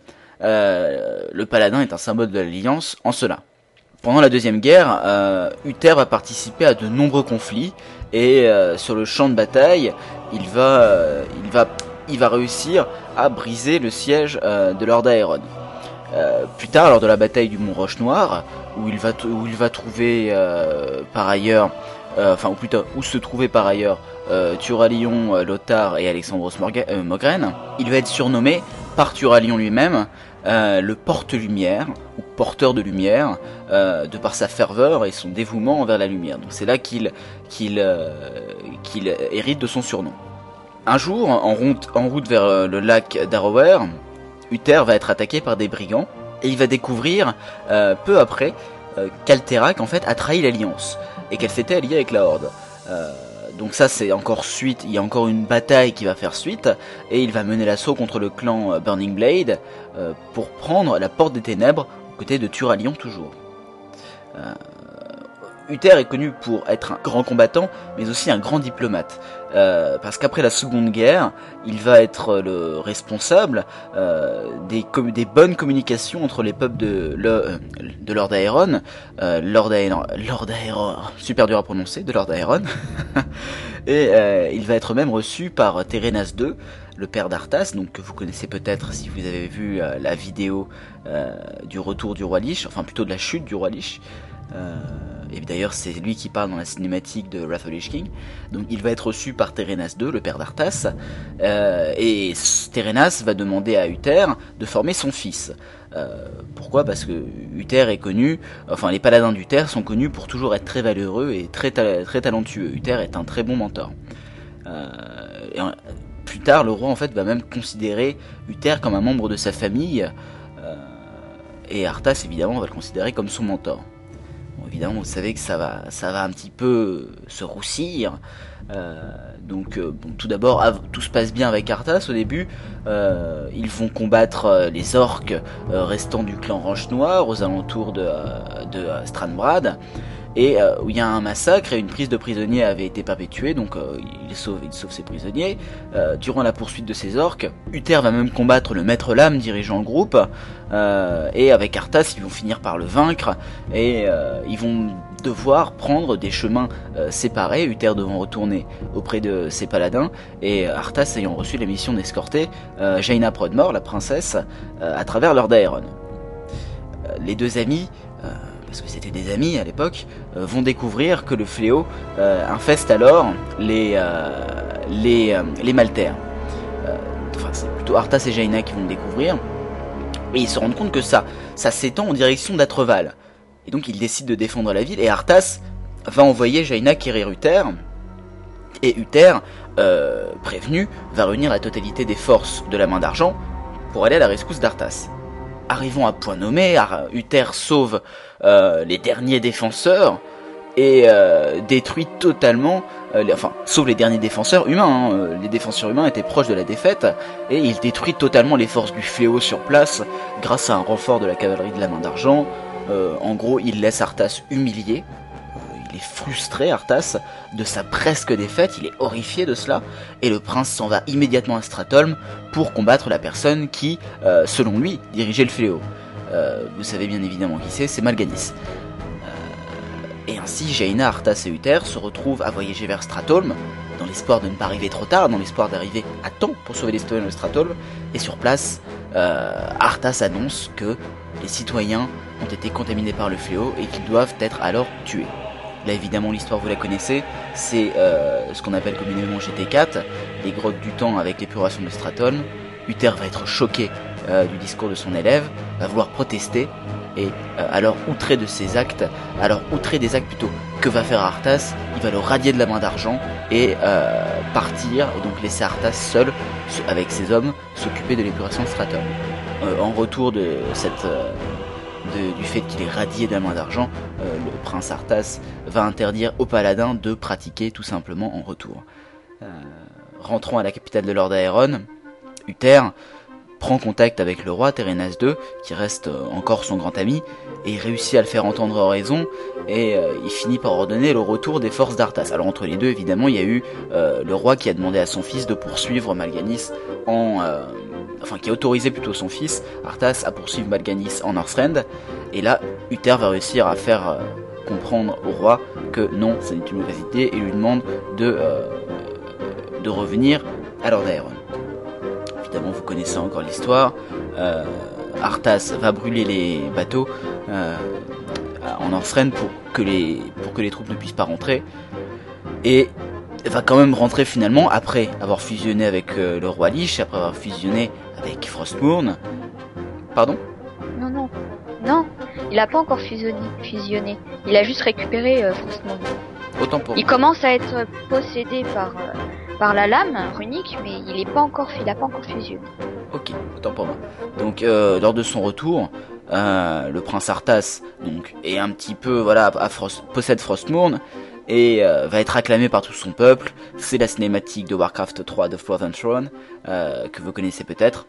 euh, le paladin est un symbole de l'Alliance en cela. Pendant la deuxième guerre, euh, Uther va participer à de nombreux conflits, et euh, sur le champ de bataille, il va, euh, il va, il va réussir à briser le siège euh, de Lord Aeron. Euh, plus tard, lors de la bataille du Mont Roche Noir, où il va, où il va trouver euh, par ailleurs, euh, enfin ou plutôt où se trouvait par ailleurs euh, Turalion, euh, Lothar et Alexandros euh, Mogren, il va être surnommé par Turalion lui-même euh, le porte-lumière ou porteur de lumière, euh, de par sa ferveur et son dévouement envers la lumière. Donc c'est là qu'il qu'il euh, qu'il hérite de son surnom. Un jour, en route, en route vers euh, le lac d'Arrower, Uther va être attaqué par des brigands, et il va découvrir euh, peu après euh, qu'Alterac en fait a trahi l'Alliance et qu'elle s'était alliée avec la Horde. Euh, donc ça c'est encore suite, il y a encore une bataille qui va faire suite, et il va mener l'assaut contre le clan euh, Burning Blade euh, pour prendre la Porte des Ténèbres aux côtés de Turalion toujours. Euh, Uther est connu pour être un grand combattant, mais aussi un grand diplomate. Euh, parce qu'après la Seconde Guerre, il va être le responsable euh, des, des bonnes communications entre les peuples de, le, de Lord Aeron, euh, Lord Aeron, Lord Aeron, super dur à prononcer, de Lord Aeron, et euh, il va être même reçu par Terenas deux, le père d'Arthas, donc que vous connaissez peut-être si vous avez vu euh, la vidéo euh, du retour du roi Lich, enfin plutôt de la chute du roi Lich. Euh, et d'ailleurs c'est lui qui parle dans la cinématique de Wrath of the Lich King. Donc il va être reçu par Terenas deux, le père d'Arthas, euh, et Terenas va demander à Uther de former son fils. Euh, pourquoi ? Parce que Uther est connu, enfin les paladins d'Uther sont connus pour toujours être très valeureux et très, ta très talentueux. Uther est un très bon mentor. Euh, et en, plus tard, le roi en fait va même considérer Uther comme un membre de sa famille, euh, et Arthas évidemment va le considérer comme son mentor. Bon, évidemment, vous savez que ça va, ça va un petit peu se roussir. Euh, donc, euh, bon, tout d'abord, tout se passe bien avec Arthas au début. Euh, ils vont combattre euh, les orques euh, restants du clan Roche Noire aux alentours de, euh, de euh, Stranbrad. Et euh, où il y a un massacre et une prise de prisonniers avait été perpétuée, donc euh, il, sauve, il sauve ses prisonniers. Euh, durant la poursuite de ces orques, Uther va même combattre le Maître Lame dirigeant le groupe, euh, et avec Arthas ils vont finir par le vaincre, et euh, ils vont devoir prendre des chemins euh, séparés, Uther devant retourner auprès de ses paladins, et Arthas ayant reçu la mission d'escorter euh, Jaina Prodmore, la princesse, euh, à travers Lord Aeron. Euh, les deux amis... Euh, parce que c'était des amis à l'époque, euh, vont découvrir que le fléau euh, infeste alors les, euh, les, euh, les Maltaires. Euh, enfin, c'est plutôt Arthas et Jaina qui vont le découvrir, et ils se rendent compte que ça, ça s'étend en direction d'Atreval. Et donc ils décident de défendre la ville, et Arthas va envoyer Jaina quérir Uther, et Uther, euh, prévenu, va réunir la totalité des forces de la main d'argent pour aller à la rescousse d'Arthas. Arrivant à point nommé, Uther sauve euh, les derniers défenseurs, et euh, détruit totalement, euh, les, enfin, sauf les derniers défenseurs humains, hein, les défenseurs humains étaient proches de la défaite, et il détruit totalement les forces du fléau sur place, grâce à un renfort de la cavalerie de la main d'argent. Euh, en gros, il laisse Arthas humilié, euh, il est frustré, Arthas, de sa presque défaite, il est horrifié de cela, et le prince s'en va immédiatement à Stratholme pour combattre la personne qui, euh, selon lui, dirigeait le fléau. Euh, vous savez bien évidemment qui c'est, c'est Mal'Ganis. Et ainsi, Jaina, Arthas et Uther se retrouvent à voyager vers Stratholme, dans l'espoir de ne pas arriver trop tard, dans l'espoir d'arriver à temps pour sauver les citoyens de Stratholme. Et sur place, euh, Arthas annonce que les citoyens ont été contaminés par le fléau et qu'ils doivent être alors tués. Là, évidemment, l'histoire, vous la connaissez, c'est euh, ce qu'on appelle communément G T quatre, les grottes du temps avec l'épuration de Stratholme. Uther va être choqué euh, du discours de son élève, va vouloir protester, et euh, alors outré de ses actes, alors outré des actes plutôt, que va faire Arthas? Il va le radier de la main d'argent et euh, partir, et donc laisser Arthas seul, avec ses hommes, s'occuper de l'épuration de Stratholme. Euh, en retour de cette... Euh, De, du fait qu'il est radié de la main d'argent, euh, le prince Arthas va interdire aux paladins de pratiquer tout simplement en retour. Euh, rentrant à la capitale de Lord Aeron, Uther prend contact avec le roi Térénas deux, qui reste euh, encore son grand ami, et réussit à le faire entendre raison, et euh, il finit par ordonner le retour des forces d'Arthas. Alors entre les deux, évidemment, il y a eu euh, le roi qui a demandé à son fils de poursuivre Mal'Ganis en... Euh, enfin qui a autorisé plutôt son fils, Arthas, à poursuivre Mal'Ganis en Northrend, et là, Uther va réussir à faire euh, comprendre au roi que non, ça n'est une mauvaise idée, et lui demande de, euh, de revenir à Lord Aeron. Évidemment, vous connaissez encore l'histoire, euh, Arthas va brûler les bateaux euh, en Northrend pour que les, pour que les troupes ne puissent pas rentrer, et va quand même rentrer finalement après avoir fusionné avec euh, le roi Lich, après avoir fusionné avec Frostmourne. Pardon ? Non, non, non, il a pas encore fusionné, fusionné. Il a juste récupéré euh, Frostmourne. Autant pour Il moi. commence à être possédé par, euh, par la lame runique, mais il est pas encore, il a pas encore fusionné. Ok, autant pour moi. Donc euh, lors de son retour, euh, le prince Arthas donc est un petit peu voilà à Frost, possède Frostmourne et euh, va être acclamé par tout son peuple. C'est la cinématique de Warcraft trois de Frozen Throne euh, que vous connaissez peut-être.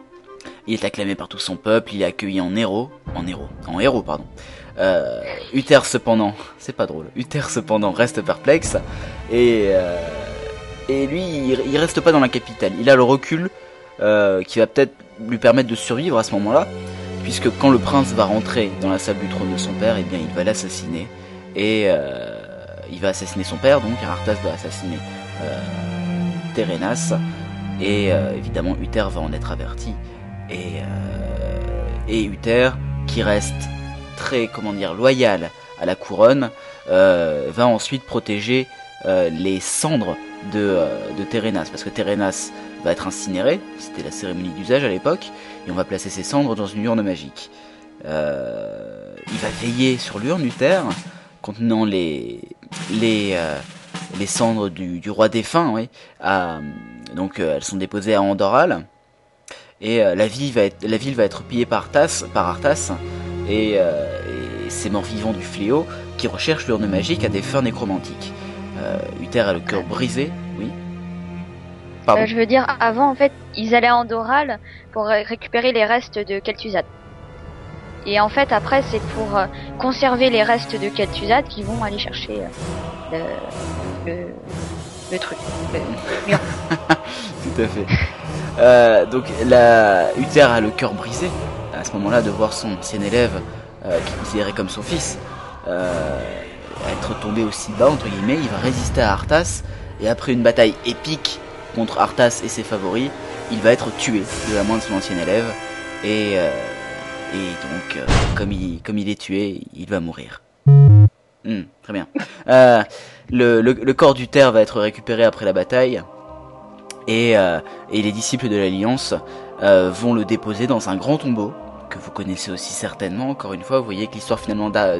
Il est acclamé par tout son peuple, il est accueilli en héros, en héros, en héros pardon. Euh, Uther cependant, c'est pas drôle. Uther cependant reste perplexe et euh, et lui il, il reste pas dans la capitale. Il a le recul euh, qui va peut-être lui permettre de survivre à ce moment-là, puisque quand le prince va rentrer dans la salle du trône de son père, eh bien il va l'assassiner et euh, il va assassiner son père, donc Arthas va assassiner euh, Térénas, et euh, évidemment Uther va en être averti, et, euh, et Uther, qui reste très, comment dire, loyal à la couronne, euh, va ensuite protéger euh, les cendres de, euh, de Térénas, parce que Térénas va être incinéré, c'était la cérémonie d'usage à l'époque, et on va placer ses cendres dans une urne magique. Euh, il va veiller sur l'urne Uther, contenant les les euh, les cendres du, du roi défunt, oui. À, donc euh, elles sont déposées à Andoral, et euh, la ville va être la ville va être pillée par Arthas, par Arthas, et, euh, et ces morts vivants du fléau qui recherchent l'urne magique à des fins nécromantiques. Euh, Uther a le cœur brisé, oui. Pardon. Euh, je veux dire, avant en fait, ils allaient à Andoral pour ré- récupérer les restes de Kel'Thuzad. Et en fait, après, c'est pour euh, conserver les restes de Kel'Thuzad qu'ils vont aller chercher euh, le, le, le truc. Le mur. Tout à fait. Euh, donc, la Uther a le cœur brisé à ce moment-là de voir son ancien élève, euh, qu'il considérait comme son fils, euh, être tombé aussi bas, entre guillemets. Il va résister à Arthas, et après une bataille épique contre Arthas et ses favoris, il va être tué de la main de son ancien élève, et... Euh, Et donc, euh, comme, il, comme il est tué, il va mourir. Mmh, très bien. Euh, le, le, le corps d'Uther va être récupéré après la bataille. Et, euh, et les disciples de l'Alliance euh, vont le déposer dans un grand tombeau, que vous connaissez aussi certainement. Encore une fois, vous voyez que l'histoire finalement de,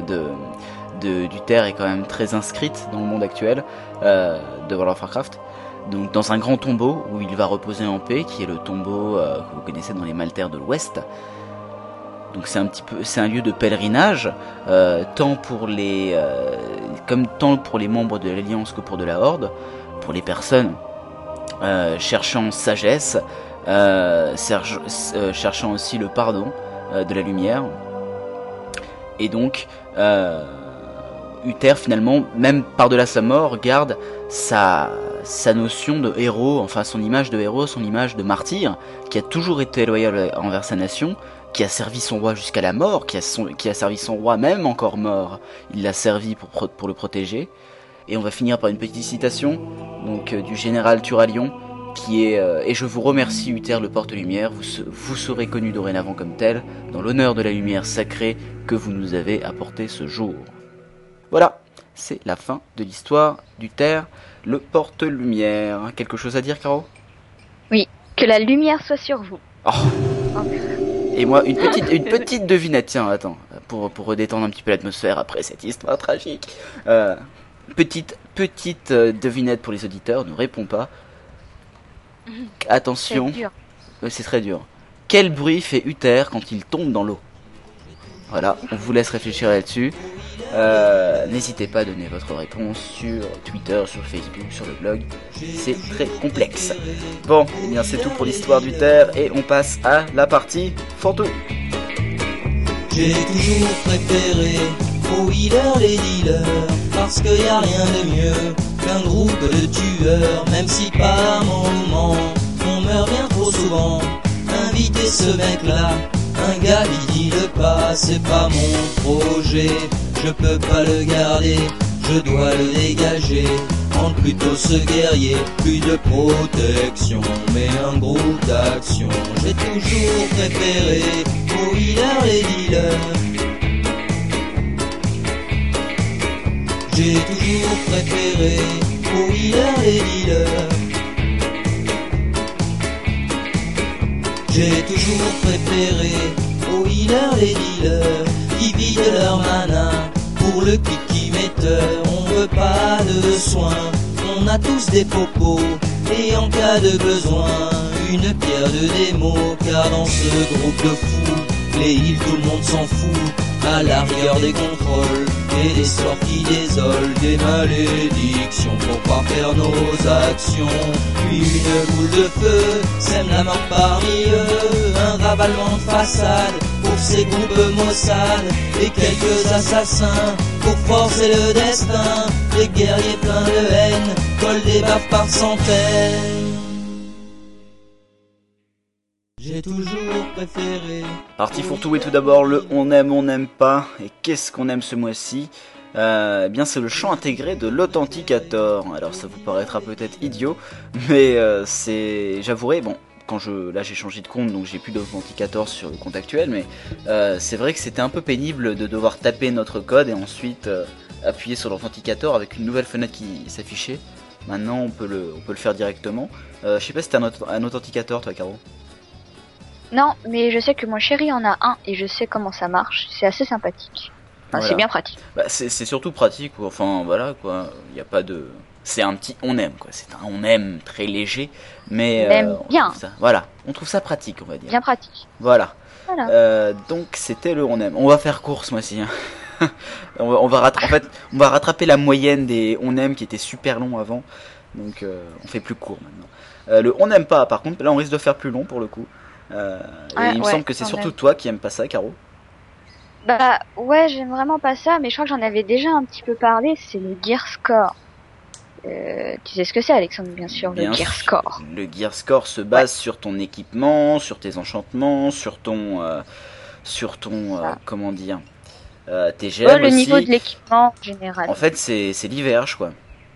de, d'Uther est quand même très inscrite dans le monde actuel euh, de World of Warcraft. Donc dans un grand tombeau où il va reposer en paix, qui est le tombeau euh, que vous connaissez dans les Maltaires de l'Ouest. Donc c'est un petit peu, c'est un lieu de pèlerinage, euh, tant pour les, euh, comme tant pour les membres de l'Alliance que pour de la Horde, pour les personnes euh, cherchant sagesse, euh, serge, euh, cherchant aussi le pardon euh, de la lumière. Et donc, euh, Uther finalement, même par-delà sa mort, garde sa, sa notion de héros, enfin son image de héros, son image de martyr, qui a toujours été loyal envers sa nation, qui a servi son roi jusqu'à la mort, qui a, son, qui a servi son roi même encore mort, il l'a servi pour, pour le protéger. Et on va finir par une petite citation donc euh, du général Turalion, qui est euh, « Et je vous remercie Uther le porte-lumière, vous, vous serez connu dorénavant comme tel, dans l'honneur de la lumière sacrée que vous nous avez apporté ce jour. » Voilà, c'est la fin de l'histoire d'Uther le porte-lumière. Quelque chose à dire, Caro ? Oui, que la lumière soit sur vous. Oh. Et moi, une petite, une petite devinette, tiens, attends, pour, pour redétendre un petit peu l'atmosphère après cette histoire tragique. Euh, petite, petite euh, devinette pour les auditeurs, ne réponds pas. Attention, c'est, dur. Euh, c'est très dur. Quel bruit fait Uther quand il tombe dans l'eau ? Voilà, on vous laisse réfléchir là-dessus. Euh, n'hésitez pas à donner votre réponse sur Twitter, sur Facebook, sur le blog. C'est très complexe. Bon, eh bien c'est tout pour l'histoire d'Uther et on passe à la partie Fantou. J'ai toujours préféré aux healers les dealers, parce qu'il y a rien de mieux qu'un groupe de tueurs, même si par moment on meurt bien trop souvent. Invitez ce mec-là, un gars qui dit le pas, c'est pas mon projet, je peux pas le garder, je dois le dégager. Prendre plutôt ce guerrier, plus de protection, mais un groupe d'action. J'ai toujours préféré aux healers les dealers. J'ai toujours préféré aux healers les dealers. J'ai toujours préféré aux healers les dealers qui vident leur mana pour le kiki-metteur. On veut pas de soins, on a tous des popos, et en cas de besoin, une pierre de démo. Car dans ce groupe de fous, les heals tout le monde s'en fout, à la rigueur des contrôles et des sorts qui désolent, des malédictions pour pas faire nos actions. Puis une boule de feu sème la mort parmi eux, un ravalement de façade pour ces groupes Mossad, et quelques assassins pour forcer le destin. Les guerriers pleins de haine collent des baffes par centaines. J'ai toujours préféré. Parti Fourre-tout, et tout d'abord le on aime, on n'aime pas. Et qu'est-ce qu'on aime ce mois-ci ? euh, Eh bien c'est le chant intégré de l'Authenticator. Alors ça vous paraîtra peut-être idiot, mais euh, c'est, j'avouerai, bon, quand je, là j'ai changé de compte, donc j'ai plus d'Authenticator sur le compte actuel, mais euh, c'est vrai que c'était un peu pénible de devoir taper notre code et ensuite euh, appuyer sur l'Authenticator avec une nouvelle fenêtre qui s'affichait. Maintenant on peut le, on peut le faire directement. Euh, je sais pas si t'as un, un Authenticator toi, Caro ? Non, mais je sais que mon chéri en a un et je sais comment ça marche. C'est assez sympathique. Enfin, Voilà. C'est bien pratique. Bah, c'est, c'est surtout pratique, quoi. Enfin voilà quoi. Il y a pas de. C'est un petit on aime quoi. C'est un on aime très léger, mais On aime euh, bien. On trouve ça, voilà, on trouve ça pratique, on va dire. Bien pratique. Voilà. Voilà. Euh, donc c'était le on aime. On va faire court ce mois-ci. Hein. on va, on va rattra- en fait, on va rattraper la moyenne des on aime qui était super long avant. Donc euh, on fait plus court maintenant. Euh, le on n'aime pas, par contre, là on risque de faire plus long pour le coup. Euh, et Ouais, il me ouais, semble que c'est quand surtout même. toi qui aime pas ça, Caro. Bah ouais, j'aime vraiment pas ça, mais je crois que j'en avais déjà un petit peu parlé. C'est le Gear Score. Euh, tu sais ce que c'est, Alexandre, bien sûr, Bien le Gear sûr. Score. Le Gear Score se base sur ton équipement, sur tes enchantements, sur ton, euh, sur ton, euh, Ça. comment dire, euh, tes gemmes Ouais, le aussi. niveau de l'équipement en général. En fait, c'est c'est l'hiver, quoi.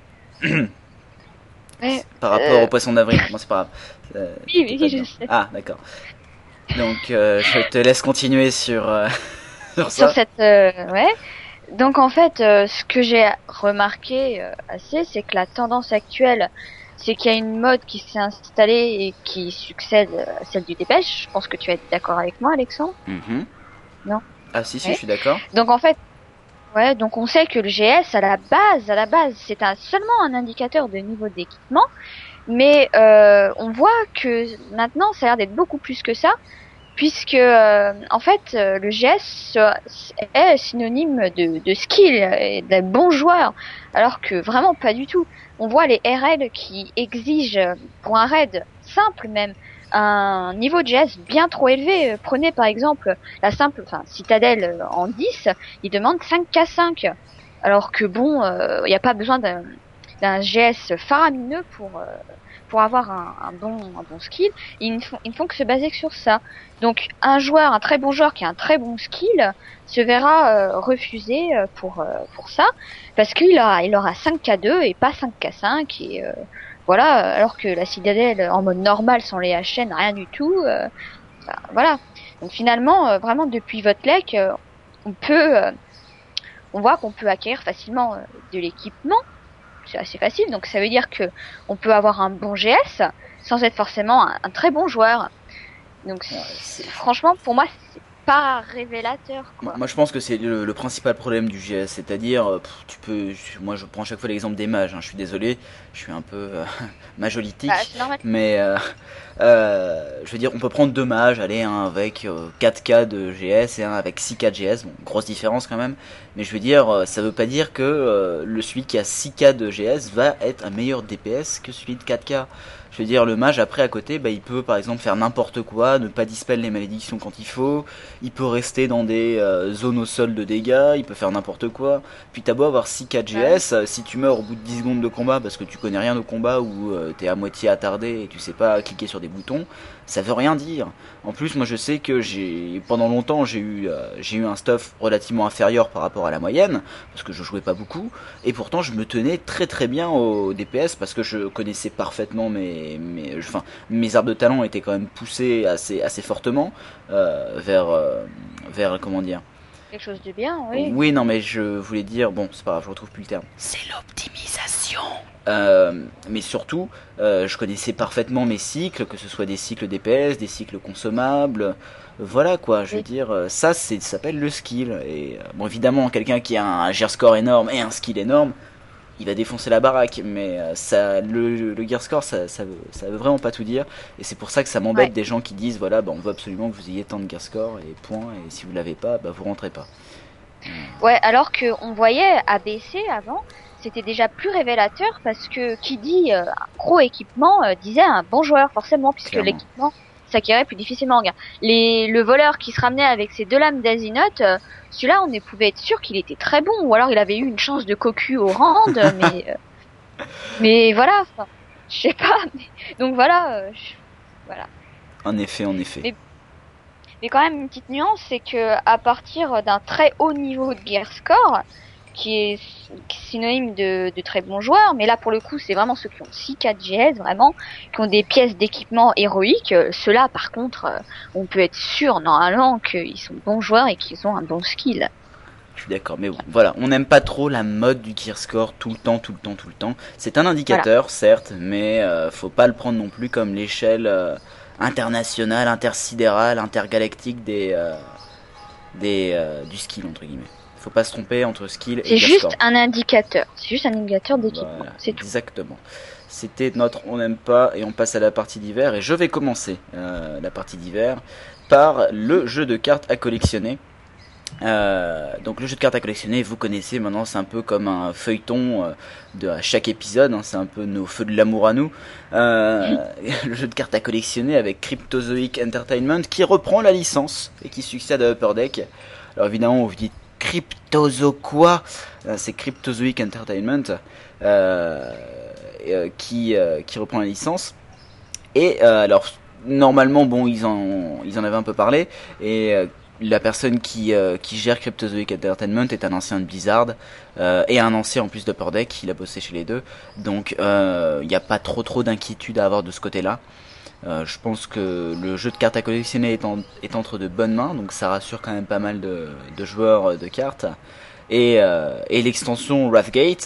Ouais. Par rapport Euh. au poisson d'avril. Bon, c'est pas grave. Euh, Oui, oui, c'est pas je bien. sais. Ah, d'accord. Donc, euh, je te laisse continuer sur, euh, sur ça. Sur cette, euh, ouais. Donc en fait, euh, ce que j'ai remarqué euh, assez, c'est que la tendance actuelle, c'est qu'il y a une mode qui s'est installée et qui succède à celle du dépêche. Je pense que tu vas être d'accord avec moi, Alexandre. Mhm. Non. Ah, si, si, Ouais. je suis d'accord. Donc en fait, ouais, donc on sait que le G S à la base, à la base, c'est un, seulement un indicateur de niveau d'équipement, mais euh, on voit que maintenant, ça a l'air d'être beaucoup plus que ça, puisque euh, en fait euh, le G S est synonyme de, de skill et de bons joueurs, alors que vraiment pas du tout. On voit les R L qui exigent pour un raid simple même un niveau de G S bien trop élevé. Prenez par exemple la simple, enfin Citadel en dix, il demande cinq K cinq, alors que bon, il euh, n'y a pas besoin d'un, d'un G S faramineux pour euh, pour avoir un, un bon un bon skill. Ils ne font ils ne font que se baser sur ça. Donc un joueur, un très bon joueur qui a un très bon skill se verra euh, refuser euh, pour euh, pour ça, parce qu'il a il aura cinq K deux et pas cinq K cinq, et euh, voilà, alors que la Citadel en mode normal sans les H N, rien du tout. Euh, bah, voilà. Donc finalement, euh, vraiment depuis votre lec, euh, on peut, euh, on voit qu'on peut acquérir facilement euh, de l'équipement. C'est assez facile. Donc ça veut dire que on peut avoir un bon G S sans être forcément un, un très bon joueur. Donc Ouais, c'est- franchement, pour moi, c'est pas révélateur, quoi. Moi, je pense que c'est le, le principal problème du G S, c'est-à-dire, euh, pff, tu peux, je- moi je prends à chaque fois l'exemple des mages, hein, je suis désolé, je suis un peu euh, majolitique, Bah, c'est normal. mais euh, euh, je veux dire, on peut prendre deux mages, allez, un avec euh, quatre K de G S et un avec six K de G S, bon, grosse différence quand même, mais je veux dire, euh, ça veut pas dire que euh, le celui qui a six K de G S va être un meilleur D P S que celui de quatre K. Je veux dire, le mage après à côté, bah, il peut par exemple faire n'importe quoi, ne pas dispel les malédictions quand il faut, il peut rester dans des euh, zones au sol de dégâts, il peut faire n'importe quoi. Puis t'as beau avoir six K de G S, euh, si tu meurs au bout de dix secondes de combat parce que tu connais rien au combat ou euh, t'es à moitié attardé et tu sais pas cliquer sur des boutons, ça veut rien dire. En plus, moi je sais que j'ai pendant longtemps j'ai eu euh, j'ai eu un stuff relativement inférieur par rapport à la moyenne parce que je jouais pas beaucoup et pourtant je me tenais très très bien au D P S parce que je connaissais parfaitement mes mes enfin mes arbres de talent étaient quand même poussés assez assez fortement euh, vers euh, vers comment dire. Quelque chose de bien, oui. Oui, non, mais je voulais dire, bon, c'est pas grave, je retrouve plus le terme. C'est l'optimisation. Euh, mais surtout, euh, je connaissais parfaitement mes cycles, que ce soit des cycles D P S, des cycles consommables. Voilà quoi, je veux Oui. dire, euh, ça, c'est, ça s'appelle le skill. Et euh, bon, évidemment, quelqu'un qui a un gear score énorme et un skill énorme, il va défoncer la baraque. Mais euh, ça, le, le gear score, ça, ça, veut, ça veut vraiment pas tout dire. Et c'est pour ça que ça m'embête Ouais. des gens qui disent, voilà, bah, on veut absolument que vous ayez tant de gear score et point. Et si vous l'avez pas, bah, vous rentrez pas. Ouais, alors que on voyait A B C avant, c'était déjà plus révélateur, parce que qui dit euh, un gros équipement euh, disait un bon joueur forcément, puisque Clairement. l'équipement s'acquérait plus difficilement. Regarde, les le voleur qui se ramenait avec ses deux lames d'Azinoth, euh, celui-là on est- pouvait être sûr qu'il était très bon, ou alors il avait eu une chance de cocu au rand, mais euh, mais voilà, enfin, je sais pas. Mais, donc voilà, euh, je- voilà. En effet, en effet. Mais- Mais quand même, une petite nuance, c'est que à partir d'un très haut niveau de gear score, qui est synonyme de, de très bons joueurs, mais là pour le coup c'est vraiment ceux qui ont six K de G S, vraiment, qui ont des pièces d'équipement héroïques. Euh, Ceux-là par contre, euh, on peut être sûr normalement qu'ils sont bons joueurs et qu'ils ont un bon skill. Je suis d'accord, mais bon, voilà, on n'aime pas trop la mode du gear score tout le temps, tout le temps, tout le temps. C'est un indicateur, certes, mais euh, faut pas le prendre non plus comme l'échelle euh, internationale, intersidérale, intergalactique des, euh, des euh, du skill entre guillemets. Faut pas se tromper entre skill et C'est gear juste score. un indicateur, c'est juste un indicateur d'équipement, Voilà, c'est tout. exactement. C'était notre on n'aime pas et on passe à la partie d'hiver et je vais commencer euh, la partie d'hiver par le jeu de cartes à collectionner. Euh, donc le jeu de cartes à collectionner, vous connaissez maintenant, c'est un peu comme un feuilleton euh, de à chaque épisode, hein, c'est un peu nos feux de l'amour à nous. Euh, le jeu de cartes à collectionner avec Cryptozoic Entertainment qui reprend la licence et qui succède à Upper Deck. Alors évidemment, vous dites Cryptozo quoi euh, C'est Cryptozoic Entertainment euh, euh, qui euh, qui reprend la licence. Et euh, alors normalement, bon, ils en ils en avaient un peu parlé et euh, la personne qui, euh, qui gère Cryptozoic Entertainment est un ancien de Blizzard euh, et un ancien en plus d'Upper Deck, il a bossé chez les deux, donc il euh, n'y a pas trop trop d'inquiétude à avoir de ce côté-là. Euh, je pense que le jeu de cartes à collectionner est, en, est entre de bonnes mains, donc ça rassure quand même pas mal de, de joueurs de cartes. Et, euh, et l'extension Wrathgate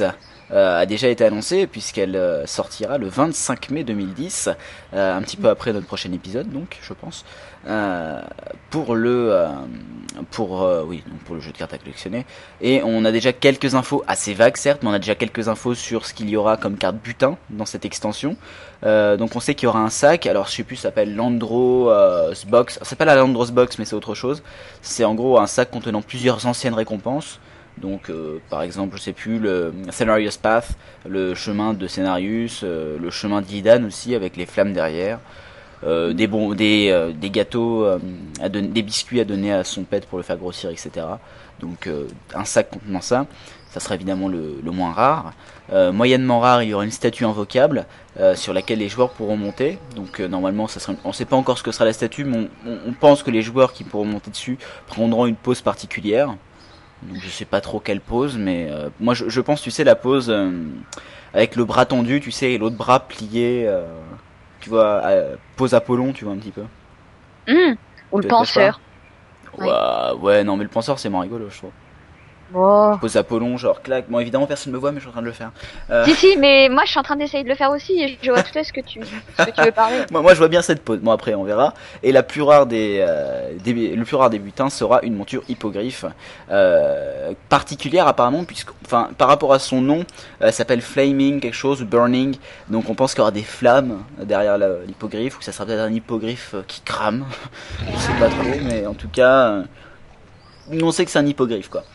euh, a déjà été annoncée puisqu'elle euh, sortira le vingt-cinq mai deux mille dix, euh, un petit peu après notre prochain épisode, donc je pense, euh, pour le euh, pour euh, oui donc pour le jeu de cartes à collectionner. Et on a déjà quelques infos assez vagues certes, mais on a déjà quelques infos sur ce qu'il y aura comme carte butin dans cette extension. Euh, donc on sait qu'il y aura un sac, alors je sais plus, ça s'appelle Landros euh, Box, ça s'appelle la Landros Box mais c'est autre chose. C'est en gros un sac contenant plusieurs anciennes récompenses. Donc euh, par exemple, je sais plus, le Cenarius Path, le chemin de Cenarius, euh, le chemin d'Illidan aussi avec les flammes derrière, euh, des bons, des, euh, des gâteaux, euh, à don- des biscuits à donner à son pet pour le faire grossir, et cetera. Donc euh, un sac contenant ça, ça sera évidemment le, le moins rare. Euh, moyennement rare, il y aura une statue invocable euh, sur laquelle les joueurs pourront monter. Donc euh, normalement, ça sera, on ne sait pas encore ce que sera la statue, mais on, on, on pense que les joueurs qui pourront monter dessus prendront une pose particulière. Donc je sais pas trop quelle pose, mais euh, moi je, je pense, tu sais, la pose euh, avec le bras tendu, tu sais, et l'autre bras plié, euh, tu vois, euh, pose Apollon, tu vois un petit peu. Mmh. Ou le Te cache penseur. pas. Ouais, ouais, non, mais le penseur c'est moins rigolo, je trouve. Oh. Pose Apollon, genre clac. Bon, évidemment personne me voit, mais je suis en train de le faire. Euh... Si si, mais moi je suis en train d'essayer de le faire aussi et je vois tout à ce que tu ce que tu veux parler. moi, moi je vois bien cette pose. Bon après on verra. Et la plus rare des, euh, des le plus rare des butins sera une monture hippogriffe euh, particulière apparemment, puisque enfin par rapport à son nom, elle s'appelle Flaming quelque chose, Burning. Donc on pense qu'il y aura des flammes derrière la, l'hippogriffe, ou que ça sera peut-être un hippogriffe qui crame. Je sais pas trop, mais en tout cas, euh, on sait que c'est un hippogriffe quoi.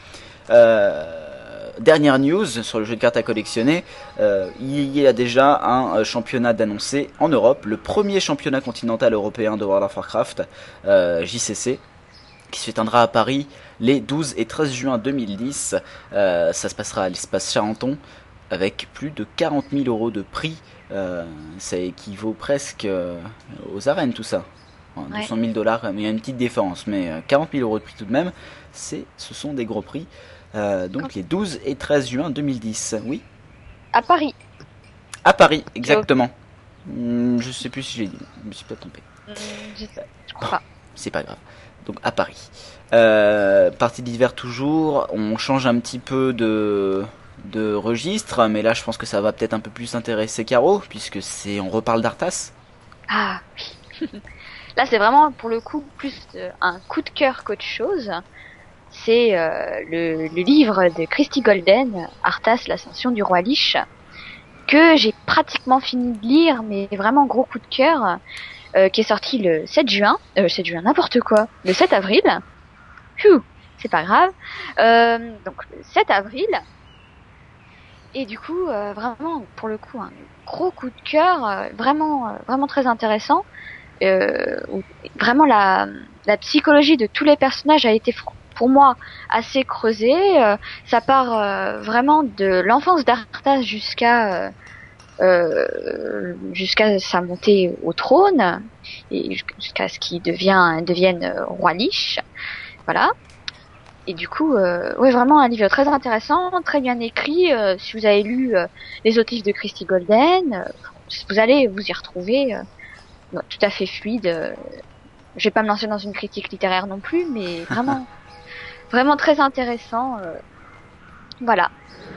Euh, dernière news sur le jeu de cartes à collectionner, euh, il y a déjà un euh, championnat d'annoncé en Europe, le premier championnat continental européen de World of Warcraft, euh, J C C, qui se tiendra à Paris les douze et treize juin deux mille dix. Euh, ça se passera à l'espace Charenton avec plus de quarante mille euros de prix. Euh, ça équivaut presque euh, aux arènes tout ça. Enfin, Ouais. deux cent mille dollars, mais il y a une petite différence, mais euh, quarante mille euros de prix tout de même, c'est, ce sont des gros prix. Euh, donc les douze et treize juin deux mille dix, oui. À Paris. À Paris, exactement. Hmm, je sais plus si j'ai dit, je me suis pas trompé. Mmh, je, je crois pas. C'est pas grave. Donc à Paris. Euh, partie d'hiver toujours, on change un petit peu de, de registre, mais là je pense que ça va peut-être un peu plus intéresser Caro, puisque c'est, on reparle d'Arthas. Ah oui. Là c'est vraiment pour le coup plus euh, un coup de cœur qu'autre chose. C'est euh, le, le livre de Christy Golden, Arthas, l'ascension du roi Lich, que j'ai pratiquement fini de lire, mais vraiment gros coup de cœur, euh, qui est sorti le sept juin, euh, sept juin, n'importe quoi, le sept avril, Phew, c'est pas grave, euh, donc le sept avril, et du coup, euh, vraiment, pour le coup, un gros coup de cœur, euh, vraiment, euh, vraiment très intéressant, euh, où vraiment la, la psychologie de tous les personnages a été fr- pour moi assez creusée. Euh, ça part euh, vraiment de l'enfance d'Arthas jusqu'à euh, euh, jusqu'à sa montée au trône et jusqu'à ce qu'il devient devienne euh, roi Lich. Voilà. Et du coup, euh, ouais, vraiment un livre très intéressant, très bien écrit. Euh, si vous avez lu euh, les autifs de Christy Golden, euh, vous allez vous y retrouver. Euh, tout à fait fluide. Euh, je vais pas me lancer dans une critique littéraire non plus, mais vraiment, vraiment très intéressant. Euh, voilà.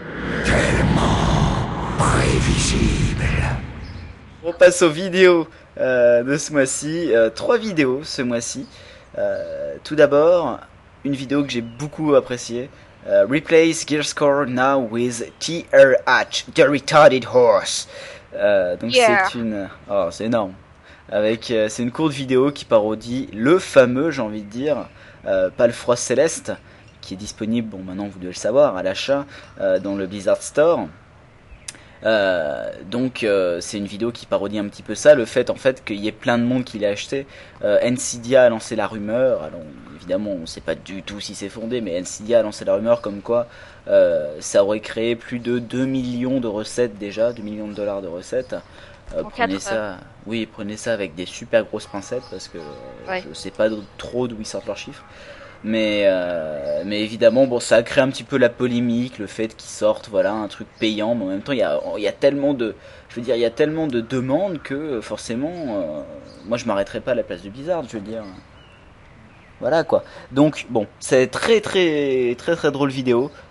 Prévisible. On passe aux vidéos euh, de ce mois-ci. Euh, trois vidéos ce mois-ci. Euh, tout d'abord, une vidéo que j'ai beaucoup appréciée. Euh, Replace Gear Score now with T R H, The Retarded Horse. Euh, donc Yeah. c'est une... Oh, c'est énorme. Avec, euh, c'est une courte vidéo qui parodie le fameux, j'ai envie de dire, euh, Palfroy Céleste, qui est disponible, bon maintenant vous devez le savoir, à l'achat euh, dans le Blizzard Store. Euh, donc euh, c'est une vidéo qui parodie un petit peu ça, le fait en fait qu'il y ait plein de monde qui l'a acheté. euh, Nvidia a lancé la rumeur, alors évidemment on sait pas du tout si c'est fondé, mais Nvidia a lancé la rumeur comme quoi euh, ça aurait créé plus de deux millions de recettes déjà, deux millions de dollars de recettes. Euh, En prenez quatre ça, heures. oui, prenez ça avec des super grosses pincettes parce que Ouais. je sais pas trop d'où ils sortent leurs chiffres. Mais, euh, mais évidemment, bon, ça a créé un petit peu la polémique, le fait qu'ils sortent, voilà, un truc payant, mais en même temps, il y a, il y a tellement de, je veux dire, il y a tellement de demandes que forcément, euh, moi, je m'arrêterai pas à la place du Blizzard, je veux dire. Voilà quoi. Donc bon, c'est très très très très drôle vidéo.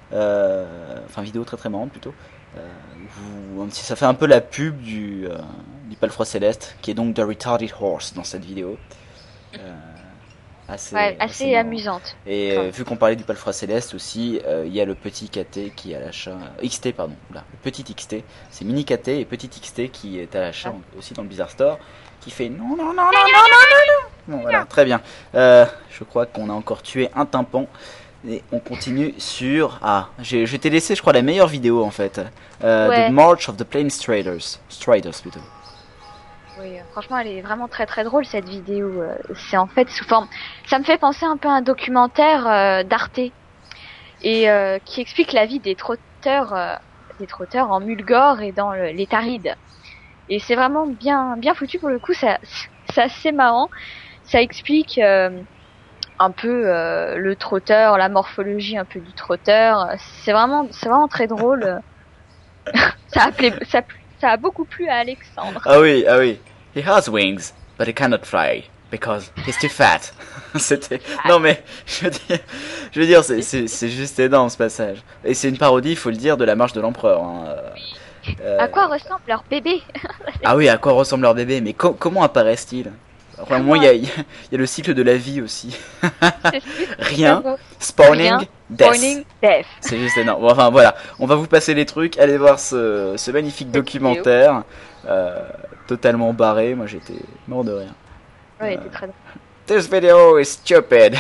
euh, enfin vidéo très très marrante plutôt. Euh, vous, ça fait un peu la pub du, euh, du Palefroid Céleste, qui est donc The Retarded Horse dans cette vidéo. Euh, assez, ouais, assez, assez amusante. Et enfin. euh, vu qu'on parlait du Palefroid Céleste aussi, il euh, y a le petit K T qui est à l'achat. Euh, X T, pardon. Là, le petit X T. C'est mini K T et petit X T qui est à l'achat ah. aussi dans le Blizzard Store. Qui fait non, non, non, non, non, non, non, non. Bon, voilà, très bien. Euh, je crois qu'on a encore tué un tympan. Et on continue sur... Ah, j'ai, je t'ai laissé, je crois, la meilleure vidéo, en fait. Euh, ouais. The March of the Plain Striders. Striders, plutôt. Oui, franchement, elle est vraiment très très drôle, cette vidéo. C'est en fait sous forme... Ça me fait penser un peu à un documentaire euh, d'Arte. Et euh, qui explique la vie des trotteurs, euh, des trotteurs en Mulgore et dans le, les Tarides. Et c'est vraiment bien, bien foutu pour le coup, ça, c'est assez marrant. Ça explique... Euh, un peu euh, le trotteur, la morphologie un peu du trotteur. C'est vraiment, c'est vraiment très drôle. ça, a pla... ça, ça a beaucoup plu à Alexandre. Ah oui, ah oui. He has wings, but he cannot fly because he's too fat. C'était. Non mais je veux dire, je veux dire, c'est, c'est, c'est juste énorme ce passage. Et c'est une parodie, il faut le dire, de la marche de l'empereur. Hein. Euh... À quoi ressemble leur bébé? Ah oui, à quoi ressemble leur bébé? Mais co- comment apparaissent-ils? Enfin, moi, il y a, y a le cycle de la vie aussi. Rien. Spawning, Rien. Death. Spawning, death. C'est juste énorme. Bon, enfin, voilà. On va vous passer les trucs. Allez voir ce, ce magnifique Cette documentaire. Euh, totalement barré. Moi, j'étais mort de rire. Ouais, il euh, était très drôle. This video is stupid.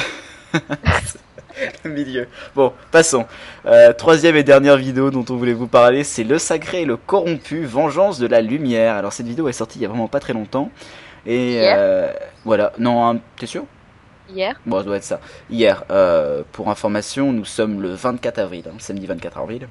Le milieu. Bon, passons. Euh, troisième et dernière vidéo dont on voulait vous parler, c'est Le Sacré et le Corrompu, Vengeance de la Lumière. Alors, cette vidéo est sortie il y a vraiment pas très longtemps. Et Hier. Euh, voilà, non, hein, t'es sûr? Hier. Bon, ça doit être ça. Hier, euh, pour information, nous sommes le vingt-quatre avril, hein, samedi vingt-quatre avril.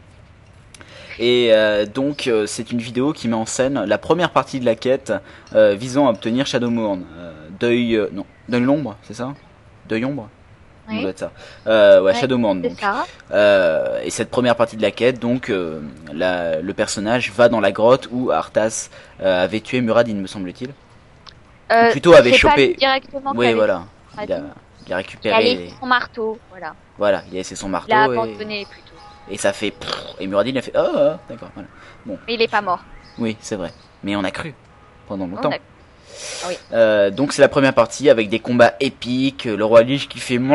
Et euh, donc, euh, c'est une vidéo qui met en scène la première partie de la quête euh, visant à obtenir Shadowmourne. Euh, deuil, euh, non, Deuil l'ombre, c'est ça? Deuil ombre? Oui. Ça doit être ça. Euh, ouais, ouais, Shadowmourne. Donc. Euh, et cette première partie de la quête, donc, euh, la, le personnage va dans la grotte où Arthas euh, avait tué Muradin, me semble-t-il. Euh, plutôt avait chopé directement oui voilà il a, il a récupéré il a laissé son marteau voilà voilà il a laissé son marteau il l'a abandonné et... plutôt et ça fait et Muradin il a fait oh, oh d'accord voilà bon mais il est pas mort oui c'est vrai mais on a cru pendant longtemps a... ah, oui. euh, donc c'est la première partie avec des combats épiques, le roi Lich qui fait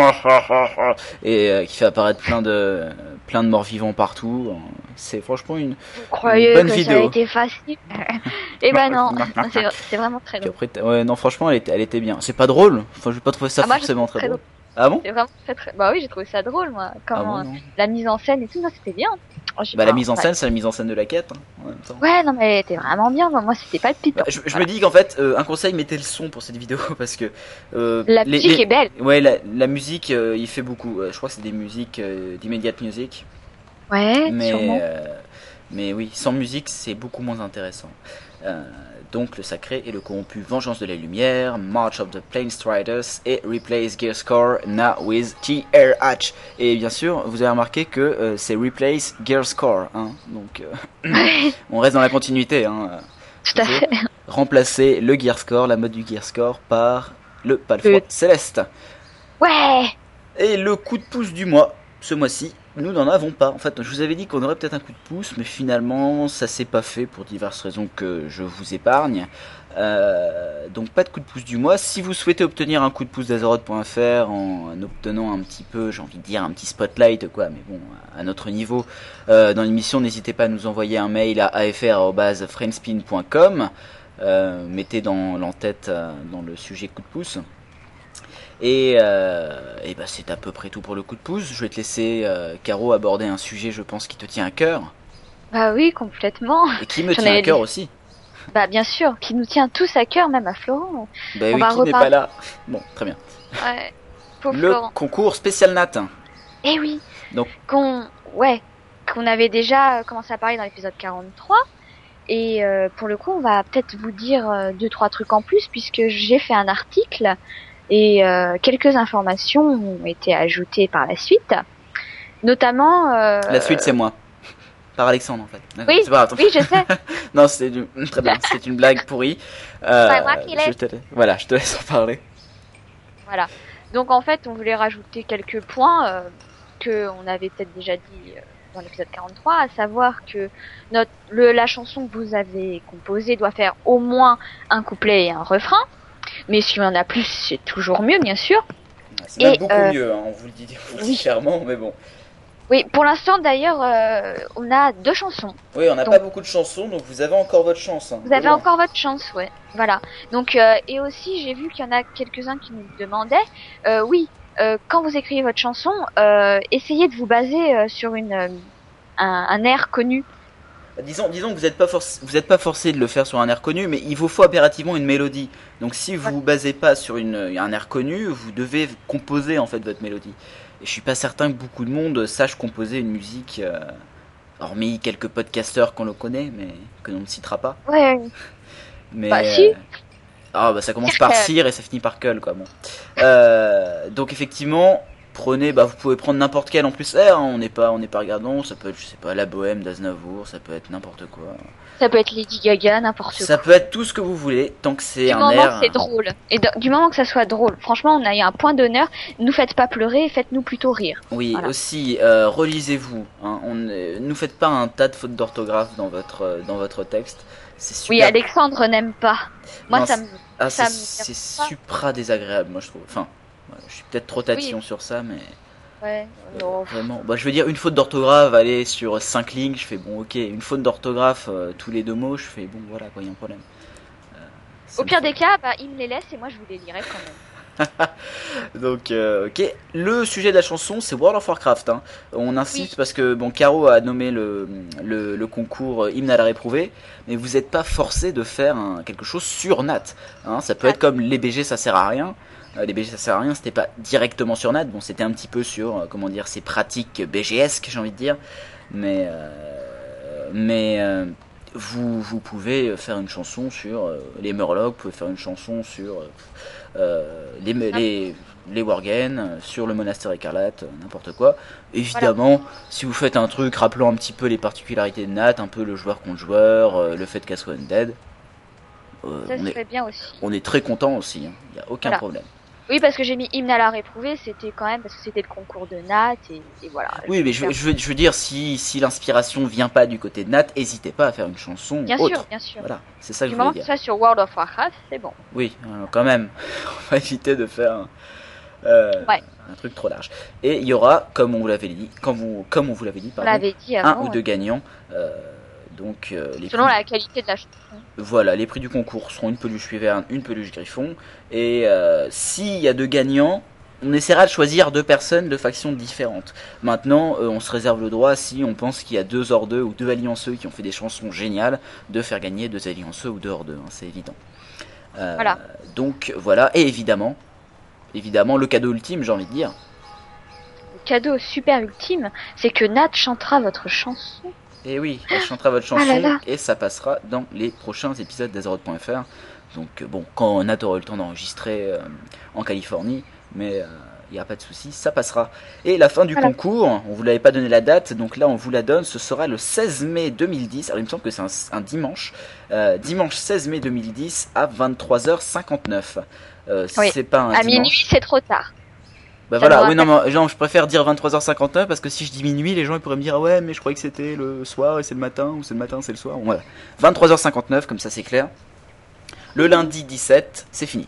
et euh, qui fait apparaître plein de plein de morts vivants partout. C'est franchement une, une bonne que vidéo. Ça a été facile. Et ben non, c'est, c'est vraiment très drôle. Après, ouais, non, franchement, elle était, elle était bien. C'est pas drôle. Enfin, je vais pas trouver ça ah, forcément très, très drôle. drôle. Ah bon? C'est vraiment très très. Bah oui, j'ai trouvé ça drôle moi. Comment ah bon, la mise en scène et tout, non, c'était bien. Oh, bah pas, la mise en scène, ouais. C'est la mise en scène de la quête. Hein, en même temps. Ouais, non mais elle était vraiment bien. Moi, c'était pas le piton. Bah, je, je voilà. me dis qu'en fait, euh, un conseil, mettez le son pour cette vidéo parce que euh, la les, musique les... est belle. Ouais, la, la musique, euh, il fait beaucoup. Euh, je crois que c'est des musiques euh, d'immediate music. Ouais, mais sûrement. Euh, mais oui, sans musique, c'est beaucoup moins intéressant. Euh, donc le sacré et le corrompu, Vengeance de la Lumière, March of the Plain Striders et Replace Gear Score now with T R H. Et bien sûr, vous avez remarqué que euh, c'est Replace Gear Score, hein, donc euh, on reste dans la continuité. Hein, tout à fait. Remplacer le Gear Score, la mode du Gear Score, par le Palefroid le... Céleste. Ouais. Et le coup de pouce du mois, ce mois-ci, nous n'en avons pas. En fait, je vous avais dit qu'on aurait peut-être un coup de pouce, mais finalement, ça s'est pas fait pour diverses raisons que je vous épargne. Euh, donc, pas de coup de pouce du mois. Si vous souhaitez obtenir un coup de pouce d'Azeroth point F R en obtenant un petit peu, j'ai envie de dire, un petit spotlight, quoi, mais bon, à notre niveau, euh, dans l'émission, n'hésitez pas à nous envoyer un mail à a f r arobase framespin point com. Euh, mettez dans l'entête, euh, dans le sujet coup de pouce. Et, euh, et bah c'est à peu près tout pour le coup de pouce. Je vais te laisser, euh, Caro, aborder un sujet, je pense, qui te tient à cœur. Bah oui, complètement. Et qui me J'en tient à cœur aussi. Bah bien sûr, qui nous tient tous à cœur, même à Florent. Bah On oui, va qui repart... n'est pas là. Bon, très bien. Ouais, pauvre le Florent. Concours spécial Nat. Eh oui. Donc. Qu'on, ouais, qu'on avait déjà commencé à parler dans l'épisode quarante-trois. Et euh, pour le coup, on va peut-être vous dire euh, deux, trois trucs en plus, puisque j'ai fait un article. Et euh, quelques informations ont été ajoutées par la suite, notamment... Euh, la suite, c'est moi. Par Alexandre, en fait. D'accord. Oui, c'est pas grave. Oui, je sais. Non, c'était du... très bien, c'était une blague pourrie. Euh, c'est moi qui l'ai. Te... Voilà, je te laisse en parler. Voilà. Donc, en fait, on voulait rajouter quelques points. Euh, que on avait peut-être déjà dit euh, dans l'épisode quarante-trois, à savoir que notre le, la chanson que vous avez composée doit faire au moins un couplet et un refrain. Mais s'il y en a plus, c'est toujours mieux, bien sûr. C'est même Et, beaucoup euh, mieux, hein, on vous le dit, on vous le dit oui. clairement, mais bon. Oui, pour l'instant d'ailleurs, euh, on a deux chansons. Oui, on n'a Donc- pas beaucoup de chansons, donc vous avez encore votre chance. Hein. Vous avez Voilà. encore votre chance, ouais. Voilà. Donc euh, et aussi, j'ai vu qu'il y en a quelques-uns qui nous demandaient, euh, oui, euh, quand vous écrivez votre chanson, euh, essayez de vous baser euh, sur une euh, un, un air connu. Disons, disons que vous n'êtes pas, forc- vous êtes pas forcé de le faire sur un air connu, mais il vous faut impérativement une mélodie. Donc si vous Ouais. vous basez pas sur une, un air connu, vous devez composer en fait votre mélodie. Et je suis pas certain que beaucoup de monde sache composer une musique, euh, hormis quelques podcasteurs qu'on le connaît, mais que l'on ne citera pas. Ouais. Mais, Bah, si. euh, Ah bah ça commence Circle. par cire et ça finit par cull quoi. Bon. Euh, donc effectivement, prenez, bah vous pouvez prendre n'importe quel en plus air. Hein, on n'est pas, on n'est pas regardant. Ça peut être, je sais pas, la Bohème d'Aznavour, ça peut être n'importe quoi. Ça peut être Lady Gaga, n'importe quoi. Ça peut être tout ce que vous voulez, tant que c'est Du un moment air. que c'est drôle. Et de- du moment que ça soit drôle. Franchement, on a eu un point d'honneur. Nous faites pas pleurer, faites-nous plutôt rire. Oui, Voilà. aussi, euh, relisez-vous. Hein, on ne nous faites pas un tas de fautes d'orthographe dans votre euh, dans votre texte. C'est super. Oui, Alexandre n'aime pas. Moi, Non, ça c'est- me. Ah, ça c'est me c'est pas. supra désagréable, moi je trouve. Enfin, ouais, je suis peut-être trop tatillon sur ça, mais Ouais. euh, Non. vraiment. Bah, je veux dire, une faute d'orthographe, allez sur cinq lignes, je fais bon, ok. Une faute d'orthographe, euh, tous les deux mots, je fais bon, voilà quoi, y a un problème. Euh, ça Au me pire fait- des cas, bah, il me les laisse et moi je vous les lirai quand même. Donc, euh, ok. Le sujet de la chanson, c'est World of Warcraft. Hein. On insiste Oui. parce que bon, Caro a nommé le, le, le concours euh, hymne à la réprouvée, mais vous n'êtes pas forcé de faire un- quelque chose sur Nat. Hein. Ça peut Ah. être comme les B G, ça sert à rien. Euh, les B G, ça sert à rien. C'était pas directement sur Nat. Bon, c'était un petit peu sur, euh, comment dire, ces pratiques B G esques, j'ai envie de dire. Mais, euh, mais euh, vous, vous pouvez faire une chanson sur euh, les Murlocs. Vous pouvez faire une chanson sur euh, euh, les, les, les Worgen, sur le monastère écarlate, euh, n'importe quoi. Évidemment, si vous faites un truc rappelant un petit peu les particularités de Nat, un peu le joueur contre joueur, euh, le fait qu'elle soit undead, euh, Ça on, est, serait bien aussi. on est très content aussi, il n'y a aucun Voilà. problème. Oui, parce que j'ai mis hymne à la réprouvée, c'était quand même parce que c'était le concours de Nat et, et voilà. Oui, mais je, veux- je, veux, je veux dire, si, si l'inspiration vient pas du côté de Nat, n'hésitez pas à faire une chanson Bien autre. sûr, bien sûr. Voilà, c'est ça que Du je moment voulais que dire. ce soit sur World of Warcraft, c'est bon. Oui, euh, quand même, on va éviter de faire euh, Ouais. un truc trop large. Et il y aura, comme on vous l'avait dit, comme, vous, comme on vous l'avait dit, On pardon, l'avait dit un avant. ou ouais. deux gagnants. euh, donc euh, les Selon prix, la qualité de la chanson. voilà, les prix du concours seront une peluche Wyvern, une peluche Griffon. Et euh, s'il y a deux gagnants, on essaiera de choisir deux personnes de factions différentes. Maintenant, euh, on se réserve le droit, si on pense qu'il y a deux hors deux ou deux allianceux qui ont fait des chansons géniales, de faire gagner deux allianceux ou deux hors deux, hein, c'est évident. Euh, Voilà. Donc voilà, et évidemment, évidemment, le cadeau ultime, j'ai envie de dire. Le cadeau super ultime, c'est que Nat chantera votre chanson. Et oui, elle chantera votre chanson Ah là là. et ça passera dans les prochains épisodes d'Azeroth point F R. Donc euh, bon, quand Nat aura eu le temps d'enregistrer euh, en Californie, mais il n'y a pas de souci, ça passera. Et la fin du Voilà. concours, on vous l'avait pas donné la date, donc là on vous la donne, ce sera le seize mai deux mille dix. Alors il me semble que c'est un, un dimanche, euh, dimanche seize mai deux mille dix à vingt-trois heures cinquante-neuf. Euh, si Oui. c'est pas un À dimanche. minuit, c'est trop tard. Bah Ça voilà, nous oui, non, mais genre, je préfère dire vingt-trois heures cinquante-neuf parce que si je dis minuit, les gens ils pourraient me dire ah ouais, mais je croyais que c'était le soir et c'est le matin, ou c'est le matin, c'est le soir. Bon, voilà. vingt-trois heures cinquante-neuf, comme ça c'est clair. Le lundi dix-sept, c'est fini.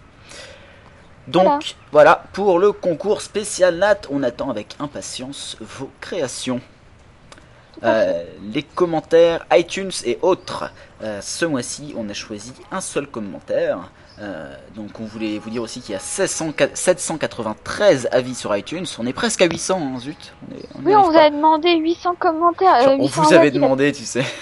Donc Voilà. voilà, pour le concours spécial Nat, on attend avec impatience vos créations. Tout à fait. Euh, les commentaires iTunes et autres. Euh, ce mois-ci, on a choisi un seul commentaire. Euh, donc on voulait vous dire aussi qu'il y a seize cent sept cent quatre-vingt-treize avis sur iTunes. On est presque à huit cents, hein, zut. On est, on y Oui, arrive on vous pas. a demandé huit cents commentaires. euh, Genre, on huit cents vous avait avis, demandé, tu sais.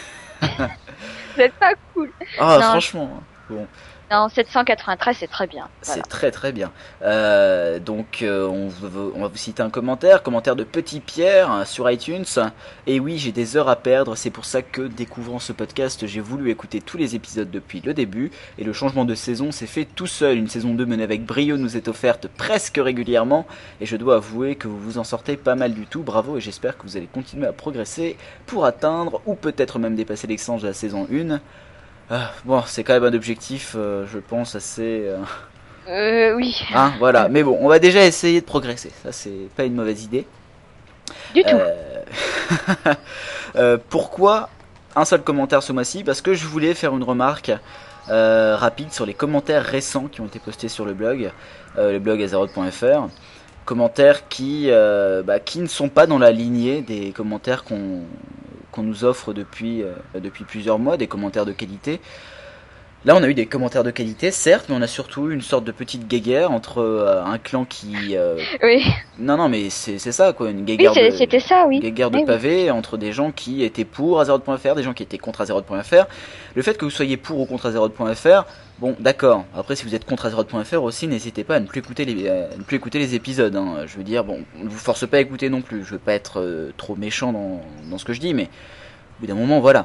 Vous êtes pas cool. Ah, Non. franchement. Bon. Non, sept cent quatre-vingt-treize, c'est très bien. Voilà. C'est très très bien. Euh, donc euh, on, vous- on va vous citer un commentaire, commentaire de Petit Pierre euh, sur iTunes. Et oui, j'ai des heures à perdre, c'est pour ça que découvrant ce podcast, j'ai voulu écouter tous les épisodes depuis le début. Et le changement de saison s'est fait tout seul. Une saison deux menée avec brio nous est offerte presque régulièrement. Et je dois avouer que vous vous en sortez pas mal du tout. Bravo et j'espère que vous allez continuer à progresser pour atteindre ou peut-être même dépasser l'excellence de la saison un. Ah, bon, c'est quand même un objectif, euh, je pense, assez... euh, Euh, oui. Hein, voilà. Mais bon, on va déjà essayer de progresser. Ça, c'est pas une mauvaise idée. Du tout. Euh... euh, pourquoi un seul commentaire ce mois-ci? Parce que je voulais faire une remarque euh, rapide sur les commentaires récents qui ont été postés sur le blog, euh, le blog azeroth point f r. Commentaires qui, euh, bah, qui ne sont pas dans la lignée des commentaires qu'on qu'on nous offre depuis, euh, depuis plusieurs mois, des commentaires de qualité. Là, on a eu des commentaires de qualité, certes, mais on a surtout une sorte de petite guéguerre entre euh, un clan qui... Euh... Oui. Non, non, mais c'est c'est ça, quoi, une guéguerre Oui, de, c'était ça, oui. une guéguerre de oui, pavés oui. entre des gens qui étaient pour azeroth point f r, des gens qui étaient contre azeroth point f r. Le fait que vous soyez pour ou contre azeroth point f r, bon, d'accord. Après, si vous êtes contre azeroth point f r aussi, n'hésitez pas à ne plus écouter les, à ne plus écouter les épisodes. Hein. Je veux dire, bon, on ne vous force pas à écouter non plus. Je veux pas être euh, trop méchant dans, dans ce que je dis, mais au bout d'un moment, voilà.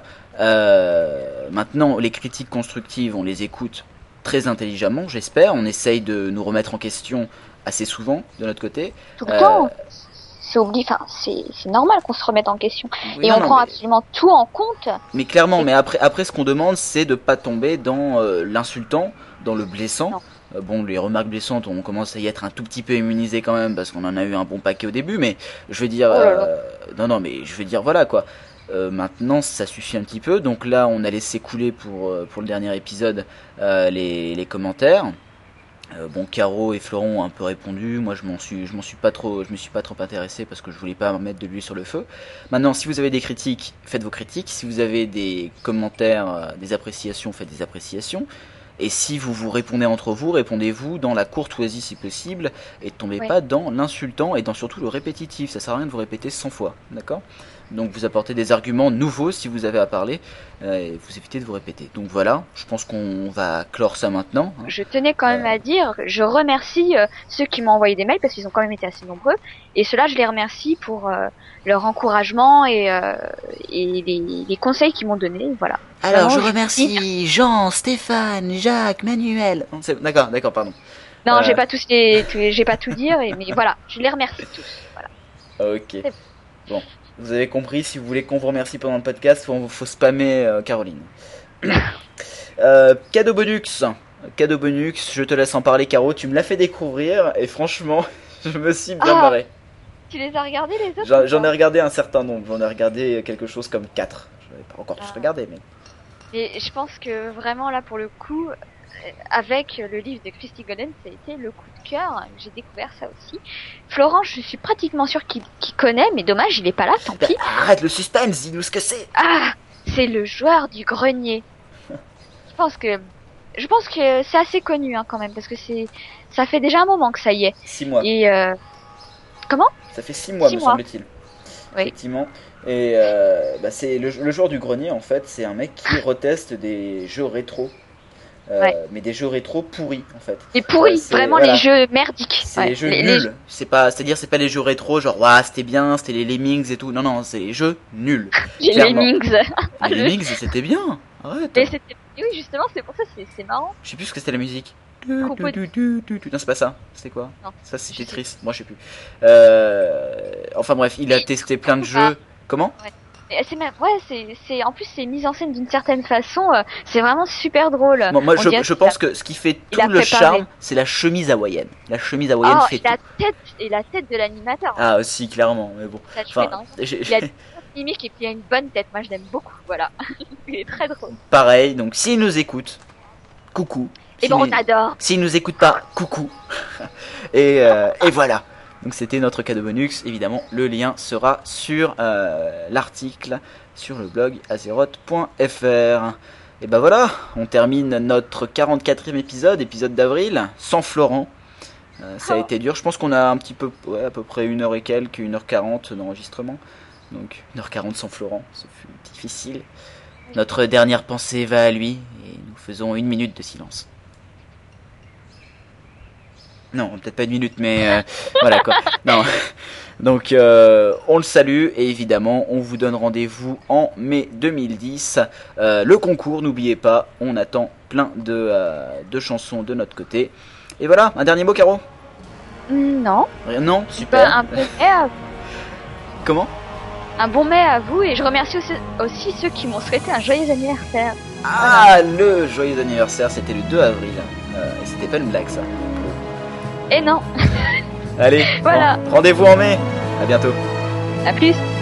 Euh, maintenant, les critiques constructives, on les écoute très intelligemment, j'espère. On essaye de nous remettre en question assez souvent de notre côté. Tout le euh, temps. C'est oublié, enfin, c'est c'est normal qu'on se remette en question. Oui, et non, on non, prend mais... absolument tout en compte. Mais clairement, mais après, après ce qu'on demande, c'est de pas tomber dans euh, l'insultant, dans le blessant. Euh, bon, les remarques blessantes, on commence à y être un tout petit peu immunisé quand même, parce qu'on en a eu un bon paquet au début, mais je veux dire... Oh là là. Euh, non, non, mais je veux dire, voilà, quoi. Euh, maintenant, ça suffit un petit peu. Donc là, on a laissé couler pour, euh, pour le dernier épisode euh, les, les commentaires. Euh, bon, Caro et Florent ont un peu répondu. Moi, je m'en suis, je m'en suis pas trop, je me suis pas trop intéressé parce que je voulais pas mettre de l'huile sur le feu. Maintenant, si vous avez des critiques, faites vos critiques. Si vous avez des commentaires, euh, des appréciations, faites des appréciations. Et si vous vous répondez entre vous, répondez-vous dans la courtoisie si possible et ne tombez Oui. pas dans l'insultant et dans surtout le répétitif. Ça sert à rien de vous répéter cent fois, d'accord ? Donc vous apportez des arguments nouveaux si vous avez à parler euh, et vous évitez de vous répéter. Donc voilà, je pense qu'on va clore ça maintenant. Hein. Je tenais quand même à dire, je remercie euh, ceux qui m'ont envoyé des mails parce qu'ils ont quand même été assez nombreux. Et ceux-là, je les remercie pour euh, leur encouragement et, euh, et les, les conseils qu'ils m'ont donnés. Voilà. Alors Vraiment, je remercie Jean, Stéphane, Jacques, Manuel. Non, c'est- D'accord, d'accord, pardon. Non, Euh. j'ai pas tous les, tous les- j'ai pas tout dire, et, mais voilà, je les remercie tous. Voilà. Ok. Bon, vous avez compris, si vous voulez qu'on vous remercie pendant le podcast, faut, faut spammer euh, Caroline. euh, cadeau bonus. Cadeau bonus, je te laisse en parler, Caro. Tu me l'as fait découvrir et franchement, je me suis bien Ah, marré. Tu les as regardés les autres J'en, ou j'en ai pas regardé un certain nombre. J'en ai regardé quelque chose comme quatre. Je n'avais pas encore tous Ah. regardé, mais. Et je pense que vraiment là pour le coup, euh, avec le livre de Christy Golden, ça a été le coup de cœur. J'ai découvert ça aussi. Florent, je suis pratiquement sûre qu'il qu'il connaît, mais dommage, il est pas là, tant Bah, pis. arrête le suspense, dis-nous ce que c'est. Ah, c'est le joueur du grenier. Je pense que, je pense que c'est assez connu hein, quand même, parce que c'est, ça fait déjà un moment que ça y est. Six mois. Et euh, comment Ça fait six mois, Six me mois. semble-t-il. Oui. Effectivement. Et euh, bah, c'est le, le joueur du grenier, en fait, c'est un mec qui reteste des jeux rétro. Euh, Ouais. Mais des jeux rétro pourris, en fait. Les pourris, Ouais, c'est- vraiment voilà. les jeux merdiques. C'est Ouais, les jeux les- nuls. les- C'est pas, c'est-à-dire, c'est pas les jeux rétro, genre, waouh, c'était bien, c'était les Lemmings et tout. Non, non, c'est les jeux nuls. Les Clairement. Lemmings. Ah, Les le- Lemmings, c'était bien. Arrête. Mais c'était, oui, justement, c'est pour ça, c'est c'est marrant. Je sais plus ce que c'était la musique. Compo- Du, du, du, du. Non, c'est pas ça. C'était quoi? Non, Ça, c'était je sais triste. Moi, je sais plus. Euh... Enfin, bref, il a testé plein de jeux. Comment? Et c'est même, ouais, c'est, c'est, en plus, c'est mis en scène d'une certaine façon. euh, c'est vraiment super drôle. Bon, moi, On je, dirait je qu'il pense a- que ce qui fait il a tout le préparé. charme, c'est la chemise hawaïenne. La chemise hawaïenne Oh, fait et la tout. tête, et la tête de l'animateur. Ah, aussi, clairement, mais bon. Ça te fait Enfin, énorme. j'ai- Il a une mimique et puis il a une bonne tête. Moi, je l'aime beaucoup. Voilà. Il est très drôle. pareil, donc s'il nous écoute, coucou. Et S'il bon, on nous- t'adore. S'il nous écoute pas, coucou. et, euh, et voilà. Donc c'était notre cadeau bonus. Évidemment, le lien sera sur euh, l'article sur le blog azeroth point f r. Et ben voilà, on termine notre quarante-quatrième épisode, épisode d'avril, sans Florent. Euh, ça a Oh. été dur. Je pense qu'on a un petit peu, ouais, à peu près une heure et quelques, une heure quarante d'enregistrement. Donc une heure quarante sans Florent, ce fut difficile. Notre dernière pensée va à lui et nous faisons une minute de silence. Non, peut-être pas une minute, mais euh, voilà quoi. Non. Donc euh, on le salue et évidemment on vous donne rendez-vous en mai deux mille dix. Euh, le concours, n'oubliez pas, on attend plein de, euh, de chansons de notre côté. Et voilà, un dernier mot, Caro? Non. Rien? Non, Bah, super. un bon mai à, Comment? un bon mai à vous et je remercie aussi, aussi ceux qui m'ont souhaité un joyeux anniversaire. Ah, le joyeux anniversaire, c'était le deux avril. Euh, et c'était pas une blague ça. Et non. Allez, Voilà. bon, rendez-vous en mai. À bientôt. À plus.